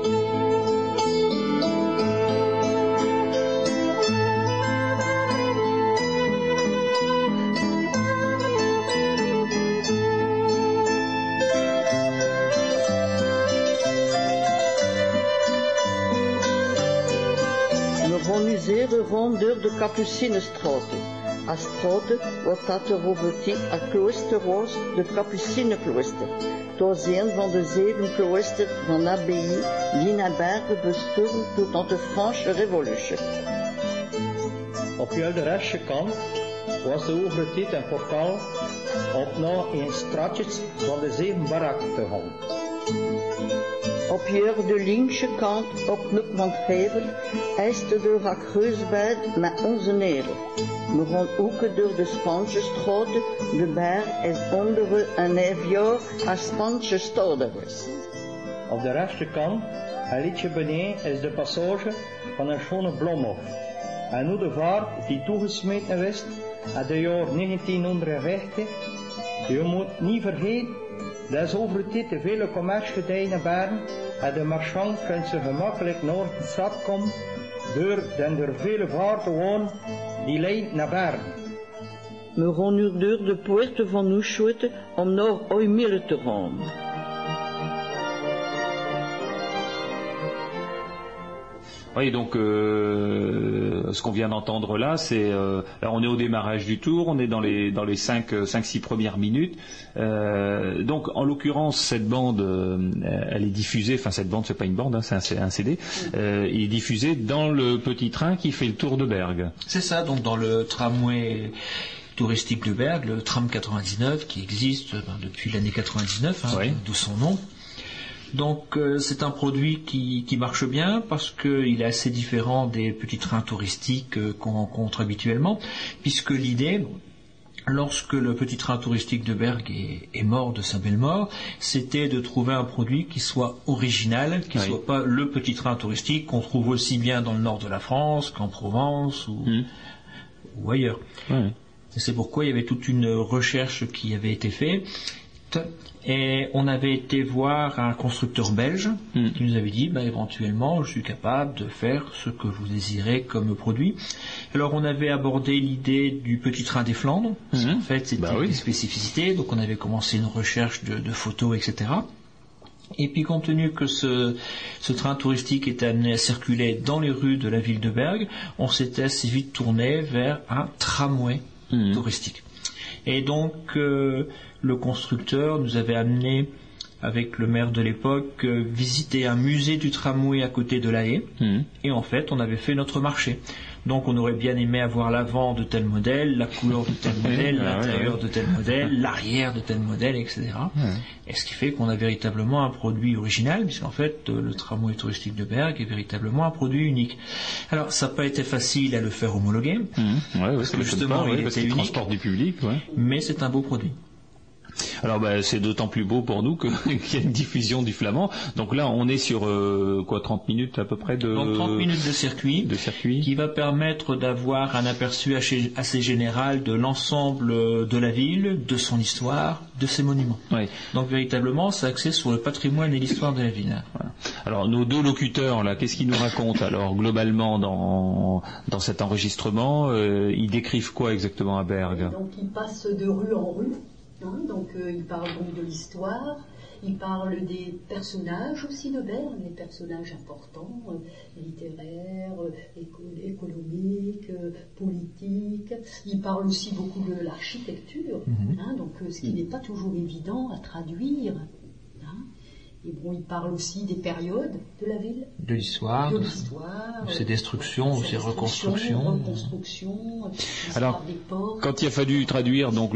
We gaan nu zeer rond door de Capucinestraat. A straat wordt dat er overtiek a klooster was, de Capucineklooster. Dat is een van de zeven kloosters van de abbaye die naar Bergen bestonden tot aan de Franse Revolutie. Op de rechterkant was de overtiek een portaal op naar een straatje van de zeven barakken te gaan. Op de linkse kant, op Nukmandgevel, is de door haar kruisbed met onze neren. We gaan ook door de Spaanse straat, de berg is onder een half jaar als Spaanse stad was. Op de rechterkant, een liedje beneden, is de passage van een schone Blomhof. En nu de vaart die toegesmeten was, uit het jaar negentienhonderdvijftig. Je moet niet vergeten, dat is over de tijd de vele commerce gedaan naar Bern, en de marchand kan ze gemakkelijk naar de stad komen, door dan er vele vaarten wonen die leiden naar Bern. We gaan nu door de poorten van Oeschoten om naar Oeimille te gaan. Oui, donc euh, ce qu'on vient d'entendre là, c'est euh, là on est au démarrage du tour, on est dans les dans les cinq cinq six premières minutes. Euh, donc en l'occurrence cette bande, euh, elle est diffusée, enfin cette bande c'est pas une bande, hein, c'est un, un C D. Euh, il est diffusé dans le petit train qui fait le tour de Berg. C'est ça, donc dans le tramway touristique de Berg, le tram quatre-vingt-dix-neuf qui existe ben, depuis l'année quatre-vingt-dix-neuf, hein, oui. D'où son nom. Donc euh, c'est un produit qui, qui marche bien parce qu'il est assez différent des petits trains touristiques euh, qu'on rencontre habituellement, puisque l'idée, lorsque le petit train touristique de Berg est, est mort de sa belle mort, c'était de trouver un produit qui soit original, qui ne oui. soit pas le petit train touristique qu'on trouve aussi bien dans le nord de la France qu'en Provence ou, mmh. ou ailleurs. Oui. Et c'est pourquoi il y avait toute une recherche qui avait été faite. Et on avait été voir un constructeur belge mmh. qui nous avait dit bah, éventuellement je suis capable de faire ce que vous désirez comme produit. Alors on avait abordé l'idée du petit train des Flandres, mmh. en fait c'était bah oui. des spécificités, donc on avait commencé une recherche de, de photos, et cetera. Et puis compte tenu que ce, ce train touristique était amené à circuler dans les rues de la ville de Berg, on s'était assez vite tourné vers un tramway mmh. touristique. Et donc euh, le constructeur nous avait amené, avec le maire de l'époque, euh, visiter un musée du tramway à côté de La Haye. Mmh. Et en fait, on avait fait notre marché. Donc on aurait bien aimé avoir l'avant de tel modèle, la couleur de tel modèle, l'intérieur ouais, ouais. de tel modèle, l'arrière de tel modèle, et cetera. Ouais. Et ce qui fait qu'on a véritablement un produit original, puisqu'en fait le tramway touristique de Berg est véritablement un produit unique. Alors ça n'a pas été facile à le faire homologuer, mmh. ouais, parce que ouais, justement pas, il ouais, parce était qu'il unique, transporte du public, ouais. mais c'est un beau produit. Alors bah, c'est d'autant plus beau pour nous que, qu'il y a une diffusion du flamand. Donc là on est sur euh, quoi trente minutes à peu près de Donc trente minutes de circuit, de circuit qui va permettre d'avoir un aperçu assez, assez général de l'ensemble de la ville, de son histoire, de ses monuments. Oui. Donc véritablement c'est axé sur le patrimoine et l'histoire de la ville. Voilà. Alors nos deux locuteurs là, qu'est-ce qu'ils nous racontent alors globalement dans, dans cet enregistrement euh, ils décrivent quoi exactement à Bergues? Donc ils passent de rue en rue. Hein, donc euh, il parle donc de l'histoire, il parle des personnages aussi de Bergues, des personnages importants, euh, littéraires, euh, éco- économiques, euh, politiques. Il parle aussi beaucoup de l'architecture, Mhm. hein, donc euh, ce qui n'est pas toujours évident à traduire. Hein. Et bon, il parle aussi des périodes de la ville, De l'histoire, de de, l'histoire, de ses destructions, de ses reconstructions. reconstructions, l'histoire Alors, des ports. quand il a fallu traduire donc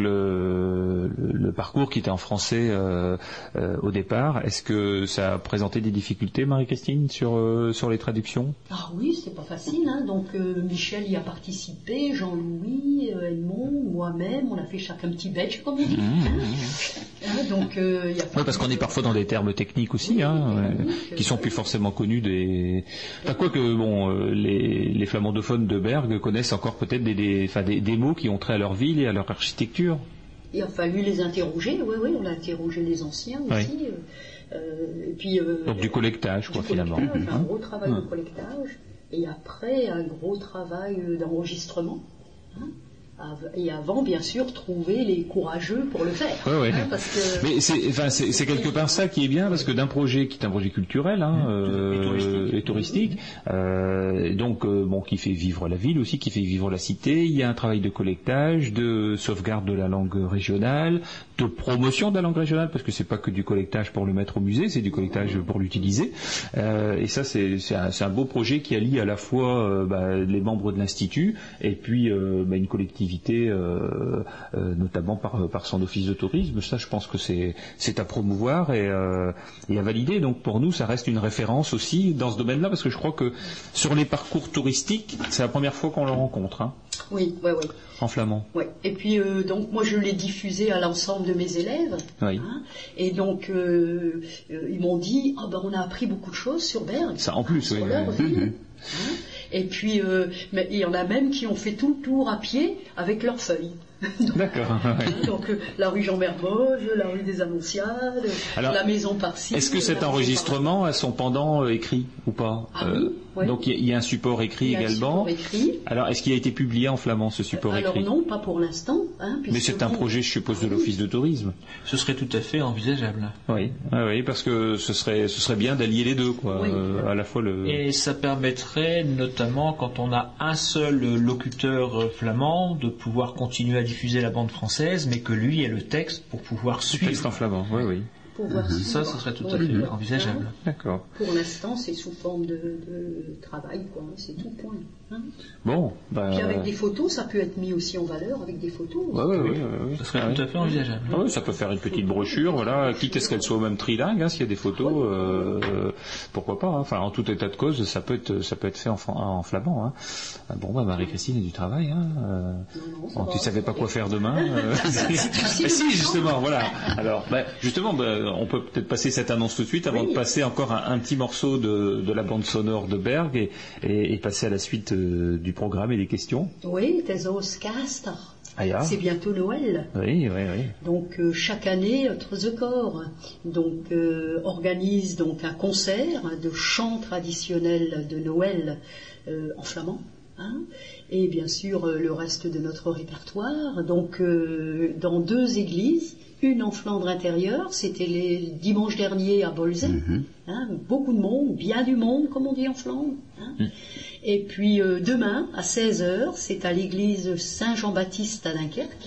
le, le, le parcours qui était en français euh, euh, au départ, est-ce que ça a présenté des difficultés, Marie-Christine, sur euh, sur les traductions? Ah oui, c'est pas facile, hein. Donc euh, Michel y a participé, Jean-Louis, euh, Edmond, moi-même, on a fait chacun petit badge, comme on dit. Mmh, hein. mmh. Hein, donc, euh, y a Oui, parce qu'on est parfois dans des termes techniques aussi, oui, hein, oui, euh, oui, qui sont oui. plus forcément connus des. Enfin, quoi que bon, euh, les, les flamandophones de Bergues connaissent encore peut-être des, des, enfin, des, des mots qui ont trait à leur ville et à leur architecture. Il a fallu les interroger, oui, oui, on a interrogé les anciens aussi. Oui. euh, euh, et puis, euh, Donc du collectage, du quoi, finalement. collectage, un Mhm. gros travail Mhm. de collectage, et après un gros travail euh, d'enregistrement. Hein. Av- Et avant, bien sûr, trouver les courageux pour le faire. Ouais, ouais. Hein, parce que Mais c'est, enfin, c'est, c'est quelque part ça qui est bien, parce que d'un projet qui est un projet culturel hein, euh, Et touristique. et touristique, euh, et donc euh, bon, qui fait vivre la ville aussi, qui fait vivre la cité, il y a un travail de collectage, de sauvegarde de la langue régionale, de promotion de la langue régionale, parce que c'est pas que du collectage pour le mettre au musée, c'est du collectage pour l'utiliser. Euh, et ça, c'est, c'est, un, c'est un beau projet qui allie à la fois euh, bah, les membres de l'institut et puis euh, bah, une collectivité. Euh, euh, notamment par, par son office de tourisme. Ça, je pense que c'est, c'est à promouvoir et, euh, et à valider. Donc pour nous, ça reste une référence aussi dans ce domaine-là, parce que je crois que sur les parcours touristiques, c'est la première fois qu'on le rencontre, hein, oui, oui, oui. en flamand. Ouais. Et puis euh, donc moi je l'ai diffusé à l'ensemble de mes élèves. Oui. Hein, et donc euh, euh, ils m'ont dit ah ben on a appris beaucoup de choses sur Bergues. Ça en plus, sur oui. leur oui. ville. Mhm. Hein. Et puis euh, mais il y en a même qui ont fait tout le tour à pied avec leurs feuilles. donc, D'accord. Ouais. donc euh, la rue Jean Mermoz, la rue des Annonciades, Alors, la maison par-ci. Est-ce que cet la maison enregistrement a son pendant euh, écrit ou pas? Ah oui, oui. Donc il y, a- il y a un support écrit Il y a un également. support écrit. Alors est-ce qu'il a été publié en flamand ce support Alors écrit? non, pas pour l'instant. Hein, Mais puisque c'est un bon, projet, je suppose, de l'office de tourisme. Ce serait tout à fait envisageable. Oui, oui, oui, parce que ce serait, ce serait bien d'allier les deux, quoi. Oui. Euh, à la fois le. Et ça permettrait, notamment quand on a un seul locuteur flamand, de pouvoir continuer à diffuser la bande française, mais que lui ait le texte pour pouvoir suivre. Texte en flamand, oui, oui. pouvoir Ça, suivre. ce serait tout à Oui, fait oui. envisageable. D'accord. Pour l'instant, c'est sous forme de, de travail, quoi. C'est tout point. Hein. Bon, bah. Puis avec des photos, ça peut être mis aussi en valeur avec des photos. Ouais, ouais, ouais, ouais, ouais. Ça serait Ah, tout à fait envisageable. Ah oui, ça peut faire une petite brochure, voilà, quitte à ce qu'elle soit même trilingue, hein, s'il y a des photos, euh, euh, pourquoi pas, hein. Enfin, en tout état de cause, ça peut être, ça peut être fait en, fran- en flamand, hein. Ah, bon, bah, Marie-Christine a du travail, hein. Euh, bon, tu savais pas quoi faire demain, euh... Ah, si, justement, voilà. Alors, bah, justement, bah, on peut peut-être passer cette annonce tout de suite avant Oui. de passer encore un, un petit morceau de, de la bande sonore de Berg et, et, et passer à la suite euh, du programme et des questions. Oui, Tezos Castor. Ah, ja. C'est bientôt Noël. Oui, oui, oui. Donc euh, chaque année, The Corps donc euh, organise donc un concert de chants traditionnels de Noël euh, en flamand. Hein, et bien sûr euh, le reste de notre répertoire. Donc euh, dans deux églises, une en Flandre intérieure, c'était les dimanches derniers à Bolzey. Mhm. Hein, beaucoup de monde, bien du monde, comme on dit en Flandre. Hein. Mm. Et puis euh, demain, à seize heures, c'est à l'église Saint-Jean-Baptiste à Dunkerque.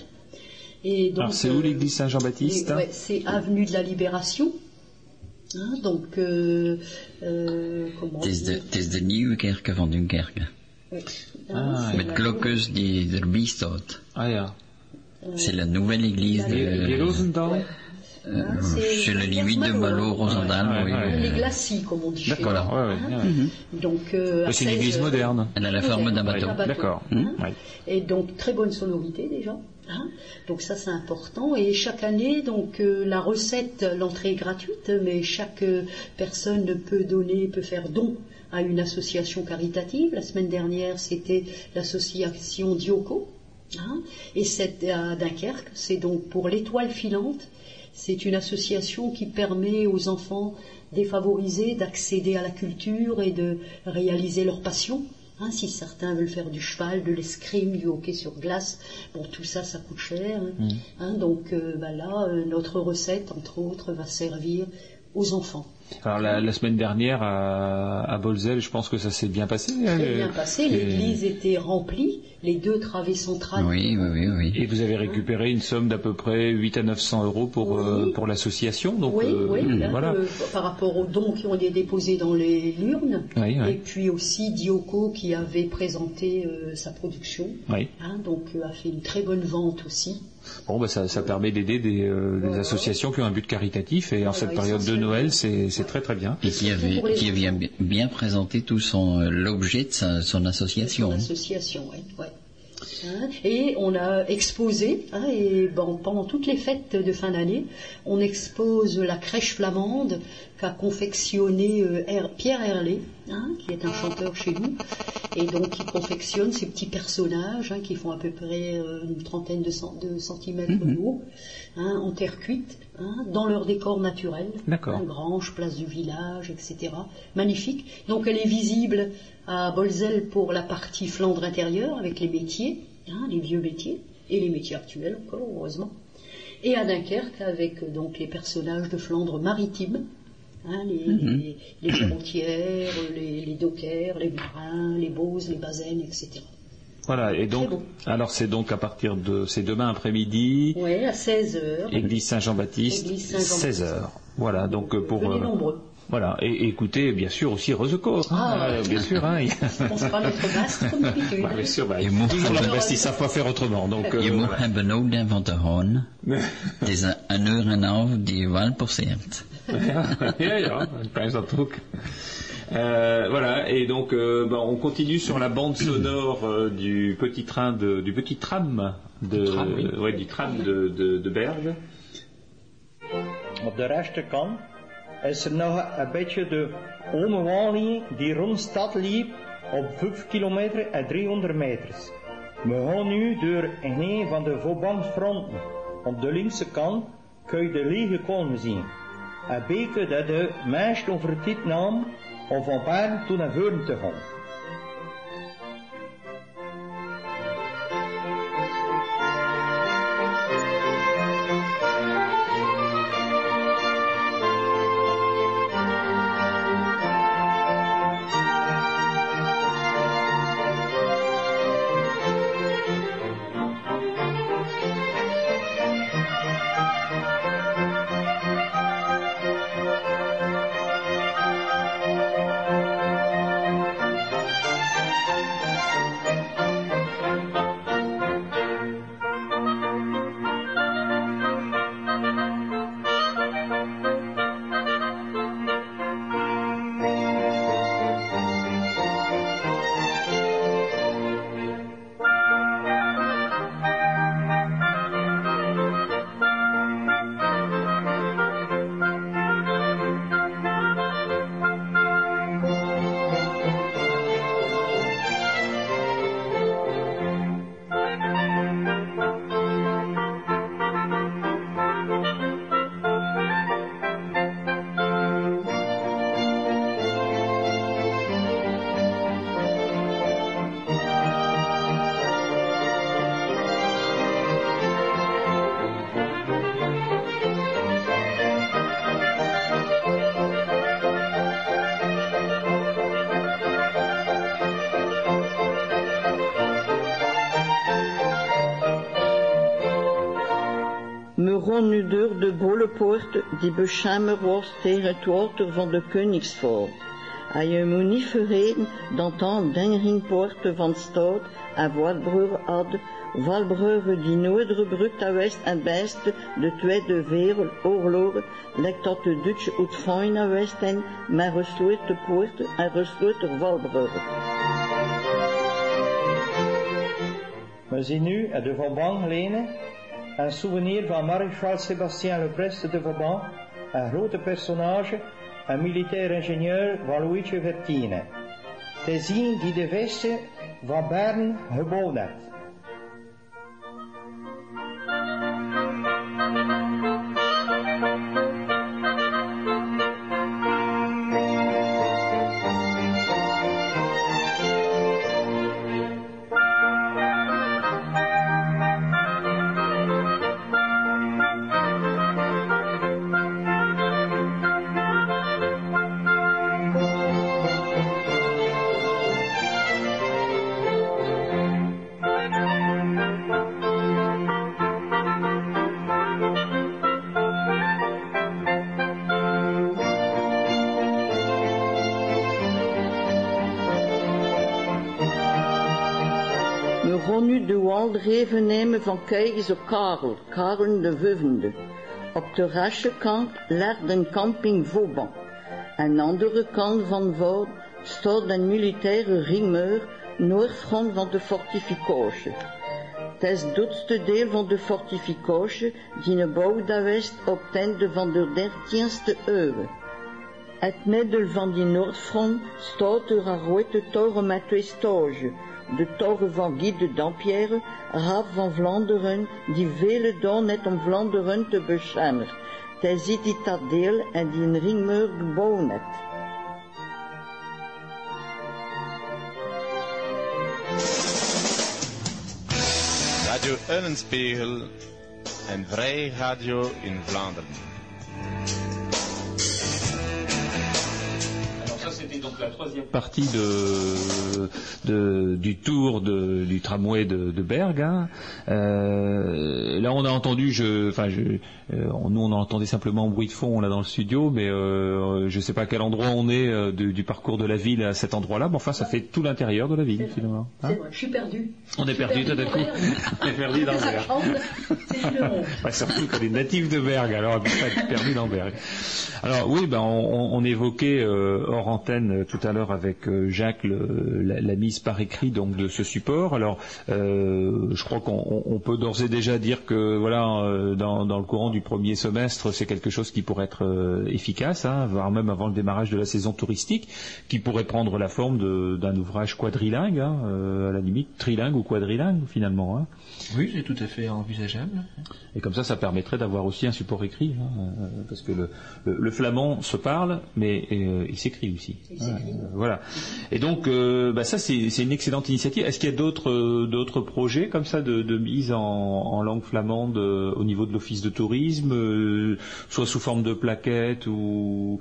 Et donc, Alors, c'est où euh, l'église Saint-Jean-Baptiste? et, ouais, c'est avenue de la Libération. Hein, donc, euh, euh, comment Het is de, dire het is de nieuwe kerk van Dunkerque. Ouais. Ah, Hein, c'est Met la- klokjes die erbij staat. Ah, ja. C'est la nouvelle église La- Et, et de... Rosenthal? Euh, c'est la limite de Malo-Rosendal, ouais, oui. Ouais, ouais, les glacis, comme on dit chez nous. D'accord, ouais, ouais, hein. ouais. Mm-hmm. Donc, euh, c'est une église moderne. Elle a la forme d'un bateau. bateau. D'accord. Hein. Ouais. Et donc, très bonne sonorité déjà. Hein. Donc ça, c'est important. Et chaque année, donc euh, la recette, l'entrée est gratuite, mais chaque euh, personne peut donner, peut faire don à une association caritative. La semaine dernière, c'était l'association Dioco. Hein. Et c'est à Dunkerque. C'est donc pour l'Étoile filante. C'est une association qui permet aux enfants défavorisés d'accéder à la culture et de réaliser leur passion. Hein, si certains veulent faire du cheval, de l'escrime, du hockey sur glace, bon, tout ça, ça coûte cher. Hein. Mmh. Hein, donc euh, bah là, euh, notre recette, entre autres, va servir aux enfants. Alors la, la semaine dernière à, à Bolzel, je pense que ça s'est bien passé. Très bien passé. L'église était remplie, les deux travées centrales. Oui, oui, oui, oui. Et vous avez récupéré une somme d'à peu près huit à neuf cents euros pour oui. euh, pour l'association. Donc oui, euh, oui. Là, voilà. euh, par rapport aux dons qui ont été déposés dans les urnes, oui, oui. et puis aussi Dioco qui avait présenté euh, sa production. Oui. Hein, donc euh, a fait une très bonne vente aussi. Bon, bah, ça, ça permet d'aider des, euh, des ouais, associations qui ont un but caritatif et en ouais, cette période de Noël, c'est, c'est très très bien. Et qui avait, qui avait bien, bien présenté tout son l'objet de sa, son association. Son association, oui. Ouais. Hein, et on a exposé, hein, et bon, pendant toutes les fêtes de fin d'année, on expose la crèche flamande qu'a confectionné euh, Her- Pierre Herlé, hein, qui est un chanteur chez nous, et donc qui confectionne ces petits personnages hein, qui font à peu près euh, une trentaine de, cent- de centimètres mm-hmm. de haut, hein, en terre cuite, hein, dans leur décor naturel, hein, grange, place du village, et cetera. Magnifique. Donc elle est visible à Bolzel pour la partie Flandre intérieure avec les métiers, hein, les vieux métiers et les métiers actuels encore heureusement, et à Dunkerque avec donc les personnages de Flandre maritime, hein, les, mm-hmm. les, les frontières, les, les dockers, les marins, les boses, les bazaines, et cetera. Voilà, et donc, alors c'est donc à partir de, c'est demain après-midi. Oui, à seize heures. Église Saint-Jean-Baptiste, Église Saint-Jean-Baptiste. seize heures. Voilà, donc pour. Venez nombreux. Voilà, et, et écoutez, bien sûr, aussi Resecours. Ah, euh, bien sûr, hein. On sera notre vaste comme d'habitude. Bah, bien sûr, bah, toujours la beste, ils savent pas faire autrement. Donc, je moet hebben ook den van te houden. Het is een uur en een half die je wel passeert. Ja, ja, kan dat ook. Euh, voilà, et donc euh, bah, on continue sur la bande sonore euh, du petit train de, du petit tram de, tram, oui. ouais, du tram de, de, de Berge. Op de rechterkant is er nog een beetje de Ome Wally die rond de stad liep op vijf kilometer en driehonderd meters. We gaan nu door een van de voorbangsfronten. Op de linkse kant kun je de lege kolmen zien. Een beetje dat de meest over het tijd nam om van Baarn toe naar voren te gaan. We gaan nu door de Bollepoort die beschermer was tegen het water van de Koningsvaart. Hij je moet niet vergeten dat dan de ringpoorten van stad en Waldbrugge hadden, Waldbrugge die nooit gebruikt geweest en beste de Tweede Wereldoorlog, lijkt dat de Duitse uitvoering geweest zijn met gesloten poorten en gesloten Waldbrugge. We zien nu à de Vauban geleden een souvenir van Maréchal Sébastien Le Prest de Vauban, een grote personage, een militair ingenieur van Luigi veertien. Te zien die de Westen van Bern gebouwd heeft. Even nemen van keizer Karel, Karel de Vijfde. Op de rechtse kant ligt een camping Vauban. Aan de andere kant van Vaud staat een militaire ringmuur noordfront van de fortificatie. Het is het doodste deel van de fortificatie die gebouwd is op het einde van de dertiende eeuw. Het middel van die noordfront staat er een grote toren met twee stages. De toren van Guy de Dampierre, graaf van Vlaanderen, die vele dagen net om Vlaanderen te beschermen. Hij ziet dit dat deel en die een ringmuur gebouwd heeft. Radio Eulenspiegel en Vrij Radio in Vlaanderen. C'était donc la troisième partie de, de, du tour de, du tramway de, de Bergue. Hein. Euh, là, on a entendu, je, enfin, je, euh, nous, on entendait simplement un bruit de fond là dans le studio, mais euh, je ne sais pas à quel endroit on est euh, de, du parcours de la ville à cet endroit-là. Mais enfin, ça fait tout l'intérieur de la ville, finalement. Hein. C'est vrai, je suis perdu. On est perdu tout d'un coup. On est perdu dans Bergue. Ouais, surtout qu'on est natif de Bergue, alors on peut pas être perdu dans Bergue. Alors oui, ben on, on évoquait euh, hors antenne tout à l'heure avec euh, Jacques le, la, la mise par écrit donc de ce support. Alors euh, je crois qu'on on peut d'ores et déjà dire que voilà euh, dans, dans le courant du premier semestre c'est quelque chose qui pourrait être euh, efficace, hein, voire même avant le démarrage de la saison touristique, qui pourrait prendre la forme de, d'un ouvrage quadrilingue, hein, euh, à la limite trilingue ou quadrilingue finalement. Hein. Oui, c'est tout à fait envisageable. Et comme ça, ça permettrait d'avoir aussi un support écrit, hein, parce que le, le, le flamand se parle, mais euh, il s'écrit aussi. Il s'écrit. Euh, voilà. Et donc, euh, bah ça, c'est, c'est une excellente initiative. Est-ce qu'il y a d'autres, euh, d'autres projets comme ça de, de mise en, en langue flamande euh, au niveau de l'office de tourisme, euh, soit sous forme de plaquettes ou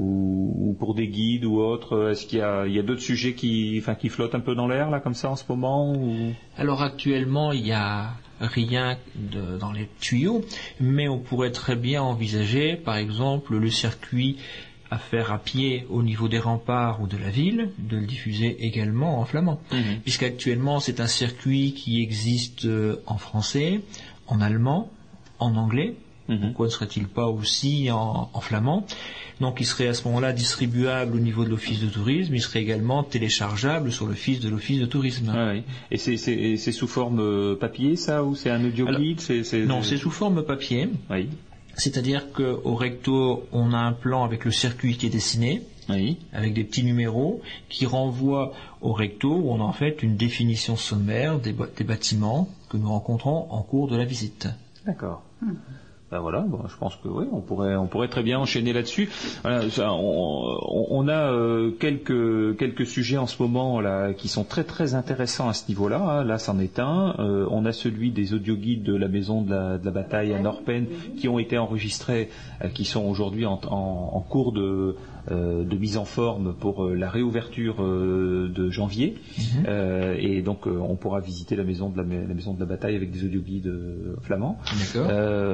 Ou, ou pour des guides ou autres? Est-ce qu'il y a, il y a d'autres sujets qui, enfin, qui flottent un peu dans l'air là comme ça en ce moment ou... Alors actuellement il n'y a rien de, dans les tuyaux, mais on pourrait très bien envisager par exemple le circuit à faire à pied au niveau des remparts ou de la ville, de le diffuser également en flamand, mmh. puisqu'actuellement c'est un circuit qui existe en français, en allemand, en anglais. Mmh. Pourquoi ne serait-il pas aussi en, en flamand? Donc il serait à ce moment-là distribuable au niveau de l'office de tourisme, il serait également téléchargeable sur le site de l'office de tourisme. Ah oui. Et c'est, c'est, c'est sous forme papier ça, ou c'est un audio guide? c'est, c'est, Non, c'est sous forme papier. Oui. C'est-à-dire qu'au recto, on a un plan avec le circuit qui est dessiné, oui. avec des petits numéros qui renvoient au recto où on a en fait une définition sommaire des, des bâtiments que nous rencontrons en cours de la visite. D'accord. Hum. Ben voilà, bon, je pense que oui, on pourrait, on pourrait très bien enchaîner là-dessus. Voilà, ça, on, on a euh, quelques, quelques sujets en ce moment là qui sont très très intéressants à ce niveau-là. Hein. Là, c'en est un. Euh, on a celui des audioguides de la maison de la, de la bataille à Norpen qui ont été enregistrés, euh, qui sont aujourd'hui en, en, en cours de Euh, de mise en forme pour euh, la réouverture euh, de janvier, mmh. euh, et donc euh, on pourra visiter la maison de la, la maison de la bataille avec des audioguides euh, flamands. D'accord. Euh, on a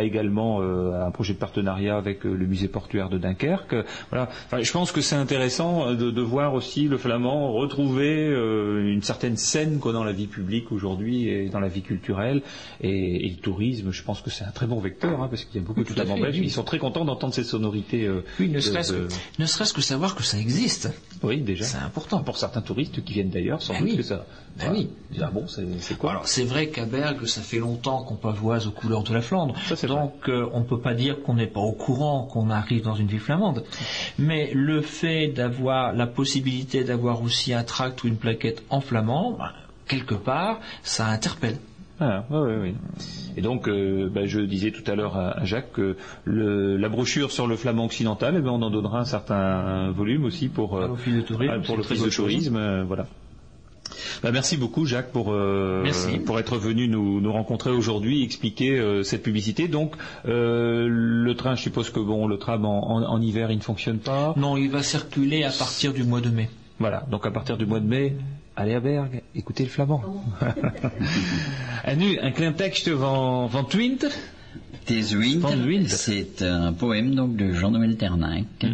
également euh, un projet de partenariat avec euh, le musée portuaire de Dunkerque. Voilà. Enfin, je pense que c'est intéressant de, de voir aussi le flamand retrouver euh, une certaine scène quoi, dans la vie publique aujourd'hui et dans la vie culturelle et, et le tourisme. Je pense que c'est un très bon vecteur hein, parce qu'il y a beaucoup de flamands belges. Ils sont très contents d'entendre ces sonorités. Euh, oui, ne de, serait-ce, de... Que, ne serait-ce que savoir que ça existe. Oui, déjà. C'est important. Pour certains touristes qui viennent d'ailleurs, sans ben doute oui. que ça. Ben voilà. oui. Ah bon, c'est, c'est quoi? Alors c'est vrai qu'à Bergue, ça fait longtemps qu'on pavoise aux couleurs de la Flandre. Ça, donc euh, on ne peut pas dire qu'on n'est pas au courant qu'on arrive dans une ville flamande. Mais le fait d'avoir la possibilité d'avoir aussi un tract ou une plaquette en flamand, ben, quelque part, ça interpelle. Ah, oui, oui, oui. Et donc, euh, bah, je disais tout à l'heure à, à Jacques que le, la brochure sur le flamand occidental, eh ben, on en donnera un certain volume aussi pour, euh, l'office de tourisme, pour l'office de tourisme. Euh, voilà. Bah, merci beaucoup Jacques pour, euh, pour être venu nous, nous rencontrer aujourd'hui, expliquer euh, cette publicité. Donc euh, le train, je suppose que bon, le tram en, en, en hiver il ne fonctionne pas. Non, il va circuler à partir du mois de mai. Voilà, donc à partir du mois de mai, allez à Bergue, écoutez le flamand. En nu, een klein tekstje van, van Twint. Het is winter, c'est un poème donc de Jean-Noël Ternac. Mm.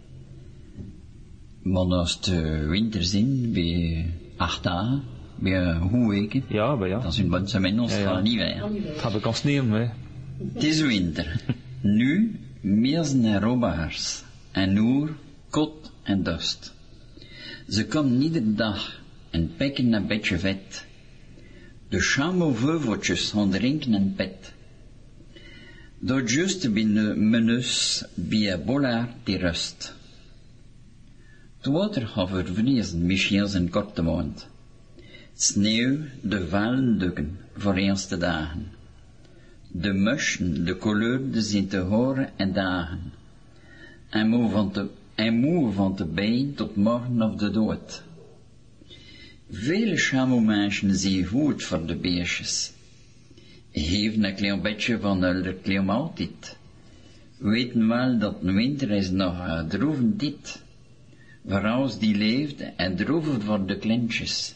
Maar als het winterzin, bij acht dagen, bij een weken, ja, bah ja. dans une bonne semaine, on ja, sera ja. en hiver. Gaan we kan sneeuwen, hè. Het is winter. Nu, mirzen en robaars, en oer, kot en dust. Ze komen iedere dag en pekken een beetje vet. De chameau-veuveltjes gaan drinken en pet. Door juist binnen menus bij een bollaar die rust. Het water gaat vervriezen, Michiels en korte mond. Sneeuw, de valendukken voor eerste dagen. De muschen, de couleurs zijn te horen en dagen. En moe van de, en moe van de been tot morgen of de dood. Vele chameaumenschen zijn goed voor de beestjes. Geven een klein beetje van hun klein maaltijd. Weten wel dat een winter is nog uh, droeven dit. Voorals die leefde en droeven voor de kleintjes.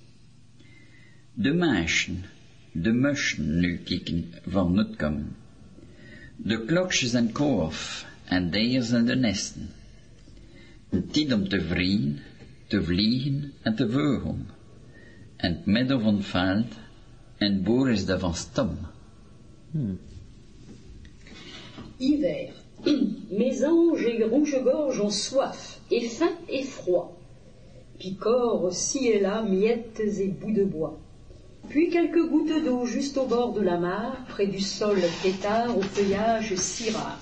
De meisjen, de muschen nu kijken van het komen. De klokjes en koof en deers en de nesten. Een tijd om te vrien, te vliegen en te vogelen. En het midden van het veld, en boer is daar van stom. Hmm. Hiver. Mes anges et rouge-gorge ont soif, et faim et froid. Picorent ci et là miettes et bouts de bois. Puis quelques gouttes d'eau juste au bord de la mare, près du sol tétard au feuillage si rare.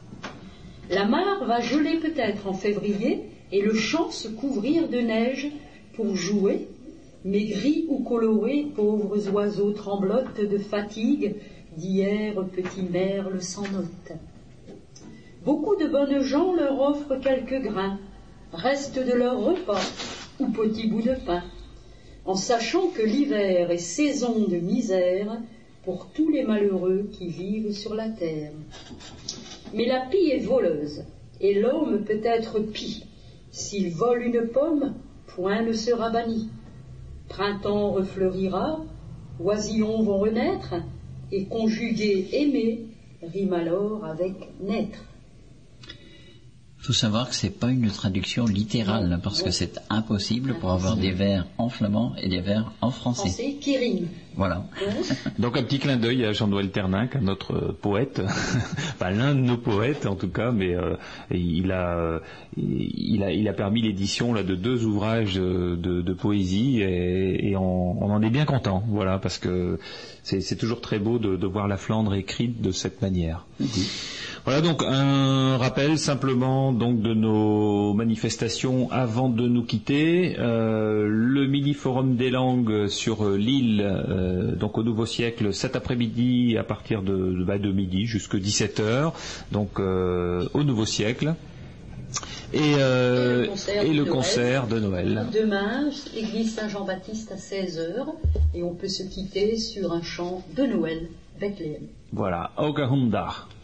La mare va geler peut-être en février, et le champ se couvrir de neige pour jouer, maigris ou colorés, pauvres oiseaux tremblotent de fatigue, d'hier petits merles sans note. Beaucoup de bonnes gens leur offrent quelques grains, restent de leur repas ou petits bouts de pain, en sachant que l'hiver est saison de misère pour tous les malheureux qui vivent sur la terre. Mais la pie est voleuse, et l'homme peut être pie. S'il vole une pomme, point ne sera banni. Printemps refleurira, oisillons vont renaître, et conjuguer aimer rime alors avec naître. Il faut savoir que c'est pas une traduction littérale, non, parce non. que c'est impossible pour avoir des vers en flamand et des vers en français. Français qui riment. Voilà. Ouais. Donc un petit clin d'œil à Jean-Noël Ternac, notre poète, enfin l'un de nos poètes en tout cas, mais euh, il a il a il a permis l'édition là de deux ouvrages de, de poésie et, et on, on en est bien content, voilà, parce que c'est, c'est toujours très beau de, de voir la Flandre écrite de cette manière. Mm-hmm. Voilà donc un rappel simplement donc de nos manifestations avant de nous quitter. Euh, le mini forum des langues sur l'île, euh, donc au Nouveau Siècle, cet après-midi à partir de, bah, de midi jusqu'à dix-sept heures, donc euh, au Nouveau Siècle. Et, euh, et le concert, et de, le Noël. concert de Noël. Demain, l'église Saint-Jean-Baptiste à seize heures, et on peut se quitter sur un chant de Noël, Bethléem. Voilà, Auge Hundag.